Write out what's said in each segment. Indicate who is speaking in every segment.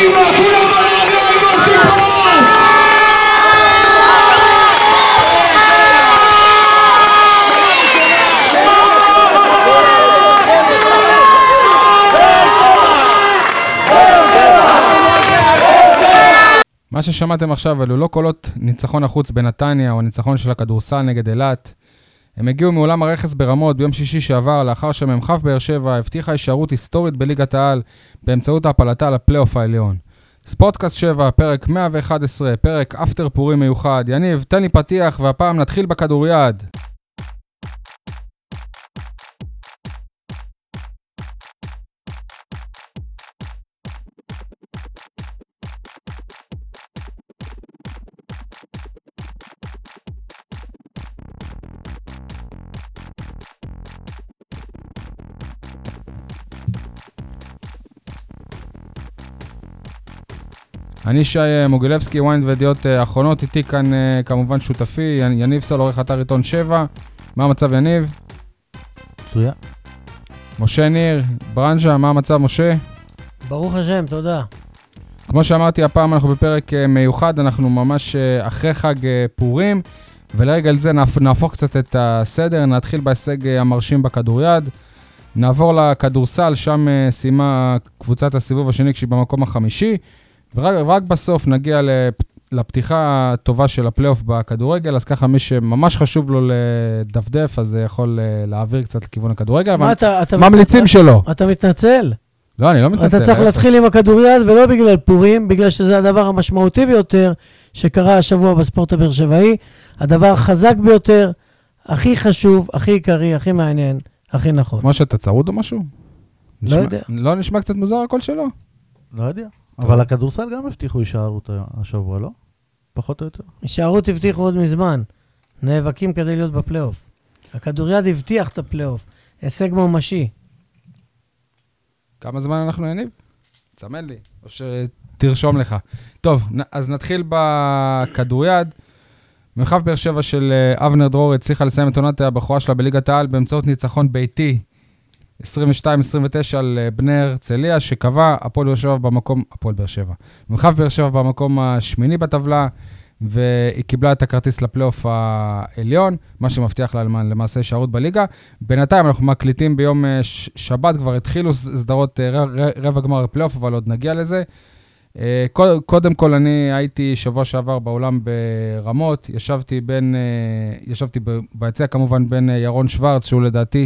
Speaker 1: קדימה, כולם על הרגליים ועושים פרס!
Speaker 2: מה ששמעתם עכשיו, אלו לא קולות ניצחון החוץ בנתניה או הניצחון של הכדורסל נגד אילת. הם הגיעו מעולם הרכס ברמות ביום שישי שעבר, לאחר שמ"כ באר שבע הבטיחה הישארות היסטורית בליגת העל באמצעות הפלתה לפלייאוף העליון. ספורטקאסט 7, פרק 111, פרק אפטר פורים מיוחד. יניב, תן לי פתיח והפעם נתחיל בכדוריד. אני שי מוגילבסקי, וויינד וידיעות אחרונות, איתי כאן כמובן שותפי, יניב סול, עורך אתר עיתון 7. מה המצב יניב?
Speaker 3: מצוין.
Speaker 2: משה ניר, ברנז'ה, מה המצב משה?
Speaker 4: ברוך השם, תודה.
Speaker 2: כמו שאמרתי, הפעם אנחנו בפרק מיוחד, אנחנו ממש אחרי חג פורים, ולרגע לזה נהפוך קצת את הסדר, נתחיל בהישג המרשים בכדוריד, נעבור לכדורסל, שם סיימה קבוצת הסיבוב השני כשהיא במקום החמישי, ורק בסוף נגיע לפתיחה הטובה של הפלייאוף בכדורגל, אז ככה מי שממש חשוב לו לדפדף, אז יכול להעביר קצת לכיוון הכדורגל, אבל ממליצים שלו.
Speaker 4: אתה מתנצל?
Speaker 2: לא, אני לא מתנצל.
Speaker 4: אתה צריך להתחיל עם הכדוריד, ולא בגלל פורים, בגלל שזה הדבר המשמעותי ביותר שקרה השבוע בספורט הבאר שבעי, הדבר החזק ביותר, הכי חשוב, הכי עיקרי, הכי מעניין, הכי נכון.
Speaker 2: כמו שאתה צרוד או משהו?
Speaker 4: לא יודע.
Speaker 2: לא נשמע קצת מוזר הכל שלו?
Speaker 3: לא יודע. אבל הכדורסל גם הבטיחו הישארות השבוע, לא? פחות או יותר.
Speaker 4: הישארות הבטיחו עוד מזמן. נאבקים כדי להיות בפלייאוף. הכדוריד הבטיח את הפלייאוף. הישג ממשי.
Speaker 2: כמה זמן אנחנו יניב? צמד לי, או שתרשום לך. טוב, אז נתחיל בכדוריד. מרחב באר שבע של אבנר דרור הצליחה לסיים את עונת הבכורה שלה בליגת העל באמצעות ניצחון ביתי 22-29 על בני הרצליה, שקבע הפועל באר שבע. מרחב באר שבע במקום השמיני בטבלה, והיא קיבלה את הכרטיס לפלייאוף העליון, מה שמבטיח לה למעשה הישארות בליגה. בינתיים אנחנו מקליטים ביום שבת, כבר התחילו סדרות רבע גמר פלייאוף, אבל עוד נגיע לזה. קודם כל אני הייתי שבוע שעבר באולם ברמות, ישבתי ביציע כמובן בין ירון שוורץ, שהוא לדעתי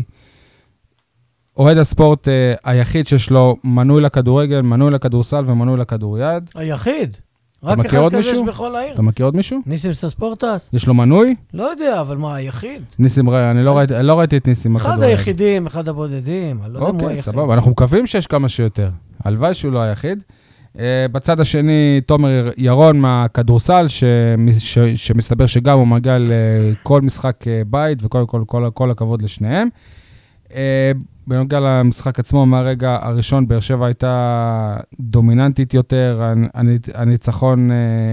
Speaker 2: אוהד הספורט היחיד שיש לו מנוי לכדורגל, מנוי לכדורסל ומנוי לכדוריד.
Speaker 4: היחיד? רק אחד כזה יש בכל העיר.
Speaker 2: אתה מכיר עוד מישהו?
Speaker 4: ניסים ספורטס?
Speaker 2: יש לו מנוי?
Speaker 4: לא יודע, אבל מה, היחיד?
Speaker 2: ניסים, אני לא ראיתי את ניסים בכדוריד.
Speaker 4: אחד היחידים, אחד הבודדים.
Speaker 2: אוקיי, סבבה. אנחנו מקווים שיש כמה שיותר. הלוואי שהוא לא היחיד. בצד השני, תומר ירון מהכדורסל, שמסתבר שגם הוא מגיע לכל משחק בית, וכל הכבוד לשניהם. בנוגע למשחק עצמו, מהרגע הראשון, באר שבע הייתה דומיננטית יותר, הניצחון,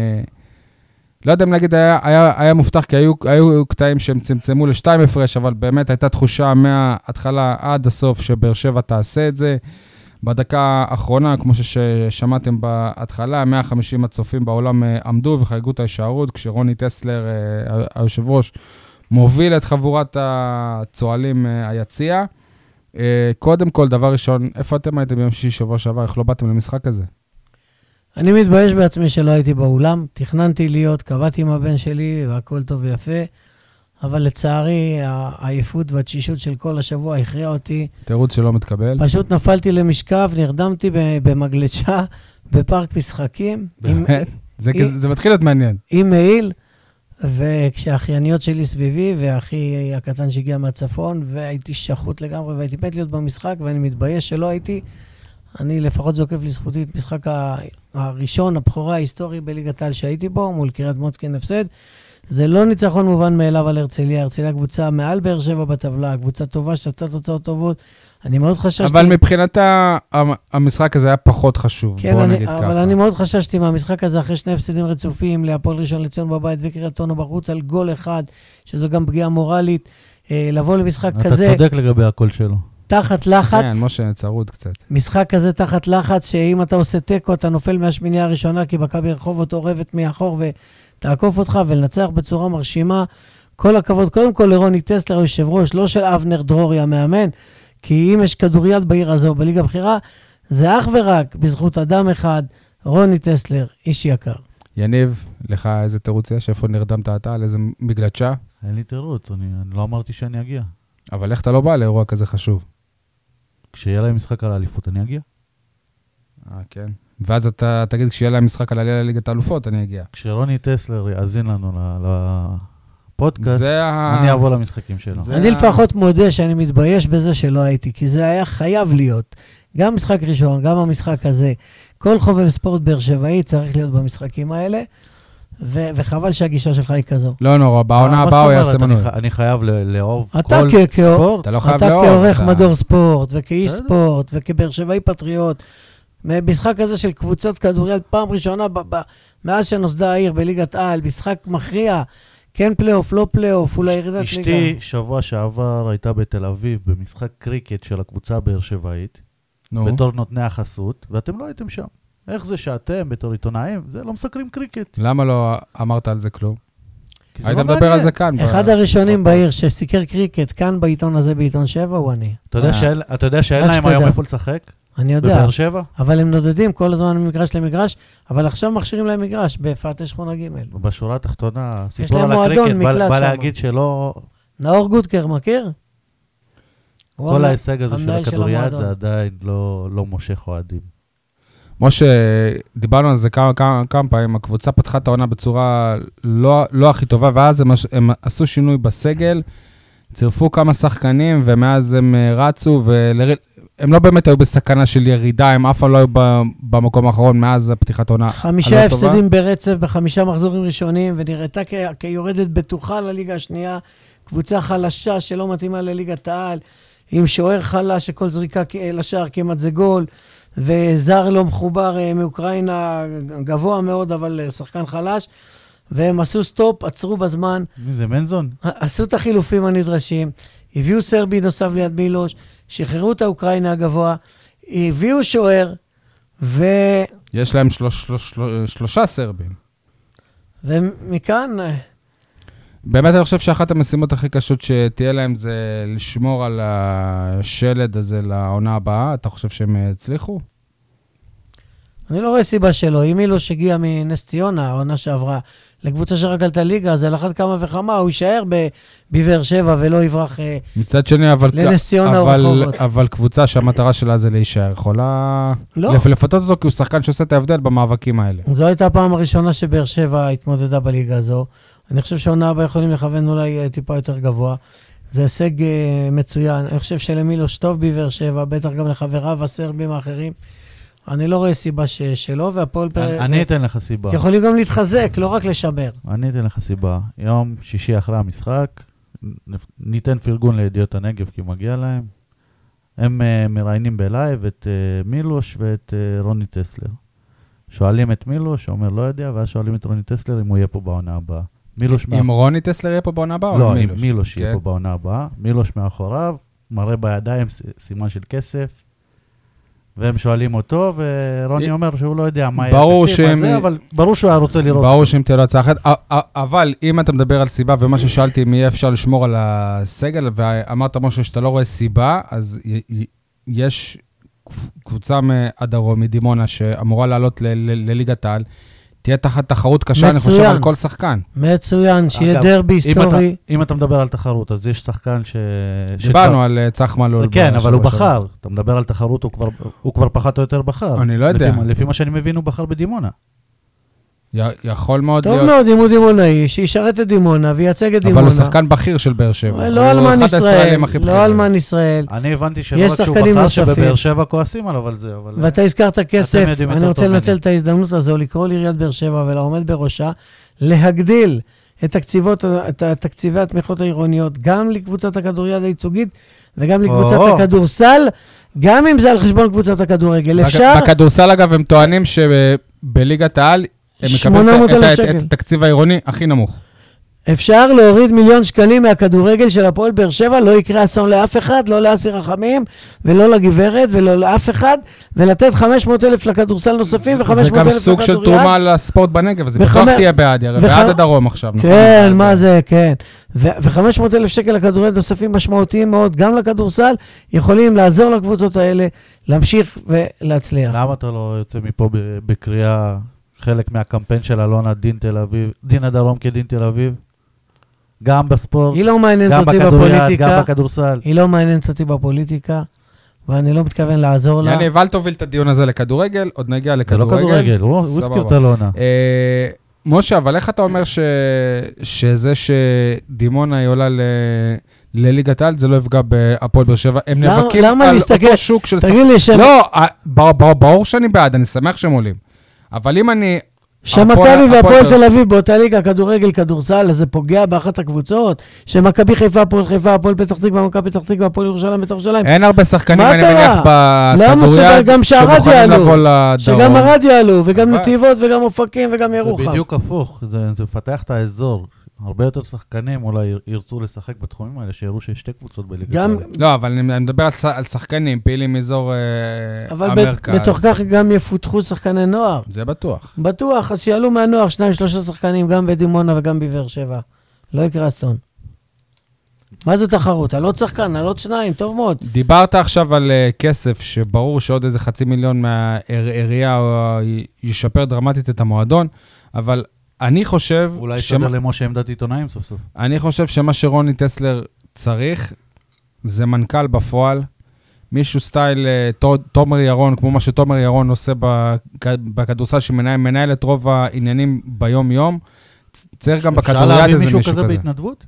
Speaker 2: לא יודע אם להגיד, היה מובטח, כי היו קטעים שהם צמצמו לשתיים הפרש, אבל באמת הייתה תחושה מההתחלה עד הסוף, שבאר שבע תעשה את זה. בדקה האחרונה, כמו ששמעתם בהתחלה, 150 הצופים בעולם עמדו וחגגו את ההישארות, כשרוני טסלר, היושב ראש, מוביל את חבורת הצועלים היציע. קודם כל, דבר ראשון, איפה אתם הייתם ביום שישי שבוע שעבר? איך לא באתם למשחק הזה?
Speaker 4: אני מתבייש בעצמי שלא הייתי באולם. תכננתי להיות, קבעתי עם הבן שלי, והכל טוב ויפה. אבל לצערי, העייפות והתשישות של כל השבוע הכריע אותי.
Speaker 2: תירוץ שלא מתקבל.
Speaker 4: פשוט נפלתי למשכב, נרדמתי במגלשה, בפארק משחקים.
Speaker 2: באמת? זה מתחיל להיות מעניין.
Speaker 4: עם מעיל, וכשהאחייניות שלי סביבי, והאחי הקטן שהגיע מהצפון, והייתי שחות לגמרי, והייתי מת להיות במשחק, ואני מתבייש שלא הייתי. אני לפחות זוקף לזכותי את משחק הראשון, הבכורה ההיסטורי בליגת העל שהייתי בו, מול קריית מוצקין הפסד. זה לא ניצחון מובן מאליו על הרצליה. הרצליה קבוצה מעל באר שבע בטבלה, קבוצה טובה שעשתה תוצאות טובות. אני מאוד חששתי... אבל
Speaker 2: מבחינתה המשחק הזה היה פחות חשוב.
Speaker 4: כן, אבל אני מאוד חששתי מהמשחק הזה אחרי שני הפסדים רצופים, להפועל ראשון לציון בבית וקריית אונו בחוץ על גול אחד, שזו גם פגיעה מורלית. לבוא למשחק כזה...
Speaker 3: אתה צודק לגבי הקול שלו.
Speaker 4: תחת לחץ.
Speaker 2: כן, משה צרוד קצת.
Speaker 4: משחק כזה תחת לחץ, שאם אתה עושה טקו, אתה נופל מהשמינייה הראשונה, כי מכבי רחובות עורבת מאחור ותעקוף אותך, ולנצח בצורה מרשימה. כל הכבוד, קודם כל לרוני טסלר, יושב ראש, לא של אבנר דרורי המאמן, כי אם יש כדוריד בעיר הזו, בליגה הבחירה, זה אך ורק בזכות אדם אחד, רוני טסלר, איש יקר.
Speaker 2: יניב, לך איזה תירוץ יש? איפה נרדמת אתה? על איזה מגלצ'ה?
Speaker 3: אין לי תירוץ, אני לא אמרתי שאני אגיע.
Speaker 2: אבל איך אתה לא בא לאירוע כזה חשוב?
Speaker 3: כשיהיה להם משחק על האליפות, אני אגיע.
Speaker 2: כן. ואז אתה תגיד, כשיהיה להם משחק על עלייה לליגת האלופות, אני אגיע.
Speaker 3: כשרוני טסלר יאזין לנו לפודקאסט, אני אבוא למשחקים שלו.
Speaker 4: אני לפחות מודה שאני מתבייש בזה שלא הייתי, כי זה היה חייב להיות. גם משחק ראשון, גם המשחק הזה. כל חובב ספורט באר שבעי צריך להיות במשחקים האלה, וחבל שהגישה שלך היא כזו.
Speaker 2: לא נורא, בעונה הבאה הוא יעשה מנוי.
Speaker 3: אני חייב לאהוב כל
Speaker 4: ספורט.
Speaker 2: אתה לא חייב
Speaker 4: לאהוב. אתה כעורך מדור ספורט, וכאיש ספורט, וכבאר שבעי פטריוט. משחק הזה של קבוצות כדוריד, פעם ראשונה, מאז שנוסדה העיר בליגת העל, משחק מכריע, כן פלייאוף, לא פלייאוף, אולי ירידת ליגה.
Speaker 3: אשתי שבוע שעבר הייתה בתל אביב, במשחק קריקט של הקבוצה באר שבעית, בתור נותני החסות, ואתם לא הייתם שם. איך זה שאתם, בתור עיתונאים, זה לא מסקרים קריקט.
Speaker 2: למה לא אמרת על זה כלום? היית מדבר על זה כאן.
Speaker 4: אחד הראשונים בעיר שסיקר קריקט, כאן בעיתון הזה, בעיתון 7, הוא אני.
Speaker 3: אתה יודע שאין להם היום איפה לשחק?
Speaker 4: אני יודע.
Speaker 3: בבאר שבע?
Speaker 4: אבל הם נודדים כל הזמן ממגרש למגרש, אבל עכשיו מכשירים להם מגרש, בפאתי שכונה ג'.
Speaker 3: בשורה התחתונה, סיפור על הקריקט, בא להגיד שלא...
Speaker 4: נאור גודקר, מכיר?
Speaker 3: כל ההישג הזה של הכדוריד זה עדיין לא מושך אוהדים.
Speaker 2: משה, דיברנו על זה כמה פעמים, הקבוצה פתחה את העונה בצורה לא הכי טובה, ואז הם עשו שינוי בסגל, צירפו כמה שחקנים, ומאז הם רצו, הם לא באמת היו בסכנה של ירידה, הם אף פעם לא היו במקום האחרון מאז פתיחת העונה.
Speaker 4: 5 הפסדים ברצף ב5 מחזורים ראשונים, ונראתה כיורדת בטוחה לליגה השנייה, קבוצה חלשה שלא מתאימה לליגת העל, עם שוער חלש שכל זריקה לשער כמעט זה גול, וזר לא מחובר מאוקראינה גבוה מאוד, אבל שחקן חלש, והם עשו סטופ, עצרו בזמן.
Speaker 3: מי זה, מנזון?
Speaker 4: עשו את החילופים הנדרשים, הביאו סרבי נוסף ליד מילוש, שחררו את האוקראינה הגבוה, הביאו שוער,
Speaker 2: יש להם 3 סרבים.
Speaker 4: ומכאן...
Speaker 2: באמת אני חושב שאחת המשימות הכי קשות שתהיה להם זה לשמור על השלד הזה לעונה הבאה. אתה חושב שהם הצליחו?
Speaker 4: אני לא רואה סיבה שלא. אם מילוש הגיע מנס ציונה, העונה שעברה, לקבוצה שרק עלתה ליגה, אז על אחת כמה וכמה, הוא יישאר בבאר שבע ולא יברח
Speaker 2: מצד שני,
Speaker 4: לנס ציונה או רחובות.
Speaker 2: אבל קבוצה שהמטרה שלה זה להישאר, יכולה לפתות אותו כי הוא שחקן שעושה את ההבדל במאבקים האלה.
Speaker 4: זו הייתה הפעם הראשונה שבאר שבע התמודדה בליגה הזו. אני חושב שהעונה הבאה יכולים לכוון אולי טיפה יותר גבוה. זה הישג מצוין. אני חושב שלמילוש טוב בבאר שבע, בטח גם לחבריו הסרבים האחרים. אני לא רואה סיבה שלא, והפועל...
Speaker 3: אני אתן לך סיבה.
Speaker 4: יכולים גם להתחזק, לא רק לשמר.
Speaker 3: אני אתן לך סיבה. יום שישי אחרי המשחק, ניתן פרגון לידיעות הנגב, כי מגיע להם. הם מראיינים בלייב את מילוש ואת רוני טסלר. שואלים את מילוש, שאומר לא יודע, ואז שואלים את רוני טסלר אם הוא יהיה פה בעונה הבאה.
Speaker 2: אם רוני טסלר יהיה פה בעונה הבאה?
Speaker 3: לא, אם מילוש יהיה פה בעונה הבאה. מילוש מאחוריו, מראה בידיים סימן של כסף, והם שואלים אותו, ורוני אומר שהוא לא יודע מה יהיה התקציב הזה, אבל ברור שהוא היה רוצה לראות.
Speaker 2: ברור שאם תהיה לו הצעה אחרת, אבל אם אתה מדבר על סיבה, ומה ששאלתי אם יהיה אפשר לשמור על הסגל, ואמרת משה שאתה לא רואה סיבה, אז יש קבוצה מהדרום, מדימונה, שאמורה לעלות לליגת העל, תהיה תחת תחרות קשה, אני חושב על כל שחקן.
Speaker 4: מצוין, שיהיה דרבי היסטורי.
Speaker 3: אם אתה מדבר על תחרות, אז יש שחקן
Speaker 2: דיברנו על צח מלול.
Speaker 3: כן, אבל הוא בחר. אתה מדבר על תחרות, הוא כבר פחת או יותר בחר.
Speaker 2: אני לא יודע.
Speaker 3: לפי מה שאני מבין, הוא בחר בדימונה.
Speaker 2: יכול מאוד להיות.
Speaker 4: טוב מאוד, אם הוא דימונאי, שישרת את דימונה וייצג את דימונה.
Speaker 2: אבל הוא שחקן בכיר של באר שבע.
Speaker 4: לא אלמן ישראל, לא אלמן ישראל.
Speaker 3: אני הבנתי שלא רק שהוא בחר שבבאר שבע כועסים עליו על זה.
Speaker 4: ואתה הזכרת כסף, אני רוצה לנצל את ההזדמנות הזו, לקרוא לעיריית באר שבע ולעומד בראשה, להגדיל את תקציבי התמיכות העירוניות, גם לקבוצת הכדוריד הייצוגית, וגם לקבוצת הכדורסל, גם אם זה על חשבון קבוצת הכדורגל.
Speaker 2: בכדורסל אגב הם טוענים שבליגת העל הם מקבלים את התקציב העירוני הכי נמוך.
Speaker 4: אפשר להוריד 1,000,000 שקלים מהכדורגל של הפועל באר שבע, לא יקרה אסון לאף אחד, לא לאסיר רחמים, ולא לגברת, ולא לאף אחד, ולתת 500,000 לכדורסל נוספים, ו-500,000 לכדוריד.
Speaker 2: זה גם סוג של תרומה לספורט בנגב, אז בטוח תהיה בעד, בעד הדרום עכשיו.
Speaker 4: כן, מה זה, כן. ו-500,000 שקל לכדוריד נוספים משמעותיים מאוד, גם לכדורסל, יכולים לעזור לקבוצות האלה, להמשיך ולהצליח.
Speaker 3: למה אתה לא יוצא מפה בקריאה, חלק מהקמפיין של אלונה, דין תל אביב, דין הדרום כדין תל אביב? גם בספורט,
Speaker 4: היא לא מעניינת
Speaker 3: גם
Speaker 4: אותי
Speaker 3: בכדוריד,
Speaker 4: בפוליטיקה.
Speaker 3: גם בכדורסל.
Speaker 4: היא לא מעניינת אותי בפוליטיקה, ואני לא מתכוון לעזור לה.
Speaker 2: יניב, אל תוביל את הדיון הזה לכדורגל, עוד נגיע
Speaker 3: זה לא
Speaker 2: לכדורגל.
Speaker 3: כדורגל, הוא הזכיר את אלונה.
Speaker 2: משה, אבל איך אתה אומר שזה שדימונה היא עולה לליגת העל, זה לא יפגע בהפועל באר שבע? הם נאבקים על אותו שוק של...
Speaker 4: תגיד לי שם...
Speaker 2: לא, ברור שאני בעד, אני שמח שהם עולים. אבל אם אני...
Speaker 4: שמכבי והפועל תל אביב באותה ליגה, כדורגל, כדורסל, אז זה פוגע באחת הקבוצות, שמכבי חיפה, הפועל חיפה, הפועל פתח תקווה, מכבי פתח תקווה, הפועל ירושלים, פתח ירושלים.
Speaker 2: אין הרבה שחקנים, אני מניח, בכדוריד,
Speaker 4: שמוכנים
Speaker 2: לבוא לדרום.
Speaker 4: שגם ערד יעלו, וגם נתיבות, וגם אופקים, וגם ירוחם.
Speaker 3: זה בדיוק הפוך, זה מפתח את האזור. הרבה יותר שחקנים אולי ירצו לשחק בתחומים האלה, שיראו שיש שתי קבוצות בליגת העל.
Speaker 2: לא, אבל אני מדבר על שחקנים, פעילים מאזור המרכז.
Speaker 4: אבל בתוך כך גם יפותחו שחקני נוער.
Speaker 2: זה בטוח.
Speaker 4: בטוח, אז שיעלו מהנוער 2-3 שחקנים, גם בדימונה וגם בבאר שבע. לא יקרה אסון. מה זה תחרות? על עוד שחקן, על עוד שניים, טוב מאוד.
Speaker 2: דיברת עכשיו על כסף, שברור שעוד איזה 500,000 מהעירייה ישפר דרמטית את המועדון, אבל... אני חושב...
Speaker 3: אולי שדר למשה עמדת עיתונאים סוף סוף.
Speaker 2: אני חושב שמה שרוני טסלר צריך, זה מנכ"ל בפועל, מישהו סטייל תומר ירון, כמו מה שתומר ירון עושה בכדורסל, שמנהל את רוב העניינים ביום-יום, צריך גם בכדוריד איזה מישהו כזה.
Speaker 3: אפשר להביא מישהו כזה בהתנדבות?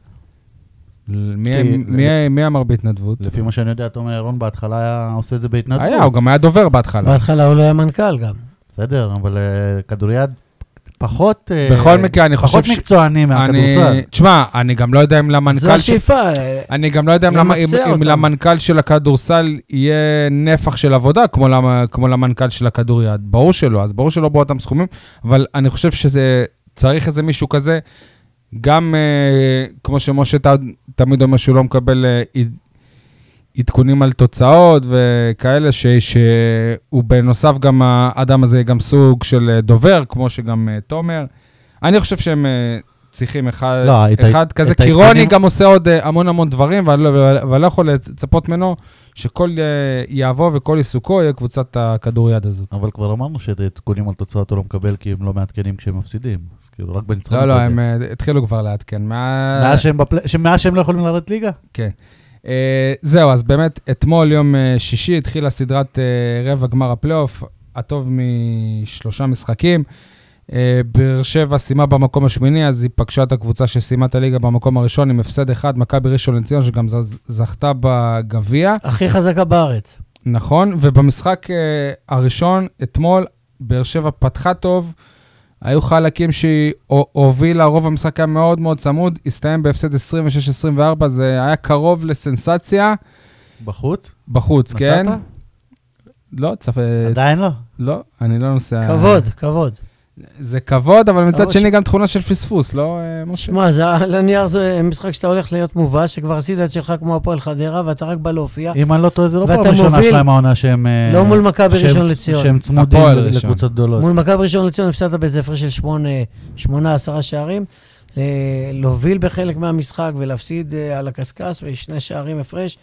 Speaker 2: מי אמר בהתנדבות?
Speaker 3: לפי מה שאני יודע, תומר ירון בהתחלה היה עושה את זה בהתנדבות.
Speaker 2: הוא גם היה דובר בהתחלה.
Speaker 4: בהתחלה הוא לא היה מנכ"ל גם.
Speaker 3: בסדר, אבל כדוריד פחות...
Speaker 2: בכל מקרה, אני חושב...
Speaker 3: פחות מקצועני מהכדורסל.
Speaker 2: תשמע, אני גם לא יודע אם למנכ"ל...
Speaker 4: זו השאיפה.
Speaker 2: אני גם לא יודע אם למנכ"ל של הכדורסל יהיה נפח של עבודה, כמו למנכ"ל של הכדוריד. ברור שלא, אז ברור שלא באותם סכומים, אבל אני חושב שזה צריך איזה מישהו כזה, גם כמו שמשה תמיד אומר שהוא לא מקבל עדכונים על תוצאות וכאלה, שהוא בנוסף גם, האדם הזה גם סוג של דובר, כמו שגם תומר. אני חושב שהם צריכים אחד כזה, כי רוני גם עושה עוד המון דברים, אבל לא יכול לצפות ממנו שכל יעבור וכל עיסוקו יהיה קבוצת הכדוריד הזאת.
Speaker 3: אבל כבר אמרנו שעדכונים על תוצאות הוא לא מקבל, כי הם לא מעדכנים כשהם מפסידים. אז כאילו, רק בניצחון.
Speaker 2: לא, הם התחילו כבר לעדכן.
Speaker 3: מאז שהם לא יכולים לרדת ליגה?
Speaker 2: כן. זהו, אז באמת, אתמול יום שישי התחילה סדרת רבע גמר הפלייאוף, הטוב מ3 משחקים. באר שבע סיימה במקום השמיני, אז היא פגשה את הקבוצה שסיימה את הליגה במקום הראשון, עם הפסד אחד, מכבי ראשון לציון, שגם זכתה בגביע.
Speaker 4: הכי חזקה בארץ.
Speaker 2: נכון, ובמשחק הראשון, אתמול, באר שבע פתחה טוב, היו חלקים שהיא הובילה, רוב המשחק היה מאוד מאוד צמוד, הסתיים בהפסד 26-24, זה היה קרוב לסנסציה.
Speaker 3: בחוץ?
Speaker 2: בחוץ, כן.
Speaker 3: נסעת?
Speaker 2: לא,
Speaker 3: עדיין לא?
Speaker 2: לא, אני לא נוסע.
Speaker 4: כבוד.
Speaker 2: זה כבוד, אבל מצד שני גם תכונה של פספוס, לא, משה?
Speaker 4: מה, לנייר זה משחק שאתה הולך להיות מובס, שכבר עשית את שלך כמו הפועל חדרה, ואתה רק בא להופיע.
Speaker 3: אם אני לא טועה, זה לא פעם ראשונה שלהם העונה שהם...
Speaker 4: לא מול מכבי ראשון לציון.
Speaker 3: שהם צמודים לקבוצות גדולות.
Speaker 4: מול מכבי ראשון לציון הפסדת באיזה הפרש של 8-10 שערים, להוביל בחלק מהמשחק ולהפסיד על הקסקס, ושני שערים הפרש.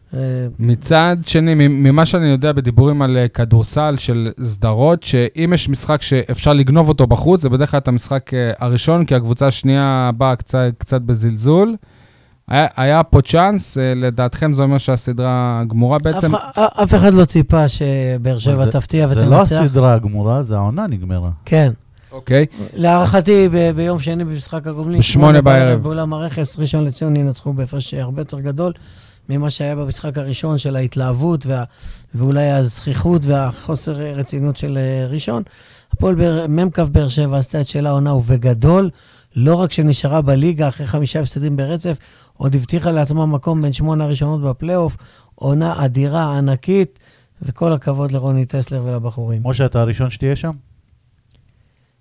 Speaker 2: מצד שני, ממה שאני יודע בדיבורים על כדורסל של סדרות, שאם יש משחק שאפשר לגנוב אותו בחוץ, זה בדרך כלל את המשחק הראשון, כי הקבוצה השנייה באה קצת בזלזול. היה פה צ'אנס, לדעתכם זה אומר שהסדרה גמורה בעצם.
Speaker 4: אף אחד לא ציפה שבאר שבע תפתיע ותנצח.
Speaker 3: זה לא הסדרה הגמורה, זה העונה נגמרה.
Speaker 4: כן.
Speaker 2: אוקיי.
Speaker 4: להערכתי ביום שני במשחק הגומלין,
Speaker 2: 8 בערב.
Speaker 4: באולם הרכס, ראשון לציון ינצחו בהפרש הרבה יותר גדול. ממה שהיה במשחק הראשון של ההתלהבות ואולי הזכיחות והחוסר רצינות של ראשון. הפועל ממקף באר שבע עשתה את שלה עונה ובגדול, לא רק שנשארה בליגה אחרי 5 הפסדים ברצף, עוד הבטיחה לעצמה מקום בין 8 הראשונות בפלייאוף, עונה אדירה, ענקית, וכל הכבוד לרוני טסלר ולבחורים.
Speaker 3: משה, אתה הראשון שתהיה שם?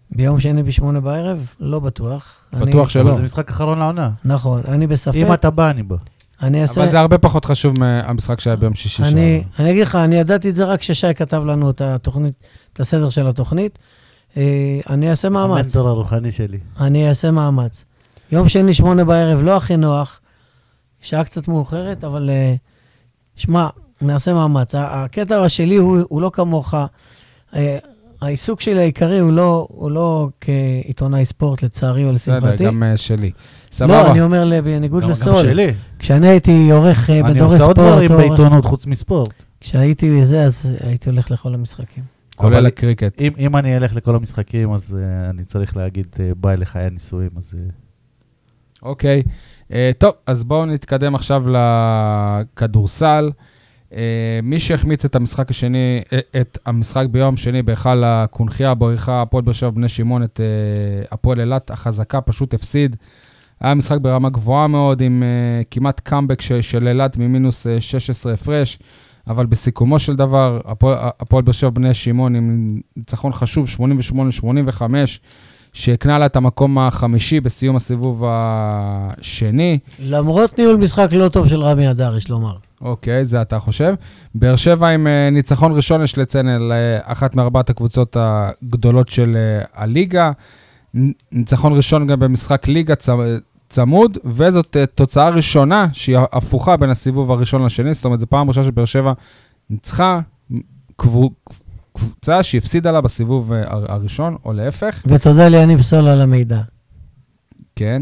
Speaker 4: ביום שני ב8 בערב? לא בטוח.
Speaker 2: בטוח שלא.
Speaker 3: אבל זה משחק אחרון לעונה.
Speaker 4: נכון, אני בספק.
Speaker 3: אם אתה בא, אני בא.
Speaker 2: אבל זה הרבה פחות חשוב מהמשחק שהיה ביום שישי.
Speaker 4: אני אגיד לך, אני ידעתי את זה רק ששי כתב לנו את התוכנית, את הסדר של התוכנית. אני אעשה מאמץ.
Speaker 3: המנטור הרוחני שלי.
Speaker 4: אני אעשה מאמץ. יום שני 8 בערב, לא הכי נוח, שעה קצת מאוחרת, אבל שמע, נעשה מאמץ. הקטע שלי הוא לא כמוך. העיסוק שלי העיקרי הוא לא כעיתונאי ספורט, לצערי או לשמחתי.
Speaker 2: בסדר, גם שלי. סבבה.
Speaker 4: לא, אני אומר בניגוד לסול.
Speaker 3: גם שלי.
Speaker 4: כשאני הייתי עורך בדורי ספורט.
Speaker 3: אני עושה עוד דברים בעיתונות חוץ מספורט.
Speaker 4: כשהייתי בזה, אז הייתי הולך לכל המשחקים.
Speaker 2: כולל הקריקט.
Speaker 3: אם אני אלך לכל המשחקים, אז אני צריך להגיד ביי לחיי הניסויים.
Speaker 2: אוקיי. טוב, אז בואו נתקדם עכשיו לכדורסל. מי שהחמיץ את המשחק השני, את המשחק ביום שני בהיכל הקונחייה, בריחה הפועל באר שבע בני שמעון, את הפועל אילת החזקה, פשוט הפסיד. היה משחק ברמה גבוהה מאוד, עם כמעט קאמבק של אילת ממינוס 16 הפרש, אבל בסיכומו של דבר, הפועל באר שבע בני שמעון עם ניצחון חשוב, 88-85, שהקנה לה את המקום החמישי בסיום הסיבוב השני.
Speaker 4: למרות ניהול משחק לא טוב של רמי אדר, יש לומר.
Speaker 2: אוקיי, זה אתה חושב. באר שבע עם ניצחון ראשון יש לציין על אחת מארבעת הקבוצות הגדולות של הליגה. ניצחון ראשון גם במשחק ליגה צמוד, וזאת תוצאה ראשונה שהיא הפוכה בין הסיבוב הראשון לשני, זאת אומרת, זו פעם ראשונה שבאר שבע ניצחה קבוצה שהפסידה לה בסיבוב הראשון, או להפך.
Speaker 4: ותודה ליניב סול על המידע.
Speaker 2: כן.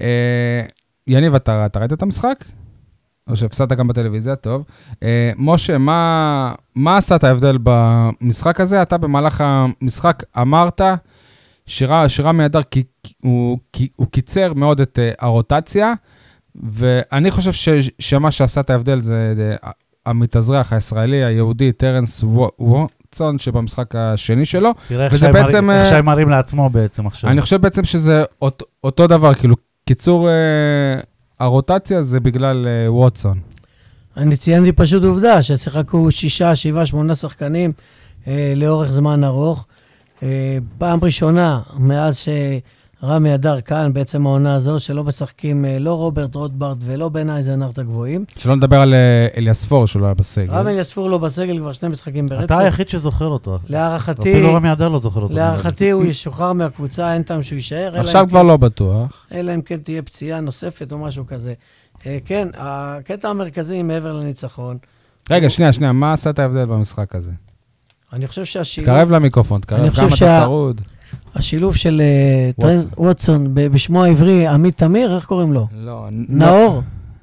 Speaker 2: יניב, אתה ראית את המשחק? או שהפסדת גם בטלוויזיה, טוב. משה, מה עשה את ההבדל במשחק הזה? אתה במהלך המשחק אמרת שרמי אדר הוא קיצר מאוד את הרוטציה, ואני חושב שמה שעשה את ההבדל זה המתאזרח הישראלי, היהודי, טרנס ווטסון, שבמשחק השני שלו.
Speaker 3: תראה איך שי מרים לעצמו בעצם עכשיו.
Speaker 2: אני חושב בעצם שזה אותו דבר, כאילו קיצור הרוטציה זה בגלל ווטסון.
Speaker 4: אני ציינתי פשוט עובדה, ששיחקו 6, 7, 8 שחקנים לאורך זמן ארוך. פעם ראשונה, מאז שרמי אדר כאן, בעצם העונה הזו, שלא משחקים לא רוברט רוטברט ולא בן אייזנארט הגבוהים.
Speaker 2: שלא נדבר על אליספור שלא היה בסגל.
Speaker 4: רמי אליספור לא בסגל, כבר 2 משחקים ברצף.
Speaker 3: אתה היחיד שזוכר אותו.
Speaker 4: להערכתי,
Speaker 3: אפילו רמי אדר לא זוכר אותו.
Speaker 4: להערכתי הוא ישוחרר מהקבוצה, אין טעם שהוא יישאר.
Speaker 2: עכשיו כבר לא בטוח.
Speaker 4: אלא אם כן תהיה פציעה נוספת או משהו כזה. כן, הקטע המרכזי מעבר לניצחון.
Speaker 2: רגע, שנייה, מה עשה את ההבדל במשחק הזה?
Speaker 4: אני חושב שהשילוב...
Speaker 2: תקרב למיקרופון, תקרב גם את הצרוד.
Speaker 4: השילוב של טרנס ווטסון, בשמו העברי, עמית תמיר, איך קוראים לו?
Speaker 2: לא.
Speaker 4: נאור?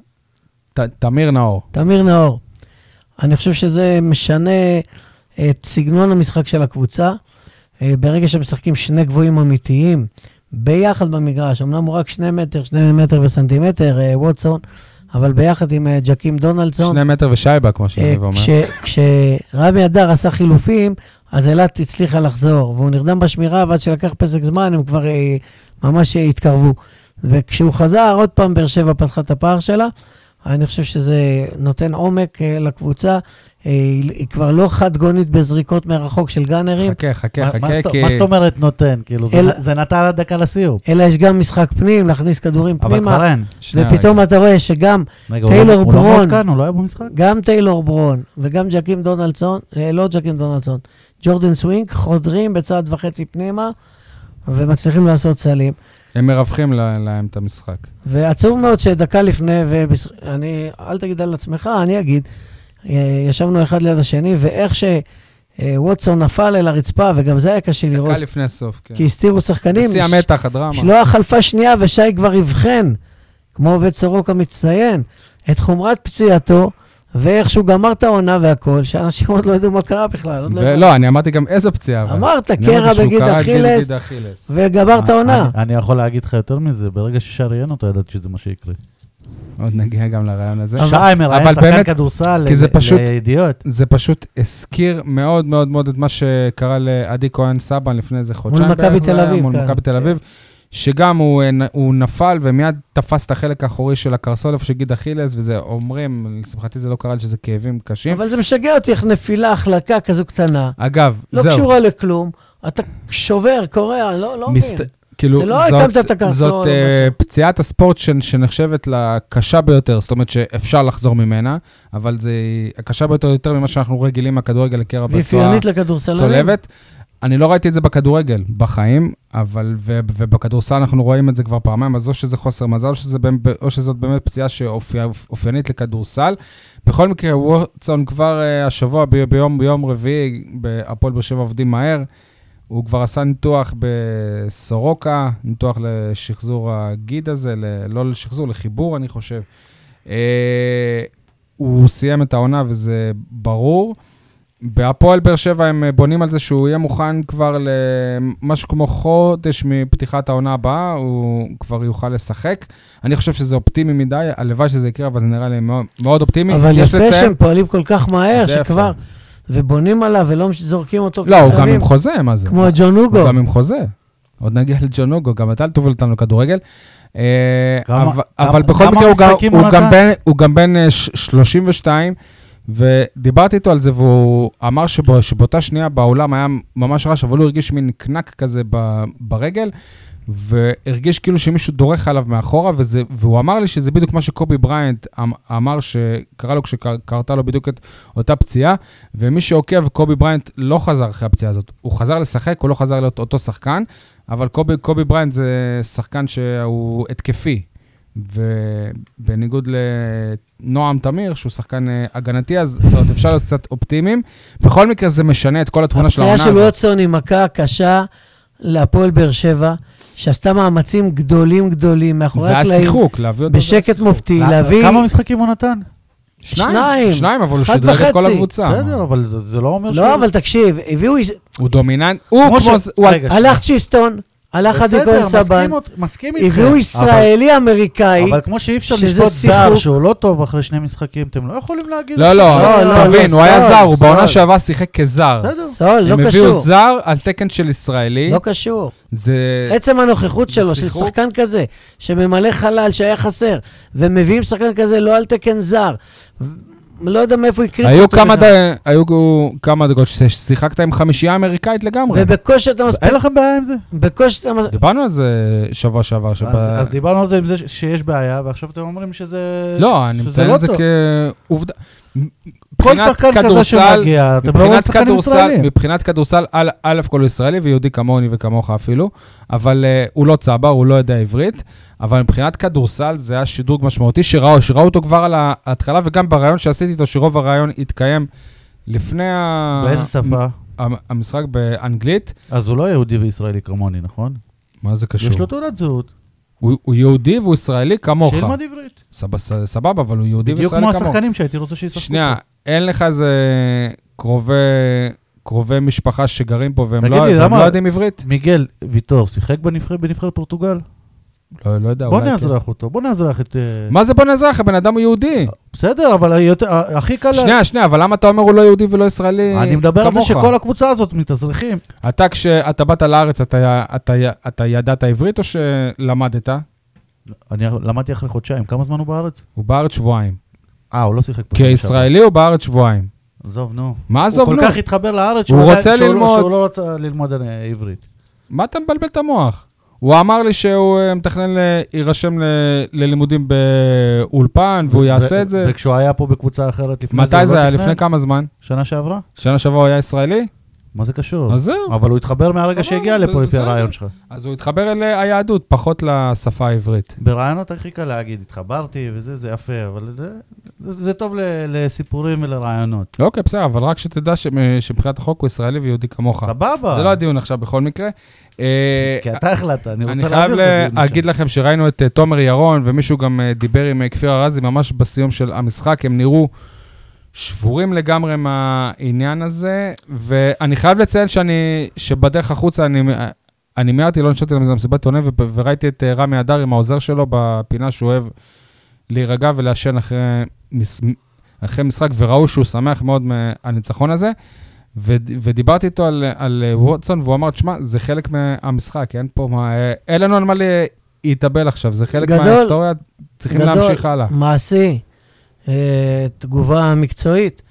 Speaker 2: תמיר נאור.
Speaker 4: תמיר נאור. אני חושב שזה משנה את סגנון המשחק של הקבוצה. ברגע שמשחקים 2 גבוהים אמיתיים, ביחד במגרש, אמנם הוא רק 2 מטר וסנטימטר, ווטסון, אבל ביחד עם ג'קים דונלדסון.
Speaker 2: 2 מטר ושייבה, כמו שאני אומר.
Speaker 4: כשרמי אדר עשה חילופים, אז אילת הצליחה לחזור, והוא נרדם בשמירה, ועד שלקח פסק זמן, הם כבר ממש התקרבו. וכשהוא חזר, עוד פעם באר שבע פתחה את הפער שלה, אני חושב שזה נותן עומק לקבוצה, היא כבר לא חד גונית בזריקות מרחוק של גאנרים.
Speaker 2: חכה.
Speaker 3: מה זאת אומרת נותן? כאילו, זה נתן עד דקה לסיום.
Speaker 4: אלא יש גם משחק פנים, להכניס כדורים פנימה.
Speaker 3: אבל קרן.
Speaker 4: ופתאום אתה רואה שגם טיילור ברון,
Speaker 3: הוא לא היה במשחק?
Speaker 4: גם טיילור ברון וגם ג'קים דונלדסון, לא ג'קים דונלדסון, ג'ורדן סווינק, חודרים בצעד וחצי פנימה, ומצליחים לעשות סלים.
Speaker 2: הם מרווחים להם את המשחק.
Speaker 4: ועצוב מאוד שדקה לפני, אל תגיד על עצמך, אני אגיד, ישבנו אחד ליד השני, ואיך שווטסון נפל אל הרצפה, וגם זה היה קשה לראות.
Speaker 2: דקה לפני הסוף, כן.
Speaker 4: כי הסתירו שחקנים.
Speaker 2: בשיא המתח, הדרמה.
Speaker 4: שלא חלפה שנייה, ושי כבר הבחן, כמו עובד סורוקה מצטיין, את חומרת פציעתו, ואיך שהוא גמר את העונה והכל, שאנשים עוד לא ידעו מה קרה בכלל.
Speaker 2: לא, אני אמרתי גם איזה פציעה.
Speaker 4: אמרת, קרע בגיד אכילס, וגמר את העונה.
Speaker 3: אני יכול להגיד לך יותר מזה, ברגע ששריין אותו, ידעתי שזה מה שיקרה.
Speaker 2: עוד נגיע גם לרעיון הזה.
Speaker 3: שיימר, היה שחקן כדורסל לידיעות.
Speaker 2: זה פשוט הזכיר מאוד מאוד מאוד את מה שקרה לעדי כהן סבן לפני איזה חודשיים.
Speaker 4: מול מכבי תל אביב.
Speaker 2: מול מכבי תל אביב. שגם הוא נפל ומיד תפס את החלק האחורי של הקרסול, איפה שגיד אכילס, וזה אומרים, לשמחתי זה לא קרה לי שזה כאבים קשים.
Speaker 4: אבל זה משגע אותי איך נפילה, החלקה כזו קטנה.
Speaker 2: אגב,
Speaker 4: לא קשורה לכלום. אתה שובר, קורע, לא מבין.
Speaker 2: כאילו,
Speaker 4: זה לא הקמת את הקרסול.
Speaker 2: זאת פציעת הספורט שנחשבת לקשה ביותר, זאת אומרת שאפשר לחזור ממנה, אבל זה הקשה ביותר יותר ממה שאנחנו רגילים מהכדורגל לקרע בצורה
Speaker 4: ואפיונית לכדורסלנים.
Speaker 2: צולבת. אני לא ראיתי את זה בכדורגל, בחיים, אבל, ובכדורסל אנחנו רואים את זה כבר פעמיים, אז או שזה חוסר מזל, או שזאת באמת פציעה שאופיינית לכדורסל. בכל מקרה, ווטסון כבר השבוע ביום רביעי, בהפועל באר שבע עובדים מהר, הוא כבר עשה ניתוח בסורוקה, ניתוח לשחזור הגיד הזה, לא לשחזור, לחיבור, אני חושב. הוא סיים את העונה וזה ברור. בהפועל באר שבע הם בונים על זה שהוא יהיה מוכן כבר למשהו כמו חודש מפתיחת העונה הבאה, הוא כבר יוכל לשחק. אני חושב שזה אופטימי מדי, הלוואי שזה יקרה, אבל זה נראה לי מאוד אופטימי.
Speaker 4: אבל יפה שהם פועלים כל כך מהר, שכבר, ובונים עליו ולא זורקים אותו.
Speaker 2: לא, הוא גם עם חוזה, מה זה?
Speaker 4: כמו ג'ון אוגו.
Speaker 2: הוא גם עם חוזה. עוד נגיע לג'ון אוגו, גם אתה תוביל אותנו לכדורגל. אבל בכל מקרה הוא גם בן 32, ודיברתי איתו על זה, והוא אמר שבאותה שנייה בעולם היה ממש רעש, אבל הוא הרגיש מין קנק כזה ברגל, והרגיש כאילו שמישהו דורך עליו מאחורה, והוא אמר לי שזה בדיוק מה שקובי בריינט אמר שקרה לו כשקרתה לו בדיוק את אותה פציעה, ומי שעוקב, קובי בריינט לא חזר אחרי הפציעה הזאת. הוא חזר לשחק, הוא לא חזר להיות אותו שחקן, אבל קובי בריינט זה שחקן שהוא התקפי, ובניגוד לנועם תמיר, שהוא שחקן הגנתי, אז אפשר להיות קצת אופטימיים. בכל מקרה זה משנה את כל התמונה של העונה הזאת.
Speaker 4: הפציעה של ווטסון היא מכה קשה להפועל באר שבע, שעשתה מאמצים גדולים מאחורי הקלעים.
Speaker 2: זה השיחוק, להביא אותו
Speaker 4: בשקט מופתי, להביא...
Speaker 3: כמה משחקים הוא נתן?
Speaker 2: שניים, אבל הוא שדרג את כל הקבוצה.
Speaker 3: בסדר, אבל זה לא אומר
Speaker 4: לא, אבל תקשיב, הביאו...
Speaker 2: הוא דומיננט,
Speaker 4: הלך צ'יסטון, הלך עדי כהן סבן,
Speaker 3: מסכים איתך.
Speaker 4: הביאו ישראלי אמריקאי,
Speaker 3: אבל כמו שאי אפשר לשפוט זר שהוא לא טוב אחרי 2 משחקים, אתם לא יכולים להגיד...
Speaker 2: לא, תבין, הוא היה זר, הוא בעונה שעברה שיחק כזר.
Speaker 4: סול, לא
Speaker 2: הם
Speaker 4: קשור.
Speaker 2: הביאו זר על תקן של ישראלי.
Speaker 4: לא קשור. עצם הנוכחות שלו, של שחקן כזה, שממלא חלל שהיה חסר, ומביאים שחקן כזה לא על תקן זר, לא יודע מאיפה יקריץ אותו.
Speaker 2: היו כמה דקות ששיחקת עם 5 אמריקאית לגמרי.
Speaker 4: ובקושי אתה מספיק...
Speaker 3: אין לכם בעיה עם זה?
Speaker 4: בקושי אתה...
Speaker 2: דיברנו על זה שבוע שעבר.
Speaker 3: אז דיברנו על זה עם זה שיש בעיה, ועכשיו אתם אומרים שזה...
Speaker 2: לא, אני מציין את זה כעובדה.
Speaker 3: כל שחקן כזה שמגיע, אתם לא רואים שחקנים ישראלים.
Speaker 2: מבחינת כדורסל, א' כל הוא ישראלי, ויהודי כמוני וכמוך אפילו, אבל הוא לא צבר, הוא לא יודע עברית, אבל מבחינת כדורסל זה היה שדרוג משמעותי, שראו אותו כבר על ההתחלה, וגם ברעיון שעשיתי איתו, שרוב הרעיון התקיים לפני
Speaker 3: באיזה שפה?
Speaker 2: המשחק באנגלית.
Speaker 3: אז הוא לא יהודי וישראלי כמוני, נכון?
Speaker 2: מה זה קשור?
Speaker 3: יש לו תעודת זהות.
Speaker 2: הוא יהודי והוא ישראלי כמוך.
Speaker 3: שילמד עברית.
Speaker 2: סבבה, אבל הוא יהודי וישראלי כמוך.
Speaker 3: בדיוק כמו השחקנים שהייתי רוצה שישחקו.
Speaker 2: שנייה, אין לך איזה קרובי משפחה שגרים פה והם לא יודעים עברית?
Speaker 3: מיגל ויטור שיחק בנבחרת פורטוגל?
Speaker 2: לא יודע.
Speaker 3: בוא נאזרח אותו, בוא נאזרח את...
Speaker 2: מה זה בוא נאזרח? הבן אדם הוא יהודי.
Speaker 3: בסדר, אבל הכי קל...
Speaker 2: שנייה, אבל למה אתה אומר הוא לא יהודי ולא ישראלי כמוך?
Speaker 3: אני מדבר על זה שכל הקבוצה הזאת מתאזרחים.
Speaker 2: אתה כשאתה באת לארץ, אתה ידעת עברית או שלמדת?
Speaker 3: אני למדתי אחרי חודשיים. כמה זמן הוא בארץ?
Speaker 2: הוא בארץ שבועיים.
Speaker 3: הוא לא שיחק פה.
Speaker 2: כישראלי הוא בארץ שבועיים.
Speaker 3: עזוב, נו.
Speaker 2: מה עזוב, נו?
Speaker 3: הוא כל כך התחבר לארץ
Speaker 2: שהוא
Speaker 3: לא רצה ללמוד עברית.
Speaker 2: מה אתה מבלבל את המוח? הוא אמר לי שהוא מתכנן להירשם ללימודים באולפן, והוא יעשה את זה.
Speaker 3: וכשהוא היה פה בקבוצה אחרת לפני זה...
Speaker 2: מתי זה היה? לפני כמה זמן?
Speaker 3: שנה שעברה?
Speaker 2: שנה שעברה הוא היה ישראלי?
Speaker 3: מה זה קשור?
Speaker 2: אז זהו.
Speaker 3: אבל הוא התחבר מהרגע שהגיע לפה לפי הרעיון שלך.
Speaker 2: אז הוא התחבר אל היהדות, פחות לשפה העברית.
Speaker 3: ברעיונות הכי קל להגיד, התחברתי וזה, זה יפה, אבל זה טוב לסיפורים ולרעיונות.
Speaker 2: אוקיי, בסדר, אבל רק שתדע שמבחינת החוק הוא ישראלי ויהודי כמוך.
Speaker 3: סבבה.
Speaker 2: זה לא הדיון עכשיו בכל מקרה.
Speaker 3: כי אתה החלטת,
Speaker 2: אני חייב להגיד לכם שראינו את תומר ירון, ומישהו גם דיבר עם כפיר ארזי, ממש בסיום של המשחק, הם נראו שבורים לגמרי מהעניין הזה, ואני חייב לציין שבדרך החוצה אני מיירתי, לא נשארתי למסיבת עונה, וראיתי את רמי אדר עם העוזר שלו בפינה שהוא אוהב להירגע ולעשן אחרי משחק, וראו שהוא שמח מאוד מהניצחון הזה, ודיברתי איתו על ווטסון, והוא אמר, תשמע, זה חלק מהמשחק, אין לנו על מה להתאבל עכשיו, זה חלק מההיסטוריה, צריכים להמשיך הלאה.
Speaker 4: מעשי. תגובה מקצועית.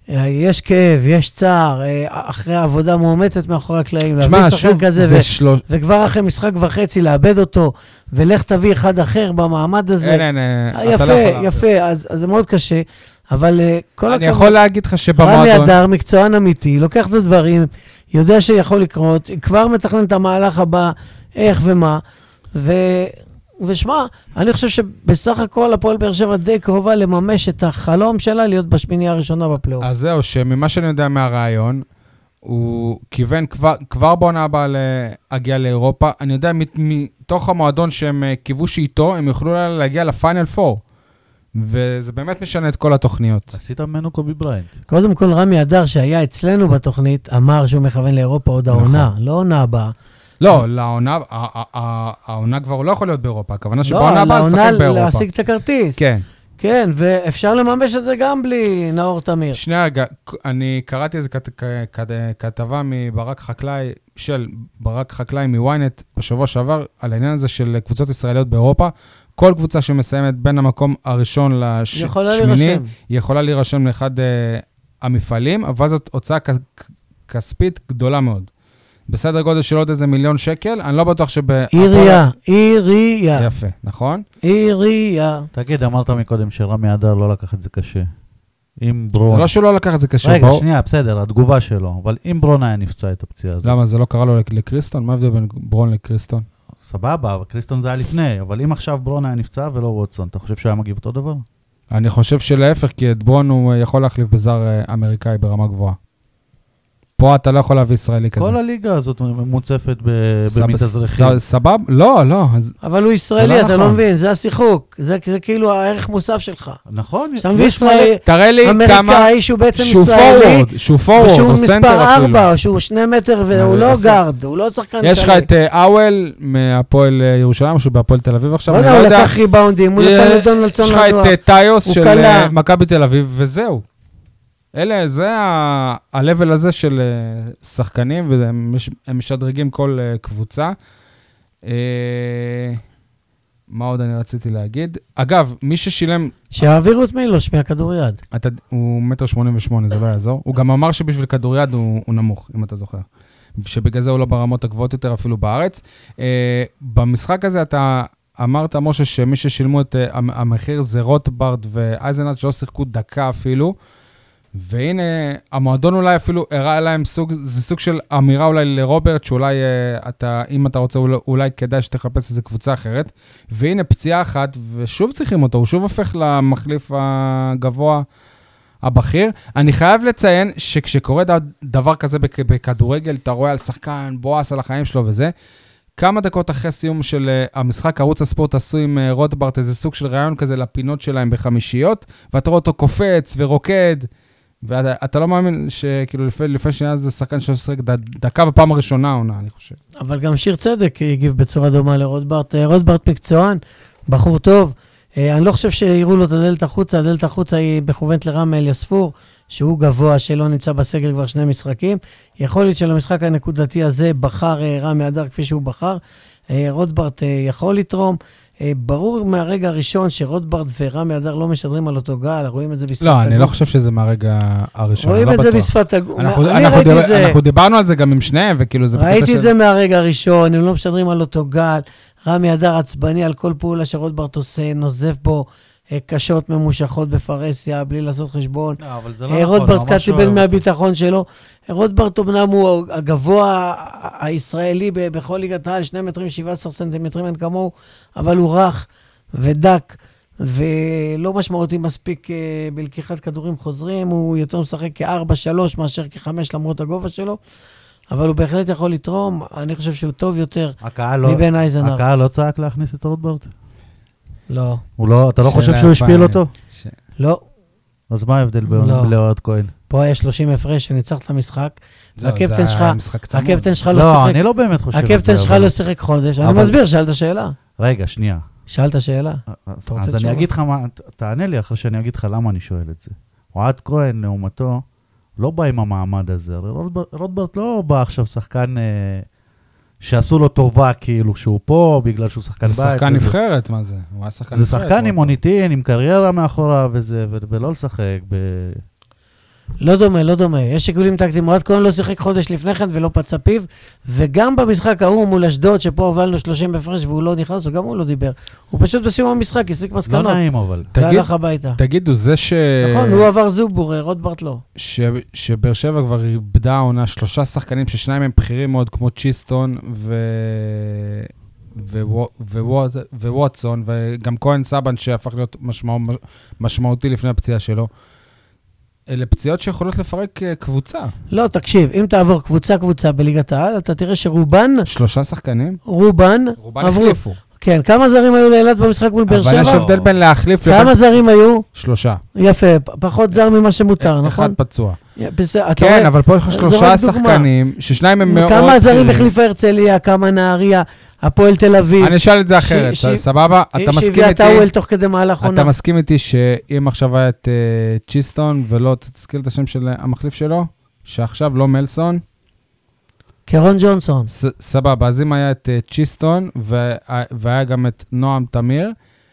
Speaker 4: יש כאב, יש צער, אחרי העבודה מאומצת מאחורי הקלעים,
Speaker 2: שמע,
Speaker 4: להביא שחקן
Speaker 2: שוב,
Speaker 4: כזה,
Speaker 2: זה שלוש...
Speaker 4: וכבר אחרי משחק וחצי לאבד אותו, ולך תביא אחד אחר במעמד הזה.
Speaker 2: אין, אתה לא יכול...
Speaker 4: יפה, אז זה מאוד קשה, אבל כל
Speaker 2: אני יכול להגיד לך שבמועדון...
Speaker 4: רמי אדר, מקצוען אמיתי, לוקח את הדברים, יודע שיכול לקרות, כבר מתכנן את המהלך הבא, איך ומה, ושמע, אני חושב שבסך הכל הפועל באר שבע די קרובה לממש את החלום שלה להיות בשמינייה הראשונה בפלייאוף.
Speaker 2: אז זהו, שממה שאני יודע מהרעיון, הוא כיוון כבר בעונה הבאה להגיע לאירופה. אני יודע מתוך המועדון שהם קיוו שאיתו, הם יוכלו להגיע לפיינל 4. וזה באמת משנה את כל התוכניות.
Speaker 3: עשית ממנו קובי בריינט.
Speaker 4: קודם כל, רמי אדר שהיה אצלנו בתוכנית, אמר שהוא מכוון לאירופה עוד העונה, לא עונה הבאה.
Speaker 2: לא, העונה כבר לא יכול להיות באירופה, הכוונה שבעונה הבאה לשחק באירופה.
Speaker 4: לא, לעונה להשיג את הכרטיס.
Speaker 2: כן.
Speaker 4: כן, ואפשר לממש את זה גם בלי נאור תמיר.
Speaker 2: שנייה, אני קראתי איזו כתבה של ברק חקלאי מוויינט בשבוע שעבר, על העניין הזה של קבוצות ישראליות באירופה. כל קבוצה שמסיימת בין המקום הראשון לשמיני, היא יכולה להירשם לאחד המפעלים, אבל זאת הוצאה כספית גדולה מאוד. בסדר גודל של עוד איזה מיליון שקל, אני לא בטוח
Speaker 4: עירייה.
Speaker 2: יפה, נכון?
Speaker 4: עירייה.
Speaker 3: תגיד, אמרת מקודם שרמי אדר לא לקח את זה קשה. אם ברון...
Speaker 2: זה לא שהוא לא לקח את זה קשה.
Speaker 3: רגע, שנייה, בסדר, התגובה שלו. אבל אם ברון היה נפצע את הפציעה הזאת...
Speaker 2: למה, זה לא קרה לו לקריסטון? מה הבדל בין ברון לקריסטון?
Speaker 3: סבבה, קריסטון זה היה לפני, אבל אם עכשיו ברון היה נפצע ולא ווטסון, אתה חושב שהיה מגיב אותו דבר?
Speaker 2: אני חושב שלהפך, כי את ברון הוא יכול להחליף בזר אמריקאי ברמה גבוהה. פה אתה לא יכול להביא ישראלי כזה.
Speaker 3: כל הליגה הזאת מוצפת במתאזרחים.
Speaker 2: סבב? לא.
Speaker 4: אבל הוא ישראלי, אתה לא מבין, זה השיחוק. זה כאילו הערך מוסף שלך.
Speaker 3: נכון.
Speaker 4: אתה מביא ישראלי, אמריקאי שהוא בעצם ישראלי,
Speaker 2: שהוא פורוורד,
Speaker 4: שהוא מספר 4, או שהוא 2 מטר, והוא לא גארד, הוא לא שחקן כאלה.
Speaker 2: יש לך את אוול מהפועל ירושלים, שהוא בהפועל תל אביב עכשיו.
Speaker 4: הוא לקח ריבאונדים, הוא נתן לדונלדסון לנוע.
Speaker 2: יש לך את טיוס של מכבי תל אביב, וזהו. זה ה-level הזה של שחקנים, והם משדרגים כל קבוצה. מה עוד אני רציתי להגיד? אגב, מי ששילם...
Speaker 4: שהעבירו את מילוש מהכדוריד.
Speaker 2: הוא 1.88 מטר, זה לא יעזור. הוא גם אמר שבשביל כדוריד הוא נמוך, אם אתה זוכר. שבגלל זה הוא לא ברמות הגבוהות יותר אפילו בארץ. במשחק הזה אתה אמרת, משה, שמי ששילמו את המחיר זה רוטברט ואייזנאט, שלא שיחקו דקה אפילו. והנה, המועדון אולי אפילו הראה להם זה סוג של אמירה אולי לרוברט, שאולי אם אתה רוצה, אולי כדאי שתחפש איזו קבוצה אחרת. והנה, פציעה אחת, ושוב צריכים אותו, הוא שוב הופך למחליף הגבוה הבכיר. אני חייב לציין שכשקורה דבר כזה בכדורגל, אתה רואה על שחקן, בועס על החיים שלו וזה, כמה דקות אחרי סיום של המשחק, ערוץ הספורט עשו עם רוטברט איזה סוג של רעיון כזה לפינות שלהם בחמישיות, ואתה רואה אותו קופץ ורוקד, ואתה לא מאמין שכאילו לפני שנייה זה שחקן שעושה דקה בפעם הראשונה עונה, אני חושב.
Speaker 4: אבל גם שיר צדק הגיב בצורה דומה לרוטברט. רוטברט מקצוען, בחור טוב. אני לא חושב שיראו לו את הדלת החוצה. הדלת החוצה היא מכוונת לרמי אליספור, שהוא גבוה, שלא נמצא בסגל כבר 2 משחקים. יכול להיות שלמשחק הנקודתי הזה בחר רמי אדר כפי שהוא בחר. רוטברט יכול לתרום. ברור מהרגע הראשון שרוטברט ורמי אדר לא משדרים על אותו גל, רואים את זה בשפת הגוף.
Speaker 2: לא, אני לא חושב שזה מהרגע הראשון,
Speaker 4: רואים את זה בשפת הגוף.
Speaker 2: אנחנו דיברנו על זה גם עם שניהם, וכאילו זה...
Speaker 4: ראיתי את זה מהרגע הראשון, הם לא משדרים על אותו גל. רמי אדר עצבני על כל פעולה שרוטברט עושה, נוזף בו קשות ממושכות בפרסיה, בלי לעשות חשבון. רוטברט קצת איבד מהביטחון שלו. רוטברט אמנם הוא הגבוה הישראלי בכל ליגת העל, 2 מטרים 17 סנטימטרים אין כמוהו, אבל הוא רך ודק, ולא משמעותי מספיק בלקיחת כדורים חוזרים, הוא יותר משחק כ-4-3 מאשר כ-5 למרות הגובה שלו, אבל הוא בהחלט יכול לתרום, אני חושב שהוא טוב יותר מבן אייזנר.
Speaker 3: הקהל לא צעק להכניס את רוטברט?
Speaker 4: לא.
Speaker 3: אתה לא חושב שהוא השפיל אותו?
Speaker 4: לא.
Speaker 3: אז מה ההבדל לאוהד כהן?
Speaker 4: פה היה 30 הפרש שניצח את המשחק, והקפטן שלך
Speaker 3: לא, לא, אני לא באמת חושב.
Speaker 4: הקפטן שלך לא שיחק חודש, אני מסביר, שאלת שאלה.
Speaker 3: רגע, שנייה.
Speaker 4: שאלת שאלה.
Speaker 3: אז אני אגיד לך מה, תענה לי אחרי שאני אגיד לך למה אני שואל את זה. אוהד כהן, לעומתו, לא בא עם המעמד הזה. רוטברט לא בא עכשיו שחקן שעשו לו טובה כאילו שהוא פה, בגלל שהוא שחקן בית.
Speaker 2: זה שחקן נבחרת, מה זה?
Speaker 3: זה שחקן עם מוניטין, עם קריירה מאחורה וזה, ולא לשחק
Speaker 4: לא דומה, לא דומה. יש שיקולים טקטיים. מועד כהן לא שיחק חודש לפני כן ולא פצע פיו, וגם במשחק ההוא מול אשדוד, שפה הובלנו 30 בפרש והוא לא נכנס, וגם הוא לא דיבר. הוא פשוט בסיום המשחק, הסיק מסקנות.
Speaker 3: לא נעים אבל.
Speaker 4: והלך הביתה.
Speaker 2: תגידו, זה
Speaker 4: נכון, הוא עבר זובור, רוטברט לא.
Speaker 2: שבאר שבע כבר איבדה עונה 3 שחקנים ששניים הם בכירים מאוד, כמו צ'יסטון וווטסון, וגם כהן סבן שהפך להיות משמעותי לפני הפציעה שלו. אלה פציעות שיכולות לפרק קבוצה.
Speaker 4: לא, תקשיב, אם תעבור קבוצה בליגת העל, אתה תראה שרובן...
Speaker 2: 3 שחקנים?
Speaker 4: רובן
Speaker 2: החליפו.
Speaker 4: כן, כמה זרים היו לאילת במשחק מול באר שבע?
Speaker 2: אבל יש הבדל בין להחליף...
Speaker 4: כמה זרים היו?
Speaker 2: 3.
Speaker 4: יפה, פחות זר ממה שמותר, נכון?
Speaker 2: אחד פצוע.
Speaker 4: כן,
Speaker 2: כן, אבל פה יש 3 שחקנים, ששניים הם מאוד...
Speaker 4: כמה זרים החליפה הרצליה, כמה נהריה, הפועל תל אביב.
Speaker 2: אני אשאל את זה אחרת, סבבה? אתה מסכים
Speaker 4: שהביאה
Speaker 2: איתי...
Speaker 4: טאוול תוך כדי מהלך עונה.
Speaker 2: אתה מסכים איתי שאם עכשיו היה את צ'יסטון, ולא תזכיר את השם של המחליף שלו, שעכשיו לא מלסון?
Speaker 4: קרון ג'ונסון.
Speaker 2: סבבה, אז אם היה את צ'יסטון, והיה גם את נועם תמיר,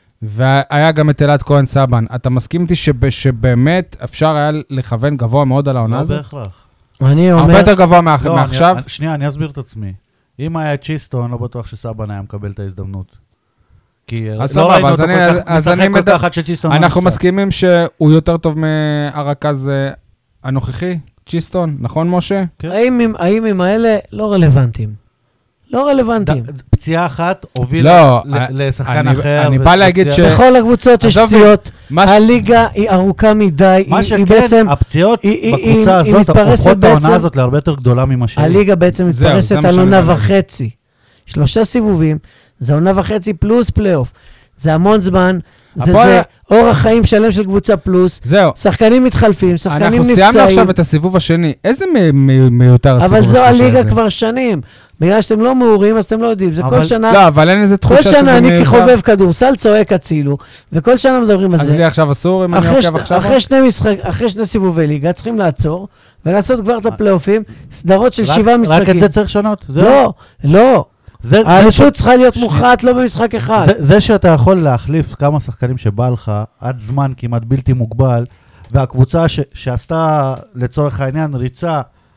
Speaker 2: והיה גם את אלעד כהן סבן, אתה מסכים איתי שבאמת אפשר היה לכוון גבוה מאוד על העונה הזאת?
Speaker 3: לא בהכרח.
Speaker 2: הרבה יותר גבוה מעכשיו?
Speaker 3: שנייה, אני אסביר את עצמי. אם היה צ'יסטון, לא בטוח שסבן היה מקבל את ההזדמנות. כי לא ראינו אותו משחק כל כך עד שצ'יסטון...
Speaker 2: אנחנו מסכימים שהוא יותר טוב מהרכז הנוכחי, צ'יסטון, נכון משה?
Speaker 4: האם הם האלה לא רלוונטיים? לא רלוונטיים.
Speaker 3: פציעה אחת הובילה לשחקן אחר.
Speaker 2: אני בא להגיד
Speaker 4: בכל הקבוצות יש פציעות, הליגה היא ארוכה מדי,
Speaker 3: מה שכן, הפציעות בקבוצה הזאת, הופכות את העונה הזאת להרבה יותר גדולה ממה שהיא.
Speaker 4: הליגה בעצם מתפרסת על עונה וחצי. 3 סיבובים, זה עונה וחצי פלוס פלייאוף. זה המון זמן, זה אורח חיים שלם של קבוצה פלוס.
Speaker 2: זהו.
Speaker 4: שחקנים מתחלפים, שחקנים נפצעים.
Speaker 2: אנחנו סיימנו עכשיו את הסיבוב השני. איזה מיותר הסיבוב השני הזה?
Speaker 4: אבל זו הליגה כבר שנים. בגלל שאתם לא מעורים, אז אתם לא יודעים. זה כל שנה...
Speaker 2: לא, אבל אין איזה תחושה שזה
Speaker 4: כל שנה אני כחובב כדורסל צועק הצילו, וכל שנה מדברים על זה.
Speaker 2: אז לי עכשיו אסור אם אני עוקב עכשיו?
Speaker 4: אחרי 2 סיבובי ליגה, צריכים לעצור, ולעשות כבר את הפלייאופים, סדרות של 7 משחקים.
Speaker 3: רק את זה צריך לשנות?
Speaker 4: לא. האליפות צריכה להיות מוכרעת לא במשחק אחד.
Speaker 3: זה שאתה יכול להחליף כמה שחקנים שבא לך עד זמן כמעט בלתי מוגבל, והקבוצה שעשתה לצורך העניין ריצה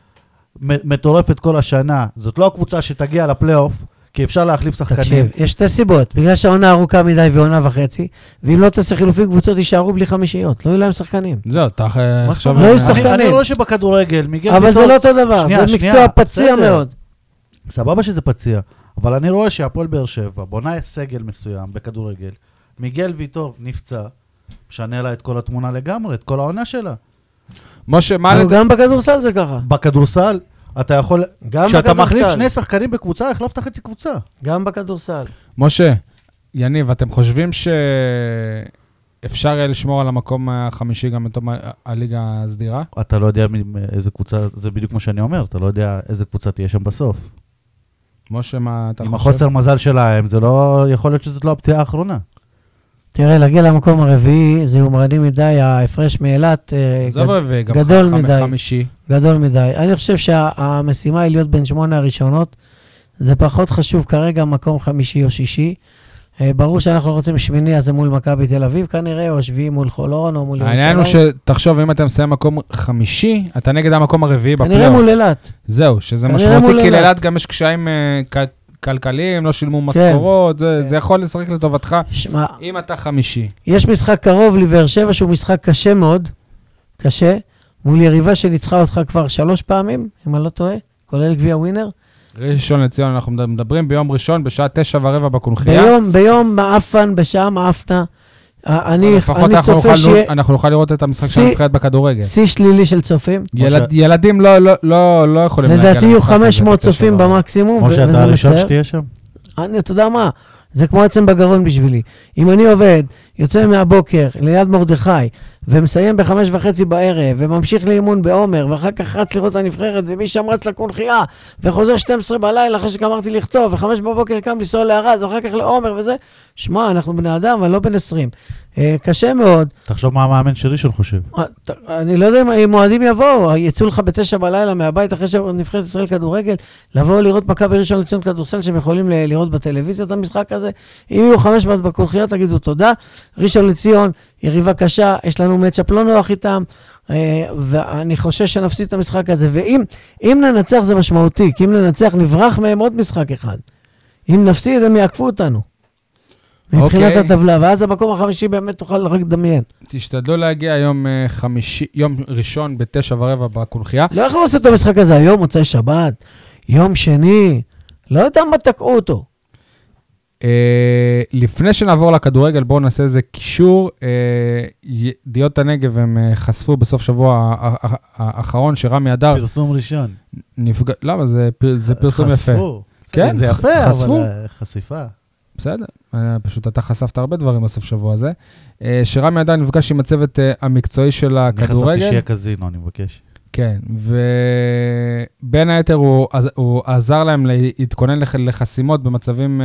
Speaker 3: מטורפת כל השנה, זאת לא הקבוצה שתגיע לפלייאוף, כי אפשר להחליף שחקנים.
Speaker 4: תקשיב, יש 2 סיבות, בגלל שהעונה ארוכה מדי ועונה וחצי, ואם לא תעשה חילופים, קבוצות יישארו בלי 50, לא יהיו להם שחקנים.
Speaker 2: זהו, עכשיו...
Speaker 4: לא יהיו שחקנים.
Speaker 3: אני רואה שבכדורגל,
Speaker 4: אבל זה לא אותו דבר, זה מקצוע פציע מאוד.
Speaker 3: סבבה שזה פציע, אבל אני רואה שהפועל באר שבע בונה סגל מסוים בכדורגל, מיגל ויטור נפצע, משנה לה את כל התמונה לגמרי, את כל העונה שלה.
Speaker 2: משה,
Speaker 4: גם בכדורסל זה ככה.
Speaker 3: בכדורסל, אתה יכול... כשאתה מחליף 2 שחקנים בקבוצה, החלפת חצי קבוצה.
Speaker 4: גם בכדורסל.
Speaker 2: משה, יניב, אתם חושבים שאפשר יהיה לשמור על המקום החמישי גם בתום הליגה הסדירה?
Speaker 3: אתה לא יודע איזה קבוצה, זה בדיוק מה שאני אומר, אתה לא יודע איזה קבוצה תהיה שם בסוף.
Speaker 2: משה, מה אתה חושב?
Speaker 3: עם החוסר מזל שלהם, זה לא... יכול להיות שזאת לא הפציעה האחרונה.
Speaker 4: תראה, להגיע למקום הרביעי, זה יומרני מדי, ההפרש מאילת גדול מדי. גדול מדי. אני חושב שהמשימה היא להיות בין 8 הראשונות. זה פחות חשוב כרגע מקום 5 או 6. ברור שאנחנו רוצים 8, אז זה מול מכבי תל אביב כנראה, או 7 מול חולון, או מול ירושלים.
Speaker 2: העניין הוא שתחשוב, אם אתה מסיים מקום 5, אתה נגד המקום הרביעי בפלייאוף.
Speaker 4: כנראה מול אילת.
Speaker 2: זהו, שזה משמעותי, כי לאילת גם יש קשיים כלכליים, לא שילמו משכורות, זה יכול לשחק לטובתך, אם אתה 5.
Speaker 4: יש משחק קרוב לבאר שבע, שהוא משחק קשה מאוד, קשה, מול יריבה שניצחה אותך כבר 3 פעמים, אם אני לא טועה, כולל גביע ווינר.
Speaker 2: ראשון לציון, אנחנו מדברים ביום ראשון, בשעה 9:15 בקונחייה.
Speaker 4: ביום מאפן, בשעה מאפנה,
Speaker 2: לפחות אנחנו נוכל לראות את המשחק של הנבחרת בכדורגל.
Speaker 4: שיא שלילי של צופים.
Speaker 2: ילדים לא יכולים להגיע למשחק.
Speaker 4: לדעתי יהיו 500 צופים במקסימום.
Speaker 3: כמו שאתה הראשון שתהיה שם.
Speaker 4: אתה יודע מה? זה כמו עצם בגרון בשבילי. אם אני עובד, יוצא מהבוקר ליד מרדכי, ומסיים ב5:30 בערב, וממשיך לאימון בעומר, ואחר כך רץ לראות הנבחרת, ומי שם רץ לקונחייה, וחוזר 12 בלילה אחרי שגמרתי לכתוב, ו5 בבוקר קם לנסוע לערד, ואחר כך לעומר וזה, שמע, אנחנו בני אדם, אבל לא בן 20. קשה מאוד.
Speaker 3: תחשוב מה המאמן שלי שאני חושב.
Speaker 4: אני לא יודע אם מועדים יבואו, יצאו לך ב9 בלילה מהבית, אחרי שנבחרת ישראל כדורגל, לבוא לראות מכבי ראשון לציון כדורסל, שהם יכולים לראות בטלוויזיה את המשחק הזה. אם יהיו 500 בקונחייה, תגידו תודה. ראשון לציון, יריבה קשה, יש לנו מצ'אפ לא נוח איתם, ואני חושש שנפסיד את המשחק הזה, ואם ננצח זה משמעותי, כי אם ננצח נברח מהם עוד משחק אחד. אם נפסיד הם יעקפו אותנו. מבחינת הטבלה, ואז המקום החמישי באמת תוכל רק לדמיין.
Speaker 2: תשתדלו להגיע יום ראשון ב9:15 בקונחייה.
Speaker 4: לא יכולנו לעשות את המשחק הזה היום, מוצאי שבת, יום שני, לא יודע מה תקעו אותו.
Speaker 2: לפני שנעבור לכדורגל, בואו נעשה איזה קישור. ידיעות הנגב הם חשפו בסוף שבוע האחרון שרמי אדר...
Speaker 3: פרסום ראשון.
Speaker 2: למה? זה פרסום יפה.
Speaker 3: חשפו.
Speaker 2: כן,
Speaker 3: זה יפה,
Speaker 2: חשפו.
Speaker 3: אבל חשיפה.
Speaker 2: בסדר, פשוט אתה חספת הרבה דברים בסוף שבוע הזה. שרמי אדר נפגש עם הצוות המקצועי של הכדורגל.
Speaker 3: אני חשבתי שיהיה קזינו, אני מבקש.
Speaker 2: כן, ובין היתר הוא עזר להם להתכונן לחסימות במצבים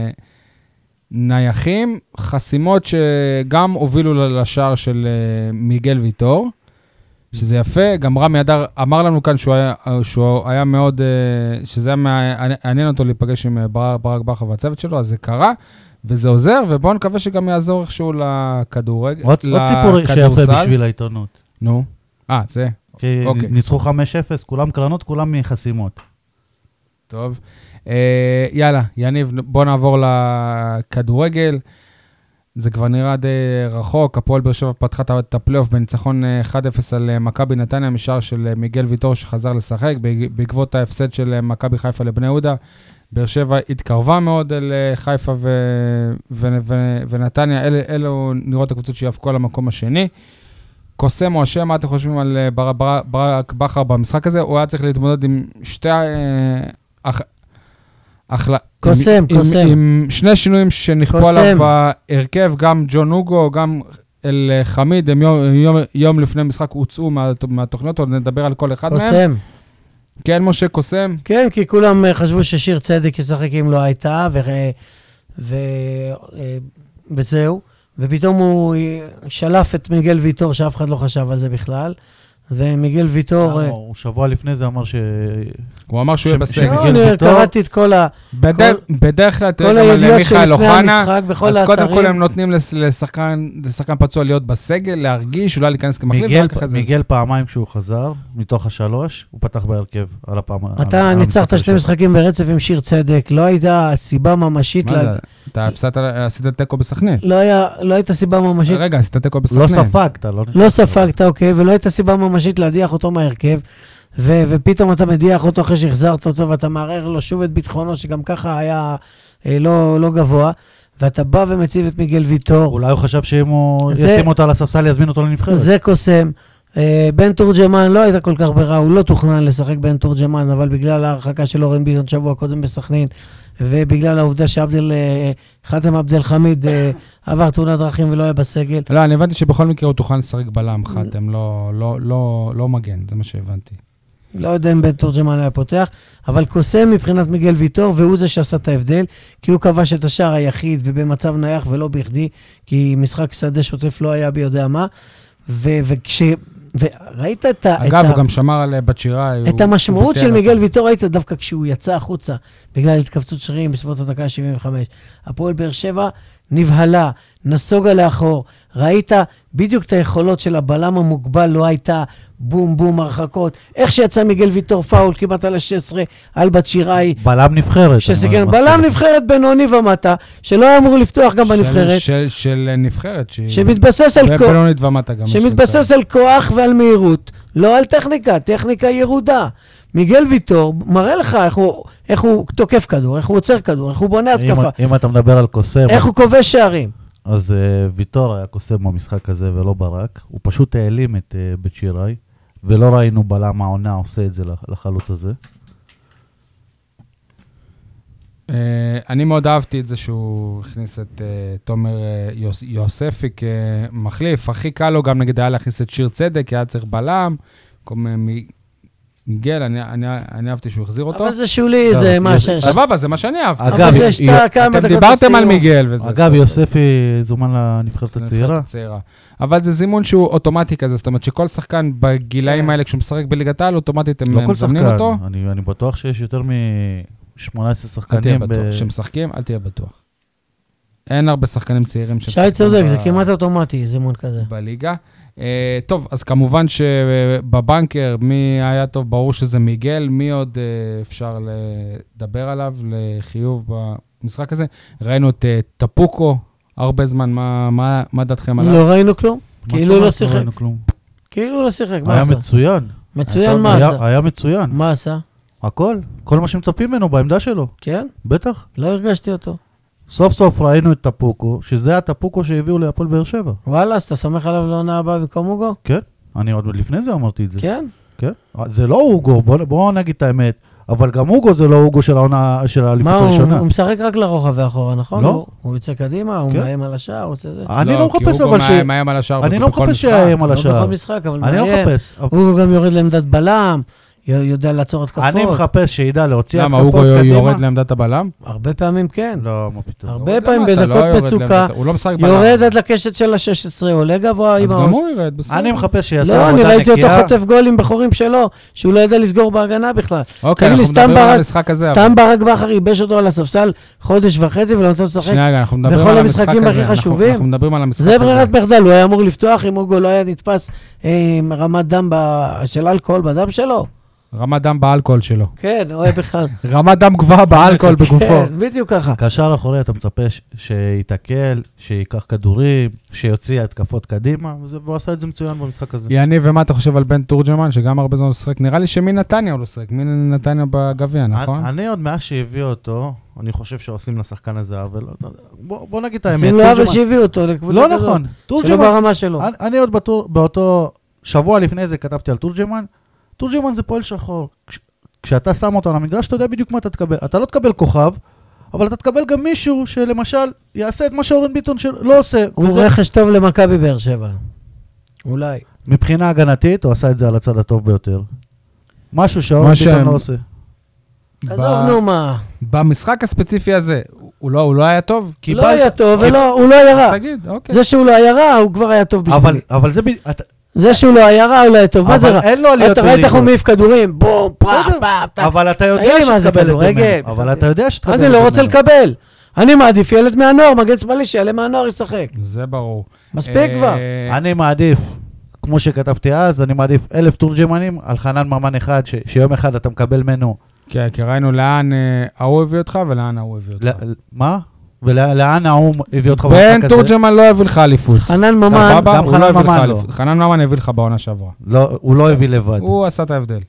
Speaker 2: נייחים, חסימות שגם הובילו לשער של מיגל ויטור, שזה יפה. גם רמי אדר אמר לנו כאן שהוא היה מאוד, שזה היה מעניין אותו להיפגש עם ברק בכר והצוות שלו, אז זה קרה, וזה עוזר, ובואו נקווה שגם יעזור איכשהו לכדורגל.
Speaker 3: עוד סיפור שיפה בשביל העיתונות.
Speaker 2: נו, זה.
Speaker 3: כי ניצחו 5-0, כולם קרנות, כולם מחסימות.
Speaker 2: טוב. יאללה, יניב, בוא נעבור לכדורגל. זה כבר נראה די רחוק. הפועל באר שבע פתחה את הפלייאוף בניצחון 1-0 על מכבי נתניה, משער של מיגל ויטור שחזר לשחק, בעקבות ההפסד של מכבי חיפה לבני יהודה. באר שבע התקרבה מאוד אל חיפה ונתניה. אלו נראות הקבוצות שיאבקו על המקום השני. קוסם או השם, מה אתם חושבים על ברק בכר במשחק הזה? הוא היה צריך להתמודד עם
Speaker 4: קוסם.
Speaker 2: עם שני שינויים שנכפו עליו בהרכב, גם ג'ון הוגו, גם אל חמיד, הם יום לפני משחק הוצאו מהתוכניות, עוד נדבר על כל אחד מהם.
Speaker 4: קוסם.
Speaker 2: כן, משה, קוסם?
Speaker 4: כן, כי כולם חשבו ששיר צדק ישחק אם לא הייתה, וזהו. ופתאום הוא שלף את מיגל ויטור, שאף אחד לא חשב על זה בכלל. ומיגל ויטור...
Speaker 3: הוא שבוע לפני זה אמר
Speaker 2: הוא אמר שהוא יהיה בסגל.
Speaker 4: אני קראתי את כל ה...
Speaker 2: בדרך כלל, תראה גם על מיכאל אוחנה, אז קודם כל הם נותנים לשחקן פצוע להיות בסגל, להרגיש, אולי להיכנס כמחליף.
Speaker 3: מיגל פעמיים כשהוא חזר, מתוך השלוש, הוא פתח בהרכב על הפעם.
Speaker 4: אתה ניצחת שני משחקים ברצף עם שיר צדק, לא הייתה סיבה ממשית...
Speaker 2: אתה עשית תיקו בסכנין.
Speaker 4: לא הייתה סיבה ממשית...
Speaker 2: רגע, עשית תיקו בסכנין.
Speaker 3: לא
Speaker 4: ספגת, אוקיי, ולא הייתה סיבה ממשית להדיח אותו מהרכב, ופתאום אתה מדיח אותו אחרי שהחזרת אותו, ואתה מערער לו שוב את ביטחונו, שגם ככה היה לא גבוה, ואתה בא ומציב את מיגל ויטור.
Speaker 3: אולי הוא חשב שאם הוא ישים אותו על הספסל, יזמין אותו לנבחרת.
Speaker 4: זה קוסם. בן תורג'מן לא הייתה כל כך ברע, הוא לא תוכנן לשחק בן תורג'מן, אבל בגלל ההרחקה של אורן ביטון שבוע קודם בסכנין, ובגלל העובדה חתם עבדל חמיד עבר תאונת דרכים ולא היה בסגל.
Speaker 2: לא, אני הבנתי שבכל מקרה הוא תוכל לשחק בלם חתם, לא מגן, זה מה שהבנתי.
Speaker 4: לא יודע אם בן תורג'מן היה פותח, אבל קוסם מבחינת מיגל ויטור, והוא זה שעשה את ההבדל, כי הוא כבש את השער היחיד ובמצב נייח ולא בכדי, כי משחק שדה שוטף לא היה ביודע מה, וראית את
Speaker 2: אגב, הוא גם שמר על בת שירה.
Speaker 4: את המשמעות של מיגל ויטור, ראית דווקא כשהוא יצא החוצה, בגלל התכווצות שרירים בסביבות הדקה 75. הפועל באר שבע נבהלה, נסוגה לאחור, ראית בדיוק את היכולות של הבלם המוגבל, לא הייתה בום בום הרחקות, איך שיצא מיגל ויטור פאול כמעט על ה-16, על בת שיראי.
Speaker 3: בלם נבחרת.
Speaker 4: בלם נבחרת בינוני ומטה, שלא היה אמור לפתוח גם בנבחרת.
Speaker 2: של נבחרת.
Speaker 4: שמתבסס על כוח.
Speaker 2: בינונית ומטה גם.
Speaker 4: שמתבסס על כוח ועל מהירות, לא על טכניקה ירודה. מיגל ויטור מראה לך איך הוא תוקף כדור, איך הוא עוצר כדור, איך הוא בונה התקפה.
Speaker 3: אם אתה מדבר על קוסם...
Speaker 4: איך הוא כובש שערים.
Speaker 3: אז ויטור היה קוסם במשחק הזה ולא ברק. הוא פשוט העלים את בית שיראי, ולא ראינו בלם העונה עושה את זה לחלוץ הזה.
Speaker 2: אני מאוד אהבתי את זה שהוא הכניס את תומר יוספי כמחליף. הכי קל לו גם נגד היה להכניס את שיר צדק, כי היה צריך בלם. מיגל, אני אהבתי שהוא החזיר אותו.
Speaker 4: אבל זה שולי, זה מה ש...
Speaker 2: סבבה, זה מה שאני אהבתי.
Speaker 3: אגב,
Speaker 2: אתם דיברתם על מיגל וזה.
Speaker 3: אגב, יוספי זומן לנבחרת הצעירה.
Speaker 2: אבל זה זימון שהוא אוטומטי כזה, זאת אומרת שכל שחקן בגילאים האלה, כשהוא משחק בליגת העל, אוטומטית הם מזמנים אותו.
Speaker 3: אני בטוח שיש יותר מ-18 שחקנים.
Speaker 2: שמשחקים, אל תהיה בטוח. אין הרבה שחקנים צעירים
Speaker 4: שי צודק, זה כמעט אוטומטי, זימון כזה.
Speaker 2: בליגה. טוב, אז כמובן שבבנקר, מי היה טוב, ברור שזה מיגל, מי עוד אפשר לדבר עליו לחיוב במשחק הזה? ראינו את טפוקו, הרבה זמן, מה דעתכם עליו?
Speaker 4: לא ראינו כלום, כאילו לא שיחק.
Speaker 3: כאילו
Speaker 4: לא שיחק, מה
Speaker 3: היה
Speaker 4: עשה?
Speaker 3: מצוין.
Speaker 4: מצוין, מה עשה?
Speaker 3: היה מצוין.
Speaker 4: מה עשה?
Speaker 3: הכל, כל מה שמצפים ממנו בעמדה שלו.
Speaker 4: כן?
Speaker 3: בטח.
Speaker 4: לא הרגשתי אותו.
Speaker 3: סוף סוף ראינו את טפוקו, שזה הטפוקו שהביאו להפועל באר שבע.
Speaker 4: וואלה, אז אתה סומך עליו לעונה הבאה במקום אוגו?
Speaker 3: כן, אני עוד לפני זה אמרתי את זה.
Speaker 4: כן?
Speaker 3: כן. זה לא אוגו, בואו נגיד את האמת, אבל גם אוגו זה לא אוגו של העונה, של האליפות הראשונה.
Speaker 4: מה, הוא משחק רק לרוחב ואחורה, נכון?
Speaker 3: לא.
Speaker 4: הוא יוצא קדימה, הוא מאיים על השער, הוא עושה זה.
Speaker 3: אני לא מחפש אבל
Speaker 2: מאיים על השער
Speaker 3: אני לא מחפש שיאיים על השער.
Speaker 4: לא בכל משחק, אבל
Speaker 3: אני לא
Speaker 4: מאיים.
Speaker 3: מחפש.
Speaker 4: הוא גם יורד לעמדת בלם, יודע לעצור התקפות.
Speaker 3: אני מחפש שידע להוציא
Speaker 2: למה,
Speaker 3: התקפות קדימה.
Speaker 2: אוגו יורד לעמדת הבלם?
Speaker 4: הרבה פעמים כן.
Speaker 3: לא, מה פתאום.
Speaker 4: הרבה פעמים בדקות מצוקה,
Speaker 2: הוא לא משחק בלם.
Speaker 4: יורד עד לקשת של ה-16, עולה גבוה עם
Speaker 2: אז גם הוא ירד, בסדר.
Speaker 3: אני מחפש שיעשה
Speaker 4: לא, אני
Speaker 3: עבודה
Speaker 4: ראיתי אותו
Speaker 3: נקייה.
Speaker 4: חוטף גולים בחורים שלו, שהוא לא ידע לסגור בהגנה בכלל.
Speaker 2: אוקיי,
Speaker 4: תגיד לי,
Speaker 2: אנחנו מדברים על המשחק הזה.
Speaker 4: סתם ברק בכר ייבש אותו על הספסל חודש וחצי ולא נותן לשחק.
Speaker 2: שנייה, אנחנו מדברים
Speaker 4: בכל
Speaker 2: על המשחק
Speaker 4: המשחקים
Speaker 2: הזה.
Speaker 4: הכי חשובים.
Speaker 2: אנחנו מדברים על המשחק הזה.
Speaker 4: זה ברירת מחדל, הוא היה אמור לפתוח אם אוגו לא היה נתפס עם רמת דם של אלכוהול בדם שלו.
Speaker 2: רמת דם באלכוהול שלו.
Speaker 4: כן, הוא היה בכלל.
Speaker 2: רמת דם גבוהה באלכוהול בגופו.
Speaker 4: כן, בדיוק ככה.
Speaker 3: קשר אחורי אתה מצפה שיתקל, שיקח כדורים, שיוציא התקפות קדימה, והוא עשה את זה מצוין במשחק הזה.
Speaker 2: יניב, ומה אתה חושב על בן תורג'מן, שגם הרבה זמן לא שחק? נראה לי שמי נתניה הוא לא שחק, מי נתניה בגביע, נכון?
Speaker 3: אני עוד מאז שהביא אותו, אני חושב שעושים לשחקן הזה עוול. בוא נגיד את האמת.
Speaker 4: עושים לו עוול שהביאו אותו לקבוצה
Speaker 3: לא
Speaker 4: כזאת.
Speaker 3: נכון.
Speaker 4: שלא ברמה שלו.
Speaker 3: אני עוד באותו שבוע לפני זה כתבתי על תורג'מן. תורג'מן זה פועל שחור. כשאתה שם אותו על המגרש, אתה יודע בדיוק מה אתה תקבל. אתה לא תקבל כוכב, אבל אתה תקבל גם מישהו שלמשל יעשה את מה שאורן ביטון לא עושה.
Speaker 4: הוא רכש טוב למכבי באר שבע. אולי.
Speaker 3: מבחינה הגנתית, הוא עשה את זה על הצד הטוב ביותר. משהו שאורן ביטון לא עושה.
Speaker 4: עזובנו מה.
Speaker 2: במשחק הספציפי הזה, הוא לא היה טוב?
Speaker 4: לא היה טוב, הוא לא היה רע.
Speaker 2: תגיד, אוקיי.
Speaker 4: זה שהוא לא היה רע, הוא כבר היה טוב בשבילי.
Speaker 3: אבל זה...
Speaker 4: זה שהוא לא היה רע, הוא לא היה טוב. מה זה רע?
Speaker 3: אבל אין לו עליות
Speaker 4: אתה ראית איך הוא מעיף כדורים? בום, פרח, פרח.
Speaker 3: אבל אתה יודע שתקבל את זה ממנו. אבל אתה יודע שתקבל את זה
Speaker 4: אני
Speaker 3: ממנו.
Speaker 4: לא רוצה לקבל. אני מעדיף ילד מהנוער, מגן שמאלי שיעלה מהנוער ישחק.
Speaker 2: זה ברור.
Speaker 4: מספיק כבר.
Speaker 3: אני מעדיף, כמו שכתבתי אז, אני מעדיף 1,000 תורג'מנים על חנן ממן אחד, שיום אחד אתה מקבל ממנו.
Speaker 2: כן, כי ראינו לאן ההוא הביא אותך ולאן ההוא הביא אותך.
Speaker 3: מה? ולאן ההוא הביא אותך
Speaker 2: בן תורג'מן לא הביא לך אליפות.
Speaker 4: חנן ממן.
Speaker 2: סבבה,
Speaker 3: גם
Speaker 2: הוא לא
Speaker 3: חנן
Speaker 2: הביא לך
Speaker 3: ממן
Speaker 2: אליפות. חנן ממן הביא לך בעונה שעברה.
Speaker 3: לא, הוא לא הביא לבד.
Speaker 2: הוא עשה את ההבדל.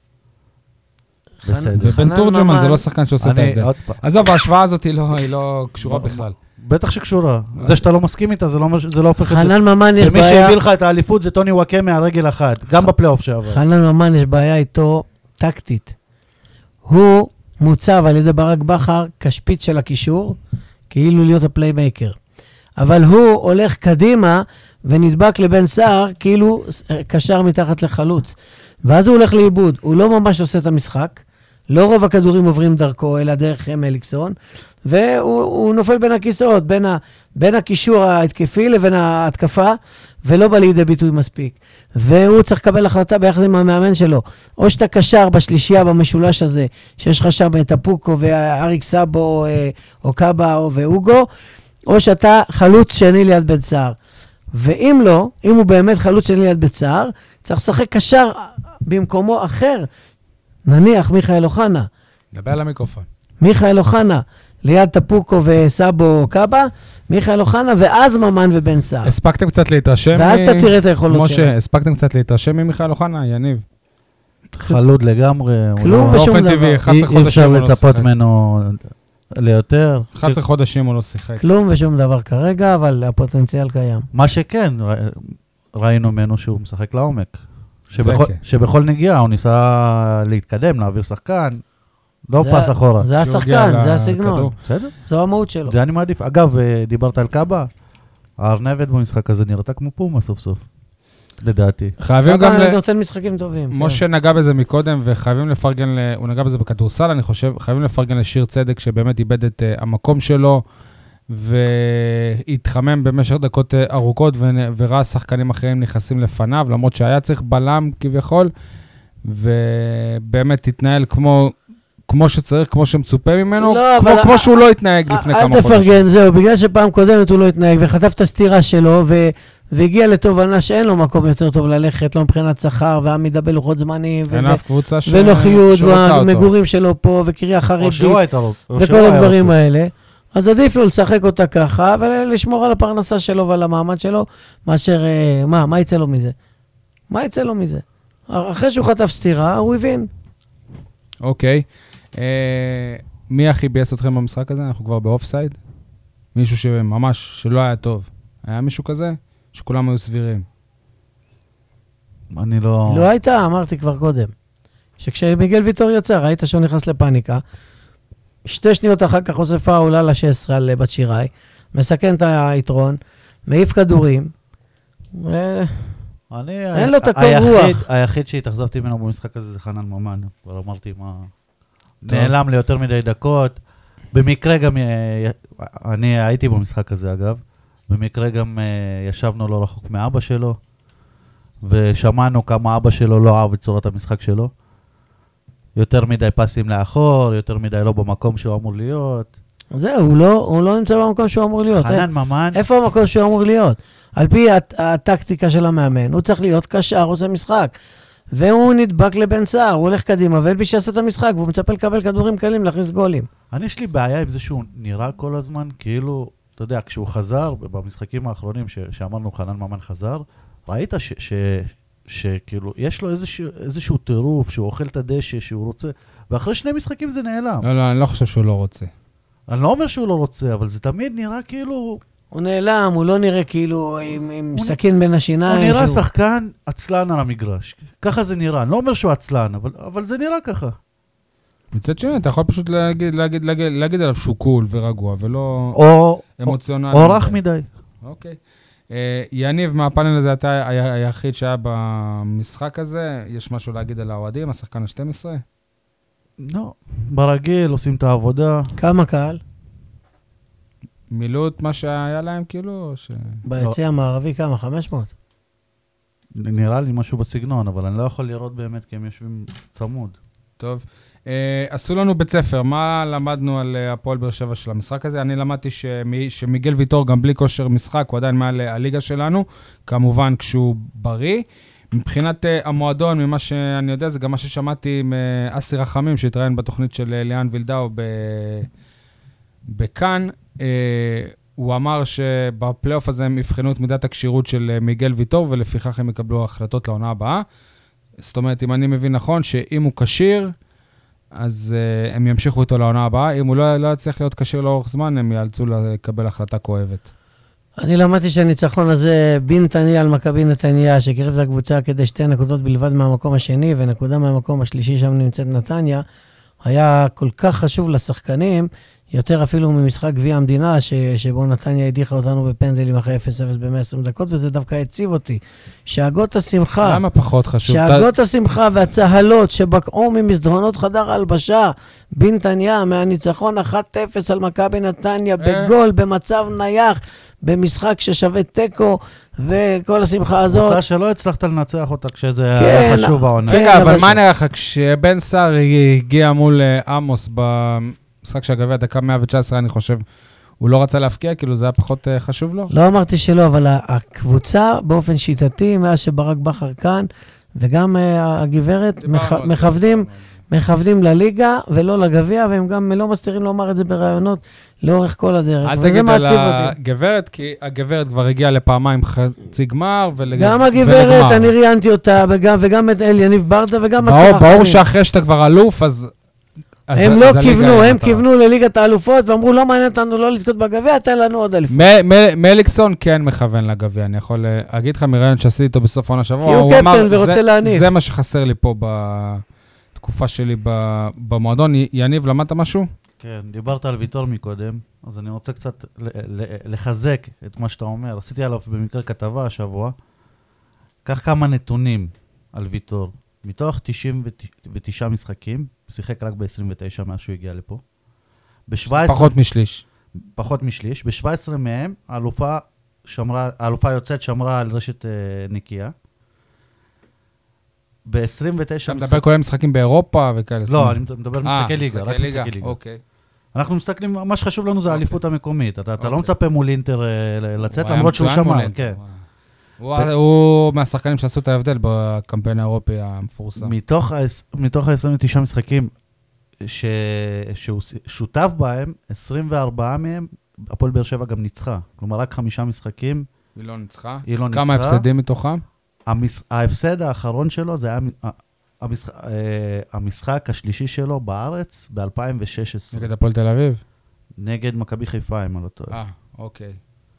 Speaker 3: בסדר.
Speaker 2: ובן תורג'מן זה לא שחקן שעושה את ההבדל.
Speaker 3: עוד פעם.
Speaker 2: עזוב, ההשוואה הזאת היא לא קשורה בכלל.
Speaker 3: בטח שקשורה. זה שאתה לא מסכים איתה, זה לא הופך את זה.
Speaker 4: חנן ממן יש
Speaker 3: ומי
Speaker 4: בעיה.
Speaker 3: שהביא לך את האליפות זה טוני וואקמה על רגל אחת, גם בפלייאוף שעבר.
Speaker 4: חנן ממן יש בעיה איתו טקטית. הוא מוצב על ידי ברק בכר כשפיץ של הקישור, כאילו להיות הפליימייקר. אבל הוא הולך קדימה ונדבק לבן סער כאילו קשר מתחת לחלוץ. ואז הוא הולך לאיבוד. הוא לא ממש עושה את המשחק. לא רוב הכדורים עוברים דרכו, אלא דרך מליקסון. והוא נופל בין הכיסאות, בין הקישור ההתקפי לבין ההתקפה, ולא בא לידי ביטוי מספיק. והוא צריך לקבל החלטה ביחד עם המאמן שלו. או שאתה קשר בשלישייה במשולש הזה, שיש לך שם את הפוקו ואריק סאבו, או קאבה ואוגו, או שאתה חלוץ שני ליד בן סער. ואם לא, אם הוא באמת חלוץ שני ליד בן סער, צריך לשחק קשר במקומו אחר. נניח מיכאל אוחנה.
Speaker 2: דבר על המיקרופון.
Speaker 4: מיכאל אוחנה, ליד טפוקו וסאבו קאבה, מיכאל אוחנה, ואז ממן ובן סער.
Speaker 2: הספקתם קצת להתרשם
Speaker 4: ואז אתה תראה את היכולות שלו.
Speaker 2: משה, הספקתם קצת להתרשם ממיכאל אוחנה, יניב?
Speaker 3: חלוד לגמרי.
Speaker 4: כלום ושום
Speaker 2: באופן
Speaker 4: דבר.
Speaker 2: טבעי, 11
Speaker 3: אי אפשר
Speaker 2: חודשים הוא לא
Speaker 3: לצפות
Speaker 2: שיחק.
Speaker 3: ממנו ליותר.
Speaker 2: 11 חודשים הוא לא שיחק.
Speaker 4: כלום ושום דבר כרגע, אבל הפוטנציאל קיים.
Speaker 3: מה שכן, ראינו ממנו שהוא משחק לעומק.
Speaker 2: זה כן.
Speaker 3: שבכל נגיעה הוא ניסה להתקדם, להעביר שחקן, לא פס אחורה.
Speaker 4: זה
Speaker 2: שהוא
Speaker 4: השחקן,
Speaker 2: הגיע
Speaker 4: זה
Speaker 2: לכדור.
Speaker 4: הסגנון.
Speaker 3: בסדר?
Speaker 4: זו המהות שלו.
Speaker 3: זה אני מעדיף. אגב, דיברת על קאבה, הארנבת במשחק הזה נראתה כמו פומה סוף סוף. לדעתי.
Speaker 2: חייבים גם
Speaker 4: קאבה נותן משחקים טובים.
Speaker 2: משה נגע בזה מקודם, וחייבים לפרגן, הוא נגע בזה בכדורסל, אני חושב, חייבים לפרגן לשיר צדק, שבאמת איבד את המקום שלו, והתחמם במשך דקות ארוכות, וראה שחקנים אחרים נכנסים לפניו, למרות שהיה צריך בלם כביכול, ובאמת התנהל כמו שצריך, כמו שמצופה ממנו,
Speaker 4: לא,
Speaker 2: כמו שהוא לא התנהג לפני כמה חודשים.
Speaker 4: אל תפרגן, זהו, בגלל שפעם קודמת הוא לא התנהג, וחטף את הסתירה שלו, והגיע לתובנה שאין לו מקום יותר טוב ללכת, לא מבחינת שכר, ועמידה בלוחות זמנים,
Speaker 2: אין אף קבוצה
Speaker 4: ונוחיות, והמגורים שלו פה, וקריאה חרדית, וכל הדברים האלה. אז עדיף לו לשחק אותה ככה, ולשמור על הפרנסה שלו ועל המעמד שלו, מאשר, מה יצא לו מזה? מה יצא לו מזה? אחרי שהוא חטף סתירה, הוא הבין.
Speaker 2: אוקיי. מי הכי ביאס אתכם במשחק הזה? אנחנו כבר באופסייד? מישהו שממש, שלא היה טוב. היה מישהו כזה? שכולם היו סבירים.
Speaker 3: אני לא...
Speaker 4: לא הייתה, אמרתי כבר קודם. שכשמיגל ויטור יצא, ראית שהוא נכנס לפאניקה, 2 שניות אחר כך עושה פאול על ה-16 על בת שיראי, מסכן את היתרון, מעיף כדורים, אין לו את הקור רוח.
Speaker 3: היחיד שהתאכזבתי ממנו במשחק הזה זה חנן ממן. כבר אמרתי מה... נעלם לי יותר מדי דקות. במקרה גם... אני הייתי במשחק הזה אגב. במקרה גם ישבנו לא רחוק מאבא שלו, ושמענו כמה אבא שלו לא אהב את צורת המשחק שלו. יותר מדי פסים לאחור, יותר מדי לא במקום שהוא אמור להיות.
Speaker 4: זהו, הוא לא נמצא במקום שהוא אמור להיות.
Speaker 3: חנן ממן...
Speaker 4: איפה המקום שהוא אמור להיות? על פי הטקטיקה של המאמן, הוא צריך להיות קשר, עושה משחק. והוא נדבק לבן סער, הוא הולך קדימה, ואין בי שעשה את המשחק, והוא מצפה לקבל כדורים קלים, להכניס גולים.
Speaker 3: יש לי בעיה עם זה שהוא נראה כל הזמן, כאילו, אתה יודע, כשהוא חזר, במשחקים האחרונים שאמרנו חנן ממן חזר, ראית שכאילו, יש לו איזשהו טירוף, שהוא אוכל את הדשא, שהוא רוצה, ואחרי 2 משחקים זה נעלם.
Speaker 2: לא, אני לא חושב שהוא לא רוצה.
Speaker 3: אני לא אומר שהוא לא רוצה, אבל זה תמיד נראה כאילו...
Speaker 4: הוא נעלם, הוא לא נראה כאילו עם סכין בין השיניים.
Speaker 3: הוא נראה שחקן עצלן על המגרש. ככה זה נראה. אני לא אומר שהוא עצלן, אבל זה נראה ככה.
Speaker 2: מצד שני, אתה יכול פשוט להגיד עליו שהוא קול ורגוע, ולא אמוציונלי.
Speaker 3: או רך מדי.
Speaker 2: אוקיי. יניב, מהפאנל הזה אתה היחיד שהיה במשחק הזה. יש משהו להגיד על האוהדים, השחקן ה-12?
Speaker 3: לא. ברגיל, עושים את העבודה.
Speaker 4: כמה קהל?
Speaker 2: מילאו את מה שהיה להם, כאילו?
Speaker 4: ביציע המערבי כמה? 500?
Speaker 3: נראה לי משהו בסגנון, אבל אני לא יכול לראות באמת, כי הם יושבים צמוד.
Speaker 2: טוב. עשו לנו בית ספר. מה למדנו על הפועל באר שבע של המשחק הזה? אני למדתי שמיגל ויטור, גם בלי כושר משחק, הוא עדיין מעל הליגה שלנו, כמובן כשהוא בריא. מבחינת המועדון, ממה שאני יודע, זה גם מה ששמעתי עם אסי רחמים, שהתראיין בתוכנית של ליאן וילדאו בכאן. הוא אמר שבפלייאוף הזה הם יבחנו את מידת הקשירות של מיגל ויטור, ולפיכך הם יקבלו החלטות לעונה הבאה. זאת אומרת, אם אני מבין נכון, שאם הוא קשיר, אז הם ימשיכו איתו לעונה הבאה. אם הוא לא יצליח להיות קשיר לאורך זמן, הם יאלצו לקבל החלטה כואבת.
Speaker 4: אני למדתי שהניצחון הזה, בנתניה על מכבי נתניה, שקרב את הקבוצה כדי 2 נקודות בלבד מהמקום השני, ונקודה מהמקום השלישי שם נמצאת נתניה, היה כל כך חשוב לשחקנים, יותר אפילו ממשחק גביע המדינה, שבו נתניה הדיחה אותנו בפנדלים אחרי 0-0 ב-120 דקות, וזה דווקא הציב אותי. שאגות השמחה...
Speaker 2: למה פחות חשוב?
Speaker 4: שאגות השמחה והצהלות שבקעו ממסדרונות חדר ההלבשה, בנתניה, מהניצחון 1-0 על מכבי נתניה, בגול, במצב נייח, במשחק ששווה טקו, וכל השמחה הזאת...
Speaker 3: קבוצה שלא הצלחת לנצח אותה כשזה היה חשוב העונה.
Speaker 2: רגע, אבל מה נראה לך? כשבן סער הגיע מול עמוס במשחק שהגביע דקה 119, אני חושב, הוא לא רצה להפקיע, כאילו זה היה פחות חשוב לו?
Speaker 4: לא אמרתי שלא, אבל הקבוצה באופן שיטתי, מאז שברק בכר כאן, וגם הגברת מכוונים לליגה ולא לגביע, והם גם לא מסתירים לומר את זה ברעיונות לאורך כל הדרך.
Speaker 2: אל תגיד על הגברת, כי הגברת כבר הגיעה לפעמיים חצי גמר ולגמר.
Speaker 4: גם הגברת, אני ראיינתי אותה, וגם את יניב ברדה, וגם
Speaker 2: ברור שאחרי שאתה כבר אלוף, אז...
Speaker 4: הם לא כיוונו, הם כיוונו לליגת האלופות, ואמרו, לא מעניין אותנו לא לזכות בגביע, תן לנו עוד אליפות.
Speaker 2: מליקסון כן מכוון לגביע, אני יכול להגיד לך מראיון שעשיתי איתו בסוף עונה שבוע,
Speaker 4: הוא קפטן ורוצה להניף.
Speaker 2: זה מה שחסר לי פה בתקופה שלי במועדון. יניב, למדת משהו?
Speaker 3: כן, דיברת על ויטור מקודם, אז אני רוצה קצת לחזק את מה שאתה אומר. עשיתי עליו במקרה כתבה השבוע. קח כמה נתונים על ויטור. מתוך 99 משחקים, הוא שיחק רק ב-29 מאז שהוא הגיע לפה.
Speaker 2: פחות משליש.
Speaker 3: פחות משליש. ב-17 מהם, האלופה יוצאת שמרה על רשת נקייה. ב-29
Speaker 2: אתה מדבר כל המשחקים באירופה וכאלה.
Speaker 3: לא, אני מדבר משחקי ליגה, רק משחקי ליגה.
Speaker 2: אוקיי.
Speaker 3: אנחנו מסתכלים, מה שחשוב לנו זה האליפות המקומית. אתה לא מצפה מול אינטר לצאת, למרות שהוא
Speaker 2: מצוין
Speaker 3: שמע.
Speaker 2: מול אינטר. הוא מהשחקנים שעשו את ההבדל בקמפיין האירופי המפורסם.
Speaker 3: מתוך ה-29 משחקים שהוא שותף בהם, 24 מהם, הפועל באר שבע גם ניצחה. כלומר, רק 5 משחקים.
Speaker 2: היא לא ניצחה.
Speaker 3: כמה
Speaker 2: הפסדים מתוכם?
Speaker 3: ההפסד האחרון שלו זה היה המשחק השלישי שלו בארץ ב-2016.
Speaker 2: נגד הפועל תל אביב?
Speaker 3: נגד מכבי חיפה, אם אני לא טועה.
Speaker 2: אוקיי.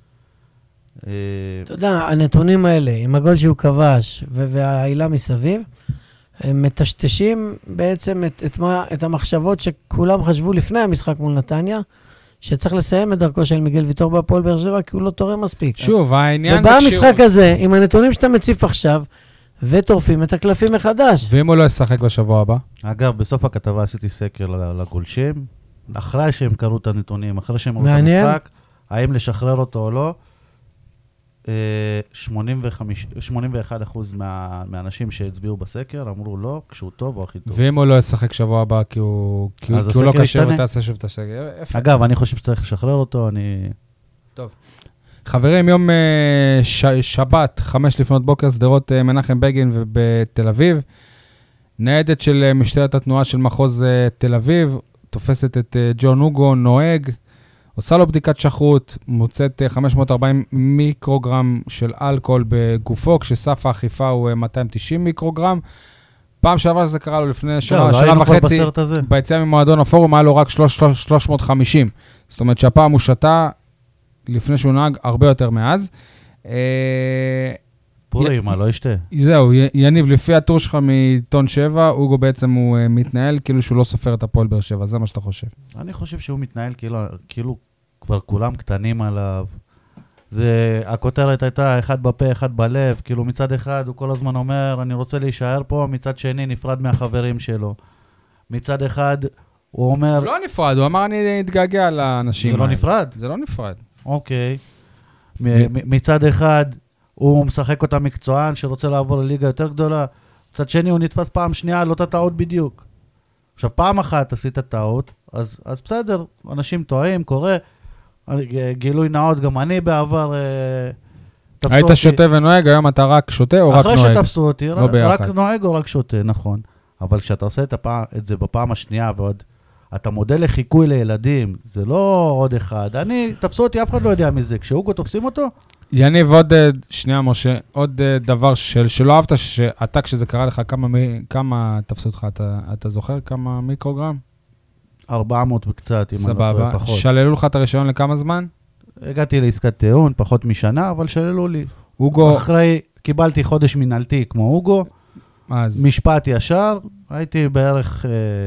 Speaker 4: אתה יודע, הנתונים האלה, עם הגול שהוא כבש והעילה מסביב, הם מטשטשים בעצם את המחשבות שכולם חשבו לפני המשחק מול נתניה, שצריך לסיים את דרכו של מיגל ויטור בהפועל באר שבע, כי הוא לא תורם מספיק.
Speaker 2: שוב, העניין...
Speaker 4: ובא המשחק הזה, עם הנתונים שאתה מציף עכשיו, וטורפים את הקלפים מחדש.
Speaker 2: ואם הוא לא ישחק בשבוע הבא?
Speaker 3: אגב, בסוף הכתבה עשיתי סקר לגולשים, אחרי שהם קראו את הנתונים, אחרי שהם ראו את המשחק, האם לשחרר אותו או לא, 81% מהאנשים שהצביעו בסקר אמרו לא, כשהוא טוב הוא הכי טוב.
Speaker 2: ואם הוא לא ישחק שבוע הבא כי הוא לא קשה ותעשה שוב את השקר.
Speaker 3: אגב, אני חושב שצריך לשחרר אותו,
Speaker 2: טוב. חברים, יום שבת, 5 לפנות בוקר, סדרות מנחם בגין ובתל אביב. ניידת של משטרת התנועה של מחוז תל אביב, תופסת את ג'ון הוגו, נוהג, עושה לו בדיקת שחרות, מוצאת 540 מיקרוגרם של אלכוהול בגופו, כשסף האכיפה הוא 290 מיקרוגרם. פעם שעבר שזה קרה לו לפני שנה וחצי, ביציאה ממועדון הפורום היה לו רק 350. זאת אומרת שהפעם הוא שתה לפני שהוא נהג הרבה יותר מאז.
Speaker 3: פורי, מה, לא ישתה?
Speaker 2: זהו, יניב, לפי הטור שלך מטון 7, אוגו בעצם הוא מתנהל כאילו שהוא לא סופר את הפועל באר שבע, זה מה שאתה חושב.
Speaker 3: אני חושב שהוא מתנהל כאילו כבר כולם קטנים עליו. הכותרת הייתה אחד בפה, אחד בלב, כאילו מצד אחד הוא כל הזמן אומר, אני רוצה להישאר פה, מצד שני נפרד מהחברים שלו. מצד אחד הוא אומר...
Speaker 2: הוא לא נפרד, הוא אמר אני אתגעגע לאנשים.
Speaker 3: זה לא נפרד?
Speaker 2: זה לא נפרד.
Speaker 3: אוקיי. מצד אחד הוא משחק אותה מקצוען שרוצה לעבור לליגה יותר גדולה, מצד שני הוא נתפס פעם שנייה על אותה טעות בדיוק. עכשיו פעם אחת עשית טעות, אז בסדר, אנשים טועים, קורה, גילוי נאות, גם אני בעבר
Speaker 2: היית שותה ונוהג, היום אתה רק שותה או רק נוהג?
Speaker 3: אחרי שתפסו אותי, רק נוהג או רק שותה, נכון. אבל כשאתה עושה את זה בפעם השנייה ועוד, אתה מודל לחיקוי לילדים, זה לא עוד אחד. תפסו אותי, אף אחד לא יודע מזה. כשהוגו תופסים אותו?
Speaker 2: יניב, עוד שנייה, משה, עוד דבר שלא אהבת, שאתה כשזה קרה לך, כמה תפסו אותך, אתה זוכר כמה מיקרוגרם?
Speaker 3: 400 וקצת, אם אני לא טועה פחות.
Speaker 2: שללו לך את הרישיון לכמה זמן?
Speaker 3: הגעתי לעסקת טיעון, פחות משנה, אבל שללו לי.
Speaker 2: הוגו...
Speaker 3: אחרי, קיבלתי חודש מנהלתי כמו הוגו, משפט ישר, הייתי בערך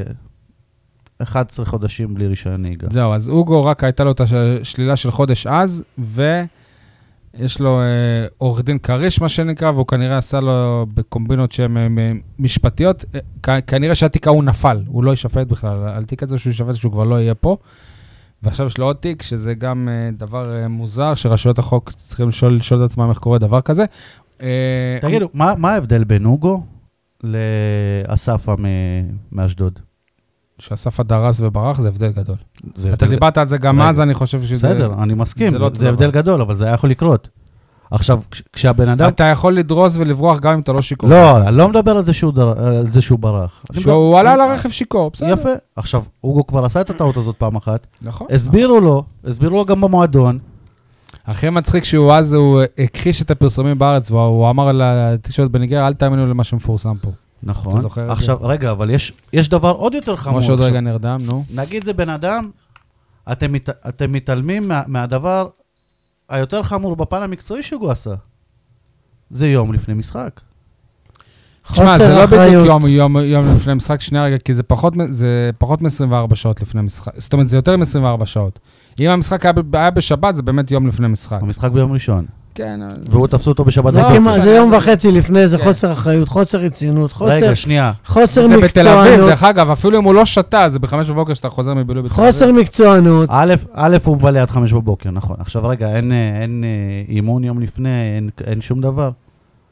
Speaker 3: 11 חודשים בלי רישיון נהיגה.
Speaker 2: זהו, אז הוגו רק הייתה לו את השלילה של חודש אז, ויש לו עורך דין קריש, מה שנקרא, והוא כנראה עשה לו בקומבינות שהן משפטיות. כנראה שהתיק הוא נפל, הוא לא ישפט בכלל. על תיק הזה שהוא ישפט שהוא כבר לא יהיה פה. ועכשיו יש לו עוד תיק, שזה גם דבר מוזר, שרשויות החוק צריכים לשאול את עצמם איך קורה דבר כזה.
Speaker 3: תגידו, מה ההבדל בין הוגו לאספה מאשדוד?
Speaker 2: שאספה דרס וברח, זה הבדל גדול. אתה דיברת על זה גם אז, אני חושב שזה...
Speaker 3: בסדר, אני מסכים, זה הבדל גדול, אבל זה היה יכול לקרות. עכשיו, כשהבן אדם...
Speaker 2: אתה יכול לדרוס ולברוח גם אם אתה לא שיקור.
Speaker 3: לא, אני לא מדבר על זה שהוא ברח.
Speaker 2: שהוא עלה לרכב שיקור, בסדר.
Speaker 3: יפה. עכשיו, הוגו כבר עשה את הטעות הזאת פעם אחת.
Speaker 2: נכון.
Speaker 3: הסבירו לו גם במועדון.
Speaker 2: הכי מצחיק שהוא אז, הוא הכחיש את הפרסומים בארץ, והוא אמר לתקשורת בניגריה, אל תאמינו למה שמפורסם פה.
Speaker 3: נכון. עכשיו, רגע, אבל יש דבר עוד יותר חמור.
Speaker 2: כמו שעוד רגע נרדם, נו.
Speaker 3: נגיד זה בן אדם, אתם מתעלמים מהדבר היותר חמור בפן המקצועי שהוא עשה. זה יום לפני משחק.
Speaker 2: תשמע, זה לא בדיוק יום לפני משחק, שנייה רגע, כי זה פחות מ-24 שעות לפני משחק. זאת אומרת, זה יותר מ-24 שעות. אם המשחק היה בשבת, זה באמת יום לפני משחק.
Speaker 3: המשחק ביום ראשון.
Speaker 2: כן.
Speaker 3: והוא תפסו אותו בשבת.
Speaker 4: זה יום וחצי לפני, זה חוסר אחריות, חוסר רצינות,
Speaker 3: רגע, שנייה.
Speaker 4: חוסר
Speaker 2: מקצוענות. זה בתל אביב, דרך אגב, אפילו אם הוא לא שתה, זה ב-5 בבוקר שאתה חוזר מבילוי בתל אביב.
Speaker 4: חוסר מקצוענות.
Speaker 3: א', הוא בא ליד 5 בבוקר, נכון. עכשיו רגע, אין אימון יום לפני, אין שום דבר.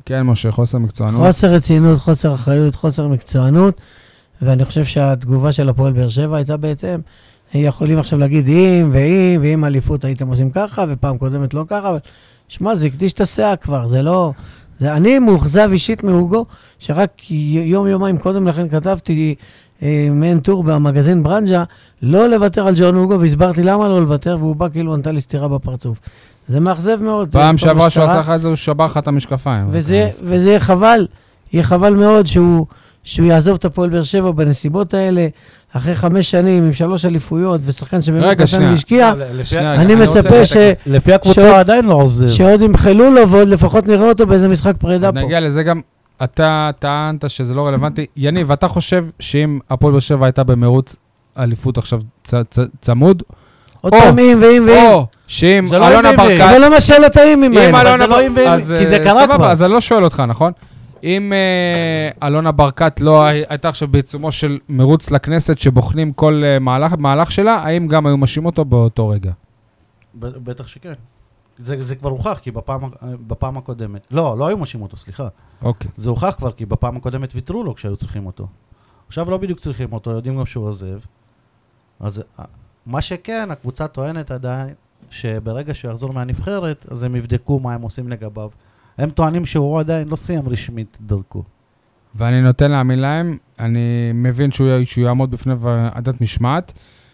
Speaker 2: כן, משה, חוסר מקצוענות.
Speaker 4: חוסר רצינות, חוסר אחריות, חוסר מקצוענות, ואני חושב שהתגובה של הפועל באר שבע הייתה בהתאם. יכולים עכשיו להגיד ואם אליפות הייתם עושים ככה, ופעם קודמת לא ככה, אבל שמע, זה הקדיש את הסאה כבר, זה לא... אני מאוכזב אישית מהוגו, שרק יום-יומיים קודם לכן כתבתי מעין טור במגזין ברנג'ה, לא לוותר על ג'ון הוגו, והסברתי למה לא לוותר, והוא בא כאילו ענתה לי סתירה בפרצוף. זה מאכזב מאוד.
Speaker 2: פעם שעברה שהוא עשה לך את זה, הוא שבר לך את המשקפיים.
Speaker 4: וזה יהיה חבל מאוד שהוא יעזוב את הפועל באר שבע בנסיבות האלה, אחרי 5 שנים עם 3 אליפויות, ושחקן שבאמת קטן והשקיע, אני מצפה
Speaker 3: לפי הקבוצה עדיין לא עוזב.
Speaker 4: שעוד ימחלו לו, ועוד לפחות נראה אותו באיזה משחק פרידה פה.
Speaker 2: נגיע לזה גם, אתה טענת שזה לא רלוונטי. יניב, אתה חושב שאם הפועל באר שבע הייתה במרוץ אליפות עכשיו צמוד,
Speaker 4: עוד פעם או
Speaker 2: שאם אלונה ברקת...
Speaker 4: אבל למה שאלות האימים האלה?
Speaker 3: זה לא אם ואם, כי זה קרה כבר.
Speaker 2: אז אני לא שואל אותך, נכון? אם אלונה ברקת לא הייתה עכשיו בעיצומו של מרוץ לכנסת שבוחנים כל מהלך שלה, האם גם היו משאים אותו באותו רגע?
Speaker 3: בטח שכן. זה כבר הוכח, כי בפעם הקודמת... לא היו משאים אותו, סליחה.
Speaker 2: אוקיי.
Speaker 3: זה הוכח כבר, כי בפעם הקודמת ויתרו לו כשהיו צריכים אותו. עכשיו לא בדיוק צריכים אותו, יודעים גם שהוא עוזב. אז מה שכן, הקבוצה טוענת עדיין, שברגע שהוא יחזור מהנבחרת, אז הם יבדקו מה הם עושים לגביו. הם טוענים שהוא עדיין לא סיים רשמית דרכו.
Speaker 2: ואני נותן להאמין להם, אני מבין שהוא יעמוד בפני ועדת משמעת,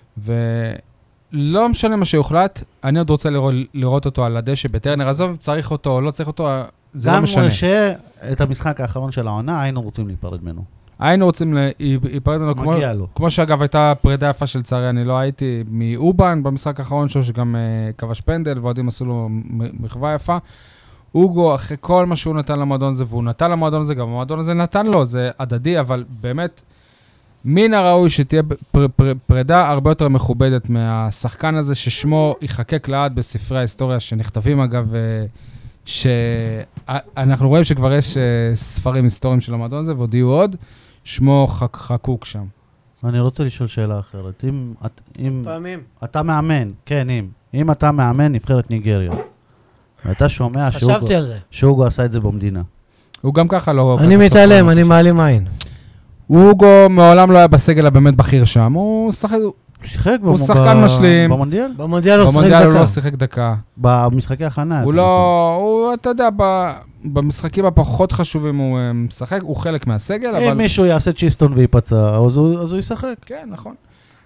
Speaker 2: ולא משנה מה שיוחלט, אני עוד רוצה לראות אותו על הדשא בטרנר, עזוב, צריך אותו או לא צריך אותו, זה לא משנה.
Speaker 3: גם שאת המשחק האחרון של העונה, היינו רוצים להיפרד ממנו.
Speaker 2: היינו רוצים להיפרד ממנו, כמו שאגב הייתה פרידה יפה של צערי, אני לא הייתי מאובן במשחק האחרון שלו, שגם כבש פנדל, ועודים עשו לו מחווה יפה. אוגו, אחרי כל מה שהוא נתן למועדון הזה, והוא נתן למועדון הזה, גם המועדון הזה נתן לו, זה הדדי, אבל באמת, מן הראוי שתהיה פרידה הרבה יותר מכובדת מהשחקן הזה, ששמו יחקק לעד בספרי ההיסטוריה, שנכתבים אגב, שאנחנו רואים שכבר יש ספרים היסטוריים של המועדון הזה, ועוד יהיו עוד, שמו חקוק שם.
Speaker 3: אני רוצה לשאול שאלה אחרת. אם אתה מאמן, כן, אם אתה מאמן נבחרת ניגריה, ואתה שומע שאוגו עשה את זה במדינה.
Speaker 2: הוא גם ככה לא...
Speaker 4: אני מתעלם, אני מעלים עין.
Speaker 2: אוגו מעולם לא היה בסגל הבאמת בכיר שם, הוא
Speaker 3: שיחק
Speaker 2: הוא שחקן משלים.
Speaker 3: במונדיאל?
Speaker 4: במונדיאל הוא
Speaker 2: לא שיחק דקה.
Speaker 3: במשחקי הכנה.
Speaker 2: הוא לא... אתה יודע, במשחקים הפחות חשובים הוא משחק, הוא חלק מהסגל, אבל...
Speaker 3: אם מישהו יעשה צ'יסטון ויפצע, אז הוא ישחק.
Speaker 2: כן, נכון.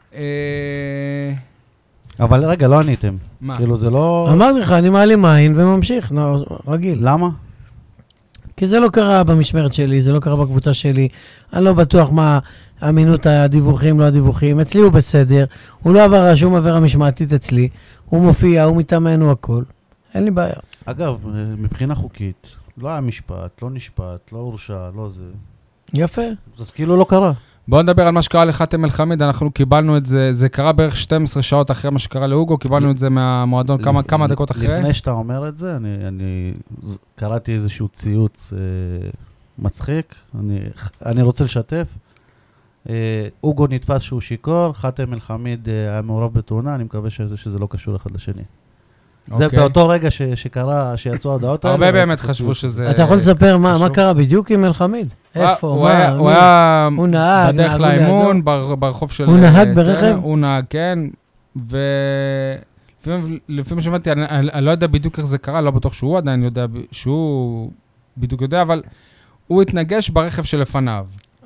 Speaker 3: אבל רגע, לא עניתם.
Speaker 2: מה?
Speaker 3: כאילו זה לא...
Speaker 4: אמרתי לך, אני מעלים עין וממשיך, רגיל.
Speaker 3: למה?
Speaker 4: כי זה לא קרה במשמרת שלי, זה לא קרה בקבוצה שלי. אני לא בטוח מה אמינות הדיווחים, לא הדיווחים. אצלי הוא בסדר, הוא לא עבר שום עבירה משמעתית אצלי. הוא מופיע, הוא מתאמן, הוא הכל. אין לי בעיה.
Speaker 3: אגב, מבחינה חוקית, לא היה משפט, לא נשפט, לא הורשע, לא זה.
Speaker 4: יפה.
Speaker 3: אז כאילו לא קרה.
Speaker 2: בואו נדבר על מה שקרה לחתם אל חמיד, אנחנו קיבלנו את זה, זה קרה בערך 12 שעות אחרי מה שקרה לאוגו, קיבלנו את זה מהמועדון כמה דקות אחרי.
Speaker 3: לפני שאתה אומר את זה, אני קראתי איזשהו ציוץ מצחיק, אני רוצה לשתף. אוגו נתפס שהוא שיקור, חתם אל חמיד היה מעורב בתאונה, אני מקווה שזה לא קשור אחד לשני. זה באותו רגע שקרה, שיצאו ההודעות האלה.
Speaker 2: הרבה באמת חשבו שזה...
Speaker 4: אתה יכול לספר מה קרה בדיוק עם אל חמיד? איפה?
Speaker 2: הוא היה
Speaker 4: נהג,
Speaker 2: בדרך לאימון, ברחוב של...
Speaker 4: הוא נהג ברכב?
Speaker 2: הוא נהג, כן. ולפי מה שהבנתי, אני לא יודע בדיוק איך זה קרה, לא בטוח שהוא עדיין יודע, שהוא בדיוק יודע, אבל הוא התנגש ברכב שלפניו.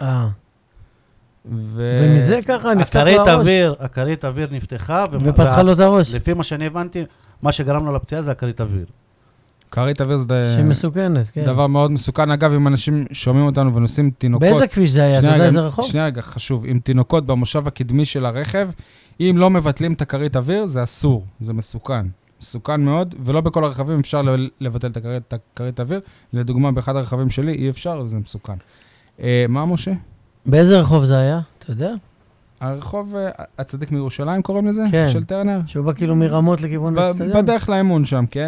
Speaker 4: ומזה ככה נפתח לו הראש.
Speaker 3: הכרית אוויר נפתחה.
Speaker 4: ופתחה לו את הראש.
Speaker 3: לפי מה שאני הבנתי, מה שגרם לו לפציעה זה הכרית אוויר.
Speaker 2: כרית אוויר זה
Speaker 4: שמסוכנת, כן.
Speaker 2: דבר מאוד מסוכן. אגב, אם אנשים שומעים אותנו ונוסעים תינוקות...
Speaker 4: באיזה כביש זה היה? אתה יודע איזה רחוב?
Speaker 2: שנייה רגע, חשוב. עם תינוקות במושב הקדמי של הרכב, אם לא מבטלים את הכרית אוויר, זה אסור. זה מסוכן. מסוכן מאוד, ולא בכל הרכבים אפשר לבטל את הכרית אוויר. לדוגמה, באחד הרכבים שלי אי אפשר, זה מסוכן. מה, משה?
Speaker 4: באיזה רחוב זה היה? אתה יודע?
Speaker 2: הרחוב הצדיק מירושלים קוראים לזה?
Speaker 4: כן.
Speaker 2: של טרנר?
Speaker 4: שהוא בא כאילו מרמות לכיוון מצטדיון?
Speaker 2: בדרך לאימון שם, כן.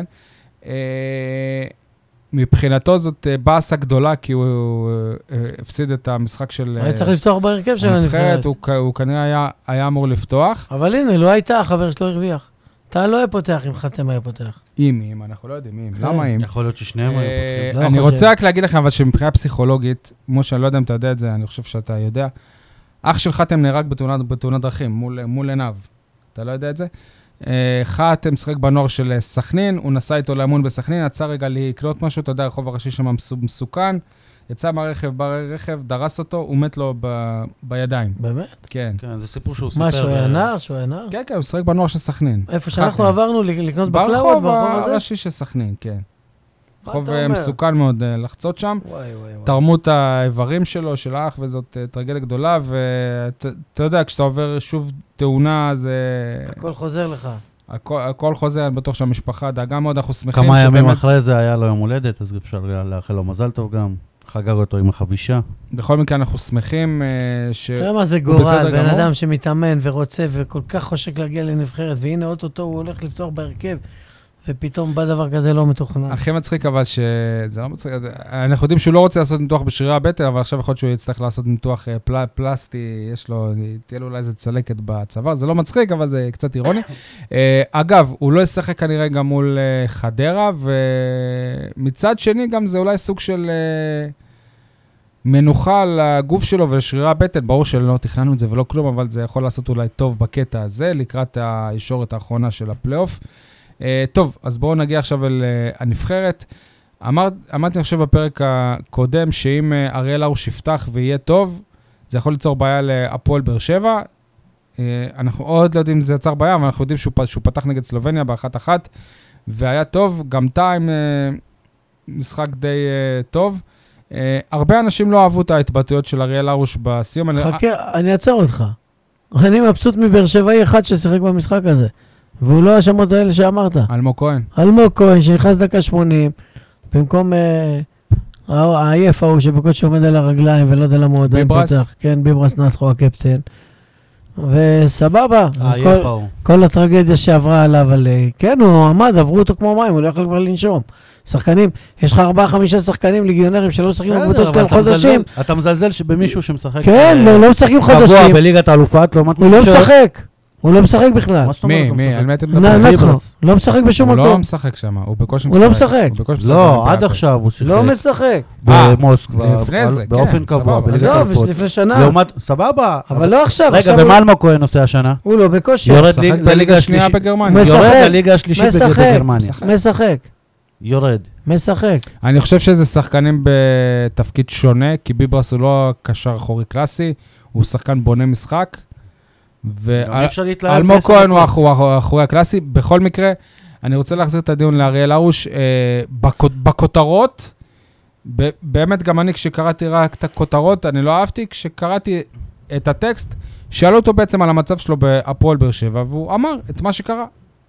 Speaker 2: מבחינתו זאת באסה גדולה, כי הוא הפסיד את המשחק של...
Speaker 4: היה צריך לפתוח בהרכב של הנבחרת.
Speaker 2: הוא כנראה היה אמור לפתוח.
Speaker 4: אבל הנה, לא הייתה, החבר שלו הרוויח. אתה לא היה פותח אם חתם היה פותח.
Speaker 2: אם, אנחנו לא יודעים אם. למה אם?
Speaker 3: יכול להיות ששניהם היו פותחים.
Speaker 4: לא
Speaker 2: אני
Speaker 4: חושב.
Speaker 2: רוצה רק להגיד לכם, אבל שמבחינה פסיכולוגית, משה, אני לא יודע אם אתה יודע את זה, אני חושב שאתה יודע, אח של חתם נהרג בתאונת דרכים, מול עיניו. אתה לא יודע את זה? חתם שחק בנוער של סכנין, הוא נסע איתו לאמון בסכנין, יצא רגע לקנות משהו, אתה יודע, הרחוב הראשי שם מסוכן, יצא מהרכב, ברכב, דרס אותו, הוא מת לו בידיים.
Speaker 4: באמת?
Speaker 2: כן.
Speaker 3: כן, זה סיפור שהוא סיפר.
Speaker 4: מה, שהוא היה נער? שהוא היה נער?
Speaker 2: כן, הוא שחק בנוער של סכנין.
Speaker 4: איפה שאנחנו עברנו לקנות בקלאוות,
Speaker 2: ברחוב
Speaker 4: ברחוב הזה?
Speaker 2: הראשי של סכנין, כן.
Speaker 4: מה
Speaker 2: רחוב
Speaker 4: אתה אומר?
Speaker 2: מסוכן מאוד לחצות שם.
Speaker 4: וואי.
Speaker 2: תרמו את האיברים שלו, של האח, וזאת טרגדיה גדולה, ואתה יודע, כשאתה עובר שוב תאונה, זה...
Speaker 4: הכל חוזר לך.
Speaker 2: הכל חוזר, אני בטוח שהמשפחה דאגה מאוד, אנחנו שמחים
Speaker 3: כמה ימים אחרי זה היה לו יום הולדת, אז אפשר לאחל לו מזל טוב גם. חגג אותו עם החבישה.
Speaker 2: בכל מקרה אנחנו שמחים
Speaker 4: תראה מה זה גורל, בן אדם שמתאמן ורוצה וכל כך חושק להגיע לנבחרת, והנה אוטוטו הוא הולך לפתוח בהרכב, ופתאום בא דבר כזה לא מתוכנן.
Speaker 2: הכי מצחיק אבל שזה לא מצחיק, אנחנו יודעים שהוא לא רוצה לעשות ניתוח בשרירי הבטן, אבל עכשיו יכול להיות שהוא יצטרך לעשות ניתוח פלסטי, יש לו, תהיה לו אולי איזה צלקת בצוואר, זה לא מצחיק, אבל זה קצת אירוני. אגב, הוא לא ישחק כנראה גם מול חדרה, ומצד שני גם זה אולי סוג של מנוחה לגוף שלו ולשרירי הבטן, ברור שלא תכננו את זה ולא כלום, אבל זה יכול לעשות אולי טוב בקטע הזה, לקראת הישורת האחרונה של הפלייאוף. טוב, אז בואו נגיע עכשיו אל הנבחרת. אמרתי עכשיו בפרק הקודם, שאם אריאל הרוש יפתח ויהיה טוב, זה יכול ליצור בעיה להפועל באר שבע. אנחנו עוד לא יודעים אם זה יצר בעיה, אבל אנחנו יודעים שהוא פתח נגד סלובניה ב1-1, והיה טוב, גם טיים משחק די טוב. הרבה אנשים לא אהבו את ההתבטאויות של אריאל הרוש בסיום.
Speaker 4: חכה, אני אעצור אותך. אני מבסוט מבאר שבעי אחד ששיחק במשחק הזה. והוא לא השמות האלה שאמרת.
Speaker 2: אלמוג כהן.
Speaker 4: אלמוג כהן, שנכנס דקה 80, במקום העייף ההוא שבקוד שעומד על הרגליים ולא יודע למה הוא עדיין פתח. כן, ביברס נתחו הקפטן. וסבבה. כל הטרגדיה שעברה עליו, כן, הוא עמד, עברו אותו כמו מים, הוא לא יכול כבר לנשום. שחקנים, יש לך 4-5 שחקנים ליגיונרים שלא משחקים בקבוצות שלהם חודשים.
Speaker 3: אתה מזלזל שבמישהו שמשחק...
Speaker 4: כן, לא משחקים חודשים.
Speaker 3: קבוע בליגת האלופות, לעומת
Speaker 4: הוא לא משחק. הוא לא משחק בכלל.
Speaker 2: מי? על מי אתם מדברים?
Speaker 4: לא משחק בשום מקום.
Speaker 2: הוא לא משחק שם, הוא בקושי משחק.
Speaker 4: הוא לא משחק.
Speaker 3: לא, עד עכשיו הוא שיחק.
Speaker 4: לא משחק.
Speaker 3: במוסקבה,
Speaker 2: לפני זה,
Speaker 3: באופן קבוע, בליגת האלופות.
Speaker 4: עזוב, לפני שנה.
Speaker 3: סבבה.
Speaker 4: אבל לא עכשיו.
Speaker 3: רגע, ומה אלמוג כהן עושה השנה?
Speaker 4: הוא לא בקושי.
Speaker 3: יורד
Speaker 2: לליגה השנייה בגרמניה.
Speaker 3: יורד לליגה השלישית בגרמניה.
Speaker 4: משחק.
Speaker 3: יורד.
Speaker 4: משחק.
Speaker 2: אני חושב שזה שחקנים בתפקיד שונה, כי ביברס הוא לא קשר אחורי קלאסי, הוא שחקן בונה משחק. ואלמוג כהן הוא האחורי הקלאסי. בכל מקרה, אני רוצה להחזיר את הדיון לאריאל הרוש. בכותרות, באמת גם אני כשקראתי רק את הכותרות, אני לא אהבתי, כשקראתי את הטקסט, שאלו אותו בעצם על המצב שלו בהפועל באר שבע, והוא אמר את מה שקרה.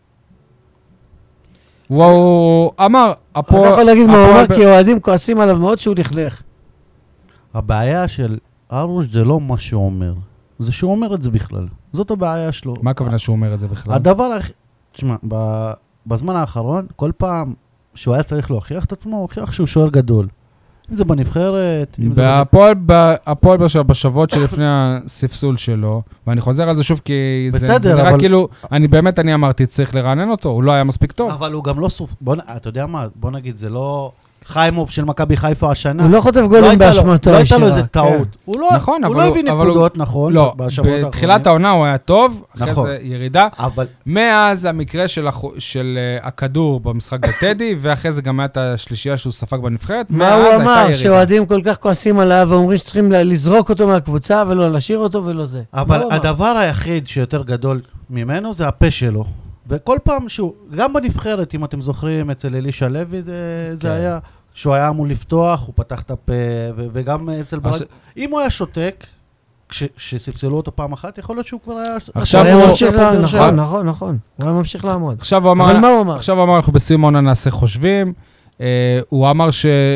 Speaker 2: הוא אמר,
Speaker 4: אתה יכול להגיד מה הוא אומר, כי אוהדים כועסים עליו מאוד שהוא לכלך.
Speaker 3: הבעיה של הרוש זה לא מה שהוא אומר. זה שהוא אומר את זה בכלל. זאת הבעיה שלו.
Speaker 2: מה הכוונה שהוא אומר את זה בכלל?
Speaker 3: הדבר תשמע, בזמן האחרון, כל פעם שהוא היה צריך להוכיח את עצמו, הוא הוכיח שהוא שוער גדול. אם זה בנבחרת, אם זה...
Speaker 2: בהפועל בשבועות שלפני הספסול שלו, ואני חוזר על זה שוב, כי זה נראה כאילו, אני אמרתי, צריך לרענן אותו, הוא לא היה מספיק טוב.
Speaker 3: אבל הוא גם לא סוף... אתה יודע מה, בוא נגיד, זה לא... חיימוב של מכבי חיפה השנה.
Speaker 4: הוא לא חוטף גולים באשמתו.
Speaker 3: לא הייתה לו איזה טעות. הוא לא הביא נקודות, נכון.
Speaker 2: לא, בתחילת העונה הוא היה טוב, אחרי זה ירידה. מאז המקרה של הכדור במשחק בטדי, ואחרי זה גם היה את השלישייה שהוא ספק בנבחרת,
Speaker 4: מה הוא אמר? שאוהדים כל כך כועסים עליו, ואומרים שצריכים לזרוק אותו מהקבוצה, ולא להשאיר אותו ולא זה.
Speaker 3: אבל הדבר היחיד שיותר גדול ממנו זה הפה שלו. וכל פעם שהוא, גם בנבחרת, אם אתם זוכרים, אצל אלישע לוי זה היה, שהוא היה אמור לפתוח, הוא פתח את הפה, וגם אצל ברק, אם הוא היה שותק, כשספסלו אותו פעם אחת, יכול להיות שהוא כבר היה...
Speaker 2: עכשיו
Speaker 4: הוא ממשיך לעמוד, נכון, הוא היה ממשיך לעמוד.
Speaker 2: עכשיו הוא אמר, אנחנו בסיום העונה נעשה חושבים, הוא אמר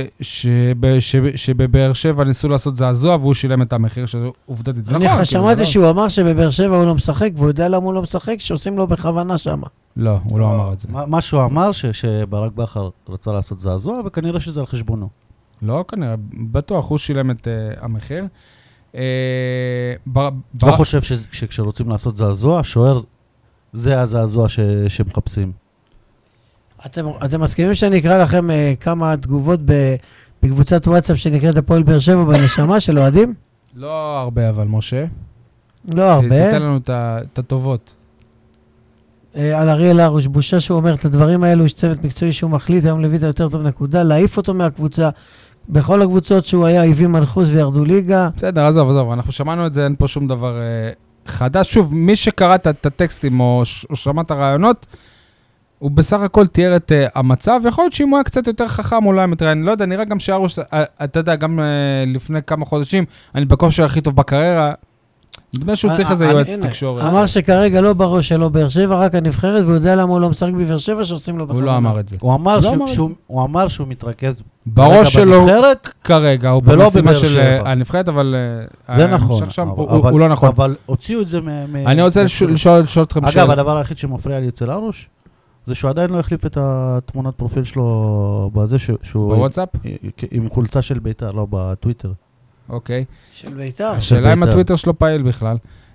Speaker 2: שבבאר שבע ניסו לעשות זעזוע, והוא שילם את המחיר שעובדתית. זה נכון.
Speaker 4: אני שמעתי שהוא אמר שבבאר שבע הוא לא משחק, והוא יודע למה הוא לא משחק, שעושים לו בכוונה שם.
Speaker 2: לא, הוא לא אמר את זה.
Speaker 3: מה שהוא אמר, שברק בכר רצה לעשות זעזוע, וכנראה שזה על חשבונו.
Speaker 2: לא, כנראה, בטוח, הוא שילם את המחיר.
Speaker 3: לא חושב שכשרוצים לעשות זעזוע, שוער זה הזעזוע שמחפשים.
Speaker 4: אתם מסכימים שאני אקרא לכם כמה תגובות בקבוצת וואטסאפ שנקראת הפועל באר שבע בנשמה של אוהדים?
Speaker 2: לא הרבה, אבל משה.
Speaker 4: לא הרבה.
Speaker 2: תתן לנו את הטובות.
Speaker 4: על אריאל הרוש, בושה שהוא אומר את הדברים האלו, יש צוות מקצועי שהוא מחליט, היום לויטה יותר טוב נקודה, להעיף אותו מהקבוצה. בכל הקבוצות שהוא היה, הביא מנחוס וירדו ליגה.
Speaker 2: בסדר, עזוב, אנחנו שמענו את זה, אין פה שום דבר חדש. שוב, מי שקרא את הטקסטים או שמע את הרעיונות, הוא בסך הכל תיאר את המצב, יכול להיות שאם הוא היה קצת יותר חכם, אולי מתראיין, אני לא יודע, נראה גם שהרוש, אתה יודע, גם לפני כמה חודשים, אני בכושר הכי טוב בקריירה, נדמה שהוא צריך איזה יועץ תקשורת.
Speaker 4: אמר שכרגע לא בראש שלו באר שבע, רק הנבחרת, והוא יודע למה הוא לא משחק בבאר שבע, שעושים לו
Speaker 2: הוא לא אמר את זה.
Speaker 3: הוא אמר שהוא מתרכז
Speaker 2: בראש שלו כרגע, הוא במשימה של הנבחרת, אבל
Speaker 3: זה נכון,
Speaker 2: הוא לא נכון.
Speaker 3: אבל הוציאו את זה
Speaker 2: אני רוצה לשאול אתכם שאלה.
Speaker 3: אגב, הדבר היחיד שמפריע לי אצל הרוש, זה שהוא עדיין לא החליף את התמונת פרופיל שלו בזה שהוא...
Speaker 2: בוואטסאפ?
Speaker 3: עם חולצה של בית"ר, לא בטוויטר.
Speaker 2: אוקיי.
Speaker 4: של בית"ר.
Speaker 2: השאלה אם הטוויטר שלו פעיל בכלל.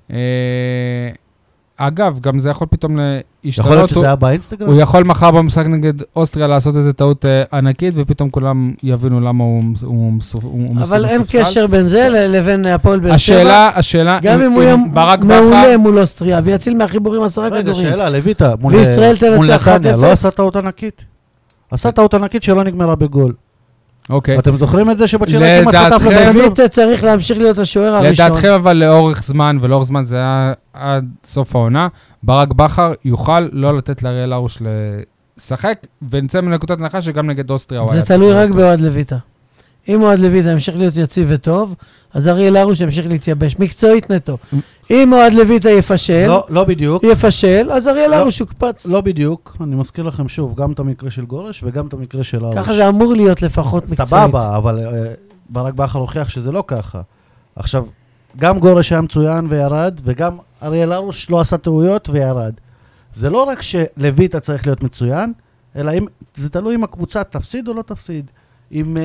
Speaker 2: אגב, גם זה יכול פתאום להשתנות.
Speaker 3: יכול להיות שזה היה באינסטגרם?
Speaker 2: הוא יכול מחר במשחק נגד אוסטריה לעשות איזו טעות ענקית, ופתאום כולם יבינו למה הוא מסופסל.
Speaker 4: אבל אין קשר בין זה לבין הפועל באר שבע.
Speaker 2: השאלה,
Speaker 4: גם אם הוא יהיה מעולה מול אוסטריה, ויציל מהחיבורים 10 כדורים.
Speaker 3: רגע, שאלה, לויטה,
Speaker 4: וישראל תנצח 1-0.
Speaker 3: לא עשה טעות ענקית. עשה טעות ענקית שלא נגמרה בגול.
Speaker 2: אוקיי.
Speaker 3: אתם זוכרים את זה שבצ'ילה כמעט חטף לו בכדור?
Speaker 4: לויטה צריך להמשיך להיות השוער הראשון.
Speaker 2: לדעתכם אבל לאורך זמן, ולאורך זמן זה היה עד סוף העונה, ברק בכר יוכל לא לתת לאריאל הרוש לשחק, ונצא מנקודת הנחה שגם נגד אוסטריה הוא היה.
Speaker 4: זה תלוי רק באוהד לויטה. אם אוהד לויטה ימשיך להיות יציב וטוב, אז אריאל הרוש ימשיך להתייבש, מקצועית נטו. אם אוהד לויטה יפשל,
Speaker 3: לא בדיוק.
Speaker 4: יפשל, אז אריאל הרוש יוקפץ.
Speaker 3: לא בדיוק, אני מזכיר לכם שוב, גם את המקרה של גורש וגם את המקרה של הרוש.
Speaker 4: ככה זה אמור להיות לפחות מקצועית.
Speaker 3: סבבה, אבל ברק בכר הוכיח שזה לא ככה. עכשיו, גם גורש היה מצוין וירד, וגם אריאל הרוש לא עשה טעויות וירד. זה לא רק שלויטה צריך להיות מצוין, אלא זה תלוי אם הקבוצה תפסיד או לא תפסיד. אם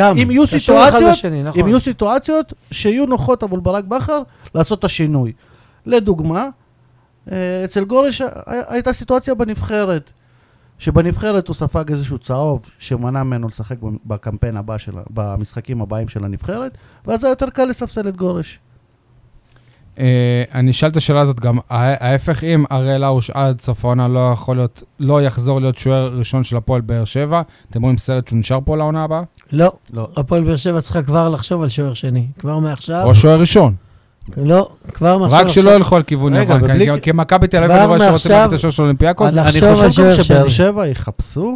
Speaker 3: יהיו סיטואציות שיהיו נוחות עבור ברק בכר לעשות את השינוי. לדוגמה, אצל גורש הייתה סיטואציה בנבחרת, שבנבחרת הוא ספג איזשהו צהוב שמנע ממנו לשחק בקמפיין הבא במשחקים הבאים של הנבחרת, ואז היה יותר קל לספסל את גורש.
Speaker 2: אני אשאל את השאלה הזאת גם, ההפך אם אריאל הרוש עד סוף העונה לא יחזור להיות שוער ראשון של הפועל באר שבע, אתם רואים סרט שהוא נשאר פה לעונה הבאה?
Speaker 4: לא, הפועל באר שבע צריכה כבר לחשוב על שוער שני, כבר מעכשיו.
Speaker 2: או שוער ראשון.
Speaker 4: לא, כבר מעכשיו.
Speaker 2: רק שלא ילכו על כיוון יוון, כי מכבי תל אביב רואה שרוצים להביא את השוער של אולימפיאקוס.
Speaker 3: אני חושב גם שבאר שבע יחפשו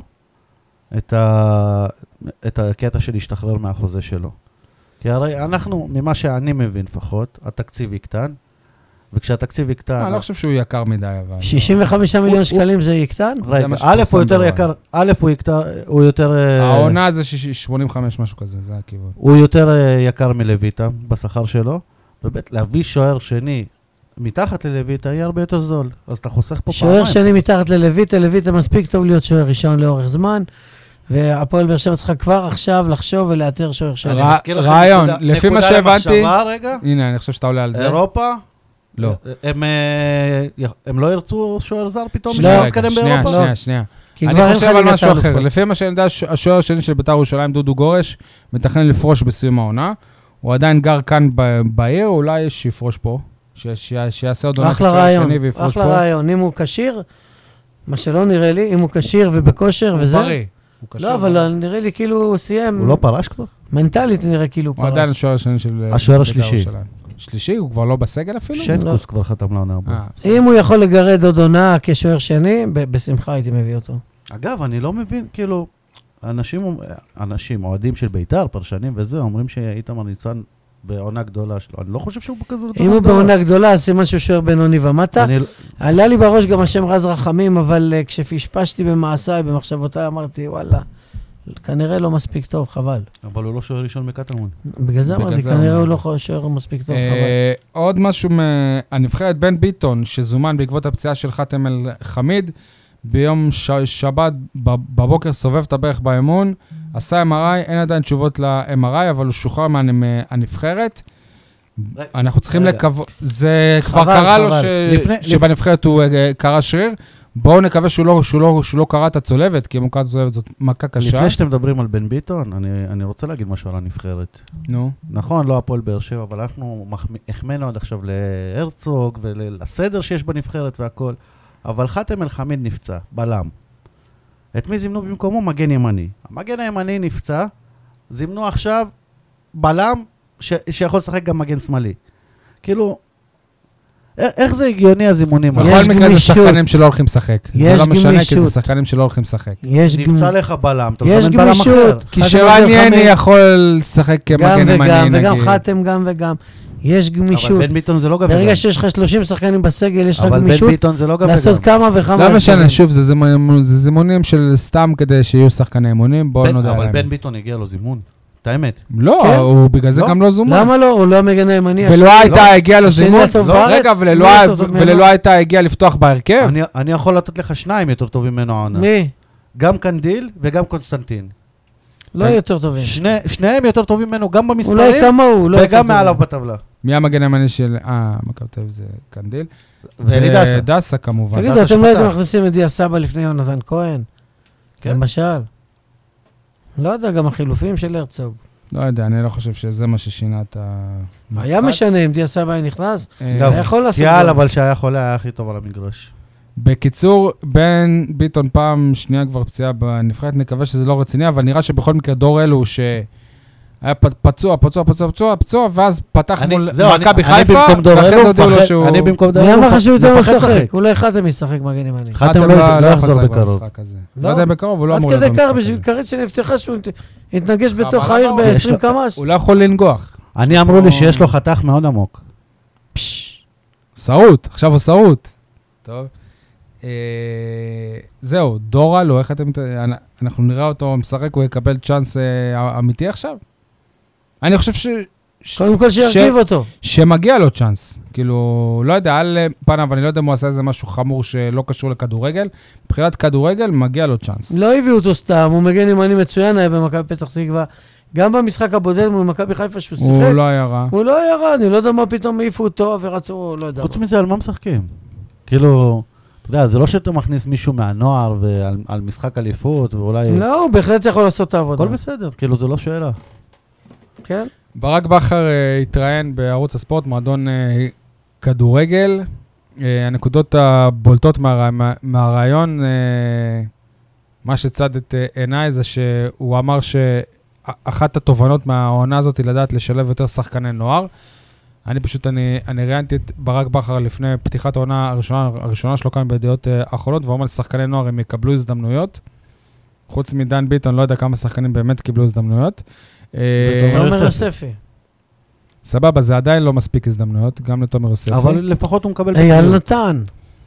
Speaker 3: את הקטע של להשתחרר מהחוזה שלו. כי הרי אנחנו, ממה שאני מבין לפחות, התקציב יקטן, וכשהתקציב יקטן...
Speaker 2: אני לא חושב שהוא יקר מדי, אבל...
Speaker 4: 65 מיליון שקלים זה יקטן?
Speaker 3: רגע, א' הוא יותר יקר, הוא יותר...
Speaker 2: העונה זה 85 משהו כזה, זה הכיוון.
Speaker 3: הוא יותר יקר מלויטה בשכר שלו, ובית להביא שוער שני מתחת ללויטה יהיה הרבה יותר זול, אז אתה חוסך פה פעמיים.
Speaker 4: שוער שני מתחת לויטה מספיק טוב להיות שוער ראשון לאורך זמן, והפועל באר שבע צריכה כבר עכשיו לחשוב ולאתר שוער שני.
Speaker 2: רעיון, לפי מה שהבנתי...
Speaker 3: רגע.
Speaker 2: הנה, אני חושב שאתה עולה על זה.
Speaker 3: אירופה?
Speaker 2: לא.
Speaker 3: הם לא ירצו שוער זר פתאום?
Speaker 2: שנייה. אני חושב על משהו אחר. לפי מה שאני יודע, השוער השני של בית"ר ירושלים, דודו גורש, מתכנן לפרוש בסיום העונה. הוא עדיין גר כאן בעיר, אולי שיפרוש פה. שיעשה עוד עונה כשוער שני ויפרוש פה.
Speaker 4: אחלה רעיון. אם הוא כשיר, מה שלא נראה לי, אם הוא כשיר ובכושר וזה...
Speaker 2: הוא בריא.
Speaker 4: לא, אבל נראה לי כאילו הוא סיים...
Speaker 3: הוא לא פרש כבר?
Speaker 4: מנטלית נראה כאילו הוא פרש.
Speaker 2: הוא עדיין השוער השני של...
Speaker 3: השוער השלישי.
Speaker 2: שלישי? הוא כבר לא בסגל אפילו?
Speaker 3: שטקוס כבר חתם לעונה הבאה.
Speaker 4: אם הוא יכול לגרד עוד עונה כשוער שני, בשמחה הייתי מביא אותו.
Speaker 3: אגב, אני לא מבין, כאילו, אנשים, אוהדים של בית"ר, פרשנים וזה, אומרים שאיתמר ניצן בעונה גדולה שלו. אני לא חושב שהוא בכזה גדולה.
Speaker 4: אם הוא בעונה גדולה, אז סימן שהוא שוער בינוני ומטה. עלה לי בראש גם השם רז רחמים, אבל כשפשפשתי במעשיי, במחשבותיי, אמרתי, וואלה, כנראה לא מספיק טוב, חבל.
Speaker 3: אבל הוא לא שוער ראשון מקטמון.
Speaker 4: בגלל זה אמרתי, כנראה הוא לא שוער מספיק טוב, חבל.
Speaker 2: עוד משהו מהנבחרת בן ביטון, שזומן בעקבות הפציעה של חאתם אל חמיד, ביום שבת בבוקר סובב את הברך באמון, עשה MRI, אין עדיין תשובות ל-MRI, אבל הוא שוחרר מהנבחרת. אנחנו צריכים
Speaker 3: רגע.
Speaker 2: לקוות, זה כבר
Speaker 4: חבל,
Speaker 2: קרה לו
Speaker 4: חבל.
Speaker 2: שבנבחרת הוא קרה שריר, בואו נקווה שהוא לא קרא את הצולבת, כי מוקרת הצולבת זאת מכה קשה.
Speaker 3: לפני שאתם מדברים על בן ביטון, אני רוצה להגיד משהו על הנבחרת.
Speaker 2: נו.
Speaker 3: נכון, לא הפועל באר שבע, אבל אנחנו החמאנו עד עכשיו להרצוג ולסדר שיש בנבחרת והכל, אבל חתם אל-חמיד נפצע, בלם. את מי זימנו במקומו? מגן ימני. המגן הימני נפצע, זימנו עכשיו בלם שיכול לשחק גם מגן שמאלי. כאילו, איך זה הגיוני הזימונים?
Speaker 2: בכל מקרה זה שחקנים שלא הולכים לשחק. זה לא משנה, כי זה שחקנים שלא הולכים לשחק.
Speaker 3: נפצע לך בלם, אתה
Speaker 4: יש
Speaker 3: מזמן בלם אחר.
Speaker 4: גמישות.
Speaker 2: כי שרן יני יכול לשחק כמגן ימני, נגיד.
Speaker 4: וגם חתם גם וגם. יש גמישות.
Speaker 3: אבל בן ביטון זה לא גם
Speaker 4: ברגע שיש לך 30 שחקנים בסגל, יש לך
Speaker 3: אבל בן
Speaker 4: גמישות
Speaker 3: ביטון זה לא גם
Speaker 4: לעשות כמה וכמה.
Speaker 2: לא משנה, שוב, זה זימונים של סתם כדי שיהיו שחקני אימונים, בואו נודע
Speaker 3: אבל
Speaker 2: להם.
Speaker 3: בן ביטון הגיע לו זימון. את האמת.
Speaker 2: לא,
Speaker 4: כן?
Speaker 2: הוא בגלל זה
Speaker 3: לא?
Speaker 2: גם לא זומן.
Speaker 4: למה לא? הוא לא המגן הימני.
Speaker 2: ולא הייתה הגיע לו
Speaker 4: השני
Speaker 2: זימון?
Speaker 4: הטוב
Speaker 2: לא,
Speaker 4: בארץ?
Speaker 2: רגע, ולא הייתה הגיע לפתוח בהרכב?
Speaker 3: אני יכול לתת לך שניים יותר טובים ממנו העונה.
Speaker 4: מי?
Speaker 3: גם קנדיל וגם קונסטנטין.
Speaker 4: לא יותר טובים.
Speaker 3: שניהם יותר טובים ממנו גם
Speaker 4: אולי
Speaker 3: במספרים
Speaker 4: כמוהו, לא יותר
Speaker 3: וגם
Speaker 4: טובים.
Speaker 3: מעליו בטבלה.
Speaker 2: מי המגן הימני של... מכבי תל אביב זה קנדיל.
Speaker 3: ואלי דסה.
Speaker 2: ודסה כמובן.
Speaker 4: תגידו,
Speaker 3: דסה
Speaker 4: אתם לא
Speaker 3: שפתח.
Speaker 4: הייתם מכניסים את דיה סבא לפני יונתן כהן?
Speaker 3: כן.
Speaker 4: למשל. לא יודע, גם החילופים של הרצוג.
Speaker 2: לא יודע, אני לא חושב שזה מה ששינה את המשחק.
Speaker 4: היה משנה אם דיה סבא היה נכנס?
Speaker 2: אה,
Speaker 4: אתה יכול לעשות
Speaker 3: קיאל,
Speaker 4: גול.
Speaker 3: אבל שהיה חולה היה הכי טוב על המגרש.
Speaker 2: בקיצור, בן ביטון פעם שנייה כבר פציעה בנבחרת, נקווה שזה לא רציני, אבל נראה שבכל מקרה דור אלו שהיה פצוע, ואז פתח מול מכבי חיפה, ואחרי זה הודיעו לו שהוא...
Speaker 3: אני במקום דור
Speaker 4: מי
Speaker 3: אלו
Speaker 4: אמר לך שהוא יותר
Speaker 3: מפחד
Speaker 4: משחק?
Speaker 3: לשחק.
Speaker 4: אולי חתם ישחק מגן ימני.
Speaker 3: חתם לא יחזור בקרוב.
Speaker 2: במשחק הזה. לא יודע אם בקרוב, הוא לא אמור
Speaker 4: עד
Speaker 2: להיות
Speaker 4: כדי כך,
Speaker 2: במשחק
Speaker 4: בשביל
Speaker 2: הזה.
Speaker 4: כרת שנפצחה שהוא התנגש בתוך
Speaker 2: אבל
Speaker 4: העיר
Speaker 2: לא,
Speaker 4: ב-20 קמ"ש.
Speaker 2: הוא לא יכול לנגוח.
Speaker 3: אני אמרו לי שיש לו חתך מאוד עמוק.
Speaker 2: שרוט, עכשיו הוא שרוט. טוב. זהו, דורה לו, איך אתם... אנחנו נראה אותו משחק, הוא יקבל צ'אנס אמיתי עכשיו? אני חושב
Speaker 4: קודם כל שירכיב אותו.
Speaker 2: שמגיע לו צ'אנס. כאילו, לא יודע, על פניו, אני לא יודע אם הוא עשה איזה משהו חמור שלא קשור לכדורגל. מבחינת כדורגל, מגיע לו צ'אנס.
Speaker 4: לא הביאו אותו סתם, הוא מגן ימני מצוין היה במכבי פתח תקווה. גם במשחק הבודד מול מכבי חיפה שהוא שיחק.
Speaker 2: הוא לא היה רע.
Speaker 4: הוא לא היה רע, אני לא יודע מה פתאום העיפו אותו ורצו, לא יודע.
Speaker 3: חוץ מזה, על מה משחקים? כאילו, אתה יודע, זה לא שאתה מכניס מישהו מהנוער ועל משחק אליפות, ואולי...
Speaker 4: לא, הוא בהחלט יכול לעשות את העבודה.
Speaker 3: הכל בסדר, כאילו, זה לא שאלה.
Speaker 4: כן?
Speaker 2: ברק בכר התראיין בערוץ הספורט, מועדון כדורגל. הנקודות הבולטות מהרעיון, מה שצד את עיניי זה שהוא אמר שאחת התובנות מהעונה הזאת היא לדעת לשלב יותר שחקני נוער. אני ראיינתי את ברק בכר לפני פתיחת העונה הראשונה שלו כאן בידיעות האחרונות, ואומר לשחקני נוער הם יקבלו הזדמנויות. חוץ מדן ביטון, לא יודע כמה שחקנים באמת קיבלו הזדמנויות.
Speaker 4: תומר יוספי.
Speaker 2: סבבה, זה עדיין לא מספיק הזדמנויות, גם לתומר יוספי.
Speaker 3: אבל לפחות הוא מקבל...
Speaker 4: אייל נתן.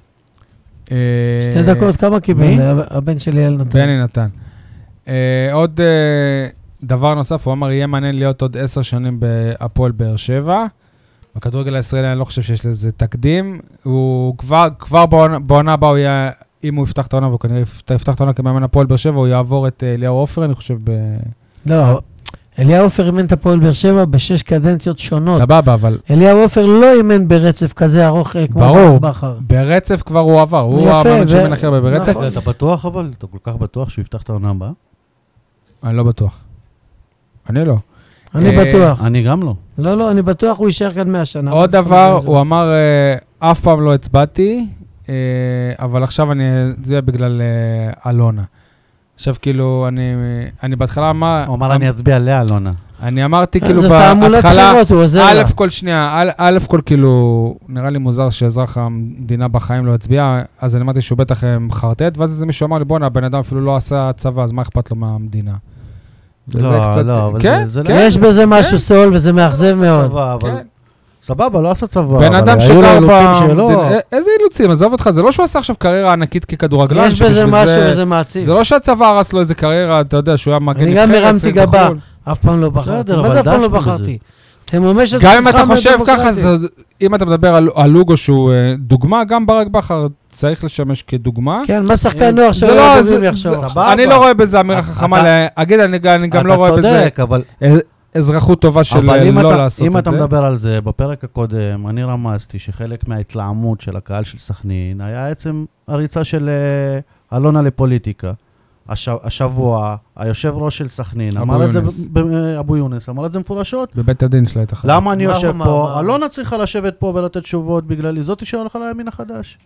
Speaker 4: 2
Speaker 2: 2
Speaker 4: דקות, כמה קיבל?
Speaker 3: מי?
Speaker 4: הבן שלי אייל נתן.
Speaker 2: בני נתן. עוד דבר נוסף, הוא אמר, יהיה מעניין להיות עוד 10 שנים בהפועל באר שבע. בכדורגל הישראלי אני לא חושב שיש לזה תקדים. הוא כבר בעונה הבאה הוא יהיה, אם הוא יפתח את העונה, והוא כנראה יפתח את העונה כמאמן הפועל באר שבע, הוא יעבור את אליהו עופר, אני חושב
Speaker 4: לא, אליהו עופר אימן את הפועל באר שבע ב6 קדנציות שונות.
Speaker 2: סבבה, אבל...
Speaker 4: אליהו עופר לא אימן ברצף כזה ארוך כמו
Speaker 2: ברור,
Speaker 4: בכר.
Speaker 2: ברצף כבר הוא עבר. הוא המאמן שאימן הכי הרבה ברצף.
Speaker 4: נכון.
Speaker 3: אתה בטוח אבל? אתה כל כך בטוח שהוא יפתח את העונה הבאה?
Speaker 2: אני לא בטוח. אני לא.
Speaker 4: אני בטוח.
Speaker 3: אני גם לא.
Speaker 4: לא, אני בטוח הוא יישאר כאן 100 שנה.
Speaker 2: עוד דבר, הוא אמר, אף פעם לא הצבעתי, אבל עכשיו אני אצביע בגלל אלונה. עכשיו כאילו, אני בהתחלה אמר...
Speaker 3: הוא אמר אני אצביע לאלונה.
Speaker 2: אני אמרתי כאילו
Speaker 4: זה תעמולת
Speaker 2: בהתחלה,
Speaker 4: בחירות, הוא עוזר לה.
Speaker 2: א' כל כאילו, נראה לי מוזר שאזרח המדינה בחיים לא הצביע, אז אני אמרתי שהוא בטח מחרטט, ואז איזה מישהו אמר לי, בוא'נה, הבן אדם אפילו לא עשה צבא, אז מה אכפת לו מהמדינה?
Speaker 3: לא, אבל
Speaker 2: כן,
Speaker 3: זה...
Speaker 2: כן.
Speaker 4: יש בזה משהו סול וזה מאכזב מאוד.
Speaker 2: כן.
Speaker 3: סבבה, לא עשה צבא.
Speaker 2: בן אדם
Speaker 3: היו לו
Speaker 2: שגר
Speaker 3: אילוצים שלו.
Speaker 2: איזה אילוצים? עזוב אותך, זה לא שהוא עשה עכשיו קריירה ענקית ככדורגלן.
Speaker 4: יש בזה משהו וזה מעציב.
Speaker 2: זה לא שהצבא הרס לו איזה קריירה, אתה יודע, שהוא היה מגן
Speaker 4: אני
Speaker 2: נבחרת.
Speaker 4: גם הרמתי גבה,
Speaker 2: בחו"ל.
Speaker 4: אף פעם לא בחרתי.
Speaker 3: בסדר,
Speaker 4: מה
Speaker 3: אבל
Speaker 4: זה אף פעם לא
Speaker 3: דשנו
Speaker 4: בחרתי? תממש את
Speaker 2: גם אם
Speaker 4: זכותך
Speaker 2: אתה חושב
Speaker 4: מהדמוקרטיה.
Speaker 2: ככה, אם אתה מדבר על לוגו שהוא דוגמה, גם ברק בכר צריך לשמש כדוגמה.
Speaker 4: כן, מה שחקן נוער
Speaker 2: זה
Speaker 4: שלא
Speaker 2: לא,
Speaker 4: יודעים יחשוב.
Speaker 3: סבבה.
Speaker 2: אני לא רואה בזה אמירה חכמה להגיד, אני גם לא רואה בזה...
Speaker 3: אתה צודק, אבל...
Speaker 2: אזרחות טובה של
Speaker 3: אבל
Speaker 2: לא לעשות
Speaker 3: אם
Speaker 2: את
Speaker 3: אתה
Speaker 2: זה.
Speaker 3: מדבר על זה, בפרק הקודם, אני רמזתי שחלק מההתלעמות של הקהל של סכנין היה עצם הריצה של אלונה לפוליטיקה. השבוע, היושב ראש של סכנין, אמר את זה, אבו יונס, אמר את זה מפורשות.
Speaker 2: בבית הדין שלה התחלה.
Speaker 3: למה אני יושב פה? אלונה צריכה לשבת פה ולתת תשובות בגללי, זאת שהולכה לימין החדש.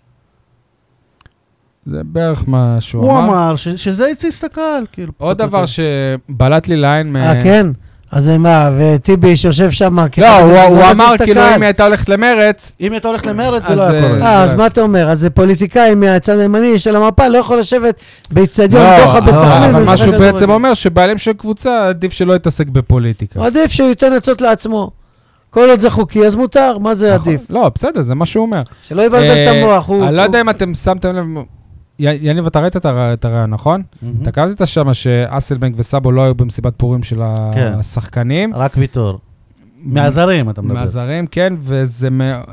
Speaker 2: זה בערך מה שהוא
Speaker 3: הוא
Speaker 2: אמר.
Speaker 3: אמר שזה יציס את הקהל.
Speaker 2: עוד דבר שבלט לי לעין...
Speaker 4: כן? אז מה, וטיבי שיושב שם...
Speaker 2: לא, הוא אמר כאילו אם היא הייתה הולכת למרץ...
Speaker 3: אם היא הייתה הולכת למרץ זה לא היה קורה.
Speaker 4: אז מה אתה אומר? אז פוליטיקאי מהצד הימני של המפה לא יכול לשבת באצטדיון דוחה בסכנין.
Speaker 2: אבל מה שהוא בעצם אומר שבעלים של קבוצה עדיף שלא יתעסק בפוליטיקה.
Speaker 4: עדיף שהוא ייתן עצות לעצמו. כל עוד זה חוקי, אז מותר, מה זה עדיף?
Speaker 2: לא, בסדר, זה מה שהוא אומר.
Speaker 4: שלא יבלבל את המוח.
Speaker 2: אני לא יודע אם אתם שמתם לב... יניב, אתה ראית את הרעיון, נכון? אתה קראתי שמה שאסלבנק וסאבו לא היו במסיבת פורים של השחקנים.
Speaker 3: רק ויתור. מהזרים, אתה מדבר.
Speaker 2: מהזרים, כן, וזה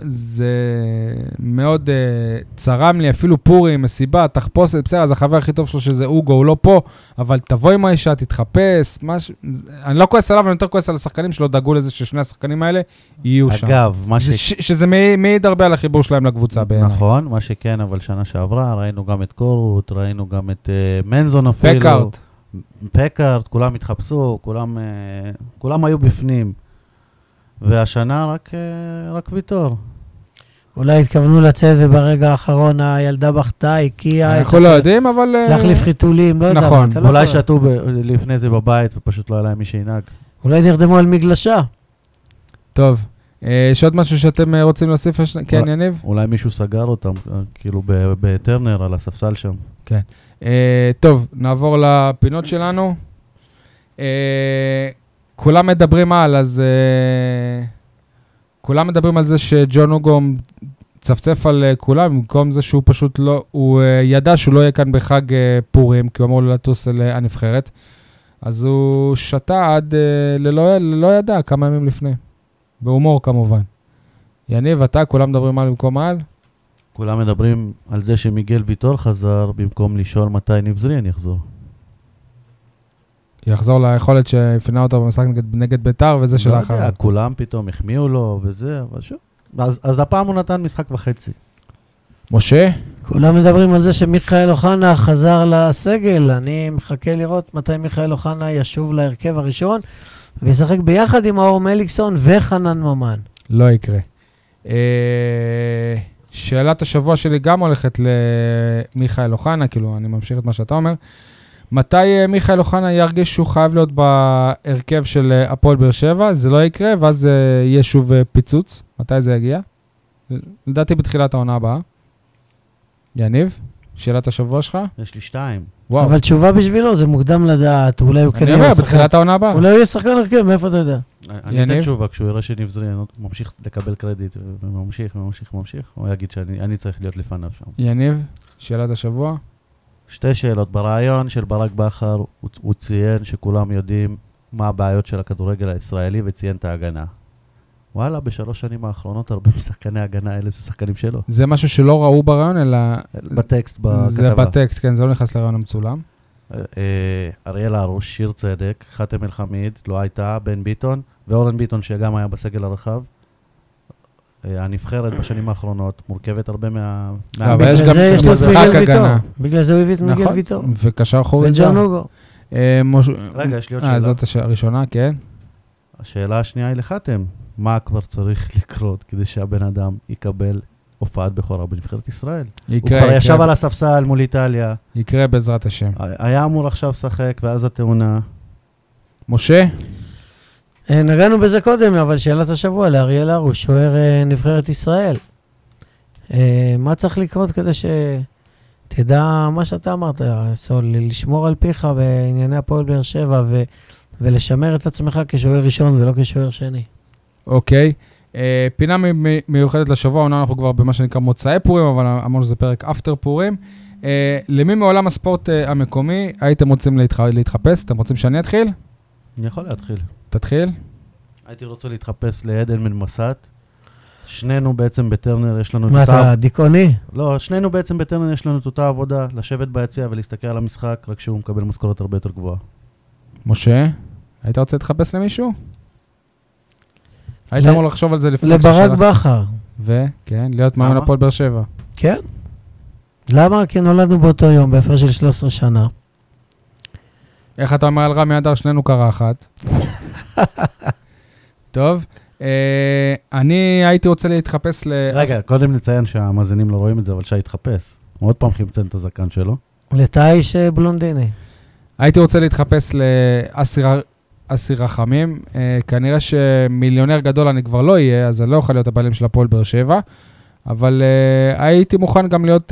Speaker 2: מאוד צרם לי, אפילו פורים, מסיבה, תחפושת, בסדר, אז החבר הכי טוב שלו שזה אוגו, הוא לא פה, אבל תבוא עם האישה, תתחפש, אני לא כועס עליו, אני יותר כועס על השחקנים שלא דאגו לזה ששני השחקנים האלה יהיו שם.
Speaker 3: אגב, מה
Speaker 2: שזה מעיד הרבה על החיבור שלהם לקבוצה בעיניי.
Speaker 3: נכון, מה שכן, אבל שנה שעברה, ראינו גם את קורות, ראינו גם את מנזון אפילו. פקארט, כולם התחפשו, כולם היו בפנים. והשנה רק ויתור.
Speaker 4: אולי התכוונו לצאת וברגע האחרון הילדה בכתה, הקיאה.
Speaker 2: אנחנו לא יודעים, אבל...
Speaker 4: להחליף חיתולים, לא יודע.
Speaker 2: נכון.
Speaker 3: אולי שתו לפני זה בבית ופשוט לא היה להם מי שינהג.
Speaker 4: אולי נרדמו על מגלשה.
Speaker 2: טוב. יש עוד משהו שאתם רוצים להוסיף? כן, יניב?
Speaker 3: אולי מישהו סגר אותם, כאילו בטרנר על הספסל שם.
Speaker 2: כן. טוב, נעבור לפינות שלנו. כולם מדברים כולם מדברים על זה שג'ון אוגו צפצף על כולם, במקום זה שהוא פשוט לא, הוא ידע שהוא לא יהיה כאן בחג פורים, כי הוא אמור לטוס אל הנבחרת, אז הוא שתה עד לא ידע כמה ימים לפני, בהומור כמובן. יניב, כולם מדברים על במקום על?
Speaker 3: כולם מדברים על זה שמיגל ויטור חזר, במקום לשאול מתי נבזריאן יחזור.
Speaker 2: יחזור ליכולת שהפנה אותו במשחק נגד ביתר וזה של האחר.
Speaker 3: כולם פתאום החמיאו לו וזה, אבל שוב. אז הפעם הוא נתן משחק וחצי.
Speaker 2: משה?
Speaker 4: כולם מדברים על זה שמיכאל אוחנה חזר לסגל. אני מחכה לראות מתי מיכאל אוחנה ישוב להרכב הראשון, וישחק ביחד עם אור מליקסון וחנן ממן.
Speaker 2: לא יקרה. שאלת השבוע שלי גם הולכת למיכאל אוחנה, כאילו אני ממשיך את מה שאתה אומר. מתי מיכאל אוחנה ירגיש שהוא חייב להיות בהרכב של הפועל באר שבע? זה לא יקרה, ואז יהיה שוב פיצוץ. מתי זה יגיע? לדעתי בתחילת העונה הבאה. יניב, שאלת השבוע שלך?
Speaker 3: יש לי 2.
Speaker 2: וואו.
Speaker 4: אבל תשובה בשבילו, זה מוקדם לדעת, אולי הוא
Speaker 2: אני אומר, בתחילת העונה הבאה.
Speaker 4: אולי הוא יהיה שחקן הרכב, מאיפה אתה יודע?
Speaker 3: אני אתן תשובה, כשהוא יראה שנבזריאן ממשיך לקבל קרדיט, וממשיך, הוא יגיד שאני צריך להיות לפניו שם.
Speaker 2: יניב, שאלת השבוע?
Speaker 3: 2 שאלות. ברעיון של ברק בכר, הוא ציין שכולם יודעים מה הבעיות של הכדורגל הישראלי, וציין את ההגנה. וואלה, ב3 שנים האחרונות, הרבה משחקני ההגנה האלה זה שחקנים שלו.
Speaker 2: זה משהו שלא ראו ברעיון, אלא...
Speaker 3: בטקסט, בכתבה.
Speaker 2: זה בטקסט, כן, זה לא נכנס לרעיון המצולם.
Speaker 3: אריאל הרוש, שיר צדק, חתם אל חמיד, לא הייתה, בן ביטון, ואורן ביטון שגם היה בסגל הרחב. הנבחרת בשנים האחרונות מורכבת הרבה
Speaker 2: אבל יש גם משחק הגנה.
Speaker 4: בגלל זה הוא הביא את מיגל ויטור.
Speaker 2: וקשר חורי זר.
Speaker 4: וג'ון אוגו.
Speaker 3: רגע, יש לי עוד שאלה.
Speaker 2: זאת הראשונה, כן.
Speaker 3: השאלה השנייה היא לחתם. מה כבר צריך לקרות כדי שהבן אדם יקבל הופעת בכורה בנבחרת ישראל? הוא כבר ישב על הספסל מול איטליה.
Speaker 2: יקרה בעזרת השם.
Speaker 3: היה אמור עכשיו לשחק, ואז התאונה.
Speaker 2: משה?
Speaker 4: נגענו בזה קודם, אבל שאלת השבוע לאריאל הרוש, שוער נבחרת ישראל. מה צריך לקרות כדי שתדע מה שאתה אמרת, סול, לשמור על פיך בענייני הפועל באר שבע ולשמר את עצמך כשוער ראשון ולא כשוער שני?
Speaker 2: אוקיי. פינה מיוחדת לשבוע, עונה אנחנו כבר במה שנקרא מוצאי פורים, אבל אמרנו שזה פרק אפטר פורים. למי מעולם הספורט המקומי הייתם רוצים להתחפש? אתם רוצים שאני אתחיל?
Speaker 3: אני יכול להתחיל.
Speaker 2: תתחיל.
Speaker 3: הייתי רוצה להתחפש לעדן בן מסת. שנינו בעצם בטרנר יש לנו...
Speaker 4: מה אתה, דיכאוני?
Speaker 3: לא, שנינו בעצם בטרנר יש לנו את אותה עבודה, לשבת ביציע ולהסתכל על המשחק, רק שהוא מקבל משכורת הרבה יותר גבוהה.
Speaker 2: משה, היית רוצה להתחפש למישהו? היית אמור לחשוב על זה לפני
Speaker 4: לברק בכר.
Speaker 2: וכן, להיות מאמן הפועל באר שבע.
Speaker 4: כן. למה? כי נולדנו באותו יום, בהפרש של 13 שנה.
Speaker 2: איך אתה אומר על רמי אדר? שנינו קרחת. טוב. אני הייתי רוצה להתחפש
Speaker 3: רגע, קודם נציין שהמאזינים לא רואים את זה, אבל שי התחפש. הוא עוד פעם חימצן את הזקן שלו.
Speaker 4: לתאיש בלונדיני.
Speaker 2: הייתי רוצה להתחפש לאסי רחמים. כנראה שמיליונר גדול אני כבר לא אהיה, אז אני לא אוכל להיות הבעלים של הפועל באר שבע. אבל הייתי מוכן גם להיות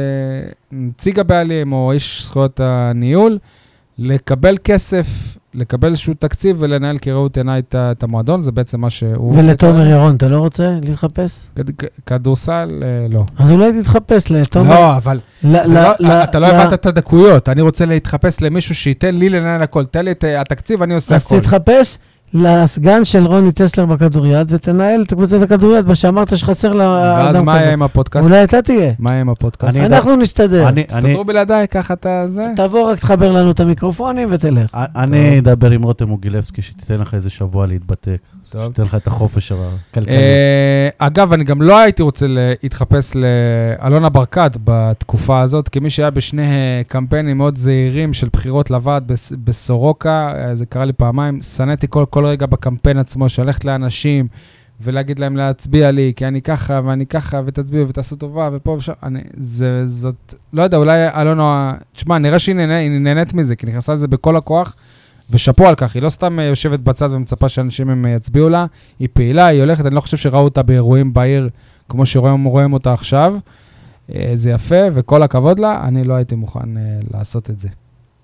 Speaker 2: נציג הבעלים או איש זכויות הניהול, לקבל כסף, לקבל איזשהו תקציב ולנהל כראות עיניי את המועדון, זה בעצם מה שהוא עושה.
Speaker 4: ולתומר ירון, אתה לא רוצה להתחפש?
Speaker 2: כדורסל, לא.
Speaker 4: אז אולי תתחפש לתומר.
Speaker 2: לא, אבל אתה לא הבנת את הדקויות, אני רוצה להתחפש למישהו שייתן לי לנהל הכל, תן לי את התקציב, אני עושה הכל.
Speaker 4: אז תתחפש לסגן של רוני טסלר בכדוריד, ותנהל את קבוצת הכדוריד, מה שאמרת שחסר לאדם כזה.
Speaker 2: ואז מה יהיה עם הפודקאסט?
Speaker 4: אולי אתה תהיה.
Speaker 2: מה יהיה עם הפודקאסט?
Speaker 4: אנחנו נסתדר.
Speaker 2: תסתדרו בלעדיי, ככה אתה זה.
Speaker 4: תבוא רק תחבר לנו את המיקרופונים ותלך.
Speaker 3: אני אדבר עם רותם מוגילבסקי, שתיתן לך איזה שבוע להתבטא. שתיתן לך את החופש הכלכלי.
Speaker 2: אגב, אני גם לא הייתי רוצה להתחפש לאלונה ברקת בתקופה הזאת, כמי שהיה בשני קמפיינים מאוד זהירים של בחירות לוועד בסורוקה, זה קרה לי פעמיים, סניתי כל רגע בקמפיין עצמו, שהלכת לאנשים ולהגיד להם להצביע לי, כי אני ככה ואני ככה, ותצביעו ותעשו טובה, ופה ושם, זאת, לא יודע, אולי אלונה, תשמע, נראה שהיא נהנית מזה, כי נכנסה לזה בכל הכוח, ושפו על כך, היא לא סתם יושבת בצד ומצפה שאנשים הם יצביעו לה, היא פעילה, היא הולכת, אני לא חושב שראו אותה באירועים בעיר, כמו שרואים אותה עכשיו, זה יפה, וכל הכבוד לה, אני לא הייתי מוכן לעשות את זה.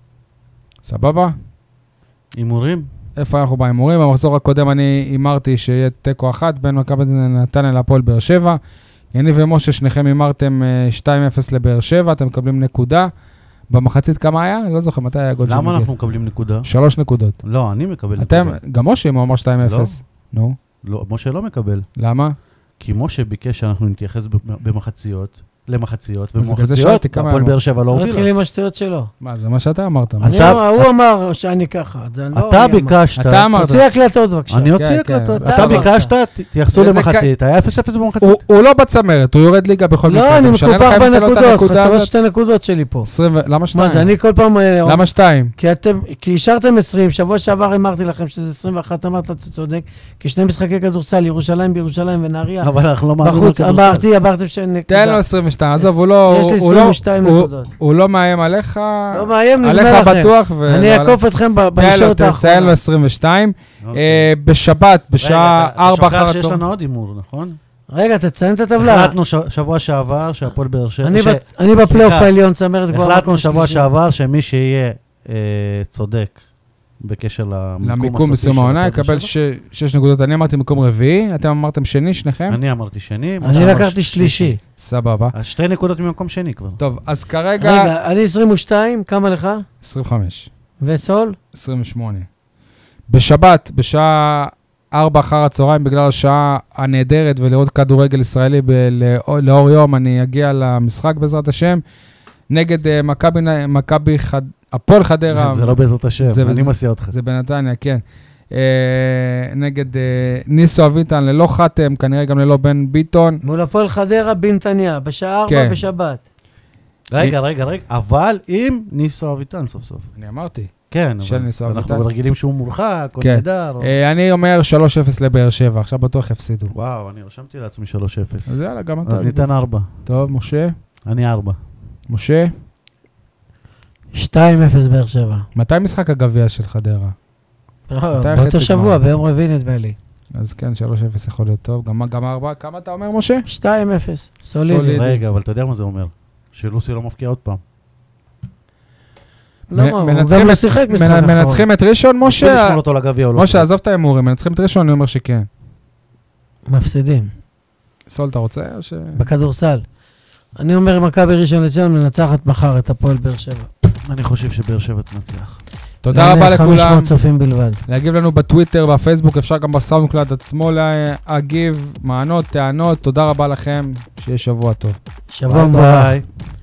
Speaker 2: סבבה?
Speaker 3: אימורים?
Speaker 2: איפה אנחנו באימורים? במחזור הקודם אני אמרתי שיהיה תיקו אחת, בין מכבי נתניה להפועל באר שבע, יניב ומשה, שניכם אמרתם 2-0 לבאר שבע, אתם מקבלים נקודה, במחצית כמה היה? אני לא זוכר, מתי היה גול של מגיע?
Speaker 3: למה אנחנו מקבלים נקודה?
Speaker 2: 3 נקודות.
Speaker 3: לא, אני מקבל נקודה.
Speaker 2: גם משה, אם הוא אמר 2-0. נו.
Speaker 3: לא, משה לא מקבל.
Speaker 2: למה?
Speaker 3: כי משה ביקש שאנחנו נתייחס למחציות, ובמחציות, הפועל באר שבע לא הובילה.
Speaker 4: התחיל עם השטויות שלו.
Speaker 2: מה, זה מה שאתה אמרת.
Speaker 4: הוא אמר שאני ככה.
Speaker 3: אתה ביקשת.
Speaker 2: אתה אמרת.
Speaker 4: תוציא הקלטות בבקשה.
Speaker 3: אני אוציא הקלטות. אתה ביקשת, תייחסו למחצית. היה 0-0 במחצית.
Speaker 2: הוא לא בצמרת, הוא יורד ליגה בכל מקרה.
Speaker 4: לא, אני מקופח בנקודות, חסרות 2 נקודות שלי פה.
Speaker 2: למה 2?
Speaker 4: מה זה, אני כל פעם...
Speaker 2: למה 2?
Speaker 4: כי אישרתם 20, שבוע שעבר אמרתי לכם שזה 21, אמרת, אתה צודק, כי 2 משחקי כדורסל, ירושלים בירושלים ונהריה.
Speaker 3: אבל אנחנו לא מאמינים
Speaker 4: כדורסל. אמרתי
Speaker 2: תן לו 22, עזוב,
Speaker 4: יש לי 22 נקודות.
Speaker 2: הוא לא מאיים עליך,
Speaker 4: לא מאיים, נגמר
Speaker 2: עליך
Speaker 4: לכם.
Speaker 2: בטוח.
Speaker 4: אני אעקוף אתכם בישורת האחרונה.
Speaker 2: תציין לו 22. בשבת, בשעה 4 אחר
Speaker 3: שוכח שיש
Speaker 2: הצהריים.
Speaker 3: לנו עוד אימור, נכון?
Speaker 4: רגע, תציין את הטבלה.
Speaker 3: החלטנו שבוע שעבר שהפועל באר שבע...
Speaker 4: אני בפלייאוף העליון, צמרת כבר...
Speaker 3: החלטנו שבוע שעבר שמי שיהיה צודק בקשר
Speaker 2: למיקום בסיום העונה, יקבל 6 נקודות. אני אמרתי מקום רביעי, אתם אמרתם שני, שניכם?
Speaker 3: אני אמרתי שני.
Speaker 4: אני לקחתי שלישי.
Speaker 2: סבבה.
Speaker 3: אז 2 נקודות ממקום שני כבר.
Speaker 2: טוב, אז כרגע...
Speaker 4: רגע, אני 22, כמה לך?
Speaker 2: 25.
Speaker 4: וסול?
Speaker 2: 28. בשבת, בשעה 4 אחר הצהריים, בגלל השעה הנהדרת ולראות כדורגל ישראלי לאור יום, אני אגיע למשחק בעזרת השם, נגד מכבי הפועל חדרה.
Speaker 3: זה לא בעזרת השם, אני מסיע אותך.
Speaker 2: זה בנתניה, כן. נגד ניסו אביטן, ללא חתם, כנראה גם ללא בן ביטון.
Speaker 4: מול הפועל חדרה בנתניה, בשעה 4 בשבת.
Speaker 3: רגע, אבל עם ניסו אביטן סוף סוף.
Speaker 2: אני אמרתי.
Speaker 3: כן, אבל אנחנו רגילים שהוא מורחק, או נהדר.
Speaker 2: אני אומר 3-0 לבאר שבע, עכשיו בטוח הפסידו.
Speaker 3: וואו, אני רשמתי לעצמי 3-0.
Speaker 2: אז יאללה, גם אתה.
Speaker 3: אז ניתן 4.
Speaker 2: טוב, משה?
Speaker 3: אני 4.
Speaker 2: משה?
Speaker 4: 2-0 באר שבע.
Speaker 2: מתי משחק הגביע של חדרה?
Speaker 4: באותו שבוע, ביום רביעי נדמה לי.
Speaker 2: אז כן, 3-0 יכול להיות טוב. גם 4, כמה אתה אומר, משה?
Speaker 4: 2-0, סולידי.
Speaker 3: רגע, אבל אתה יודע מה זה אומר? שלוסי לא מפקיע עוד פעם.
Speaker 2: מנצחים את ראשון, משה?
Speaker 3: משה,
Speaker 2: עזוב את האמורים, מנצחים את ראשון, אני אומר שכן.
Speaker 4: מפסידים.
Speaker 2: סול, אתה רוצה?
Speaker 4: בכדורסל. אני אומר, מכבי ראשון לציון מנצחת מחר את הפועל באר שבע.
Speaker 3: אני חושב שבאר שבע תנצח.
Speaker 2: תודה רבה לכולם.
Speaker 4: 500 צופים בלבד.
Speaker 2: להגיב לנו בטוויטר, בפייסבוק, אפשר גם בסאונדקלאוד עצמו להגיב, מענות, טענות. תודה רבה לכם, שיהיה שבוע טוב.
Speaker 4: שבוע מבורך.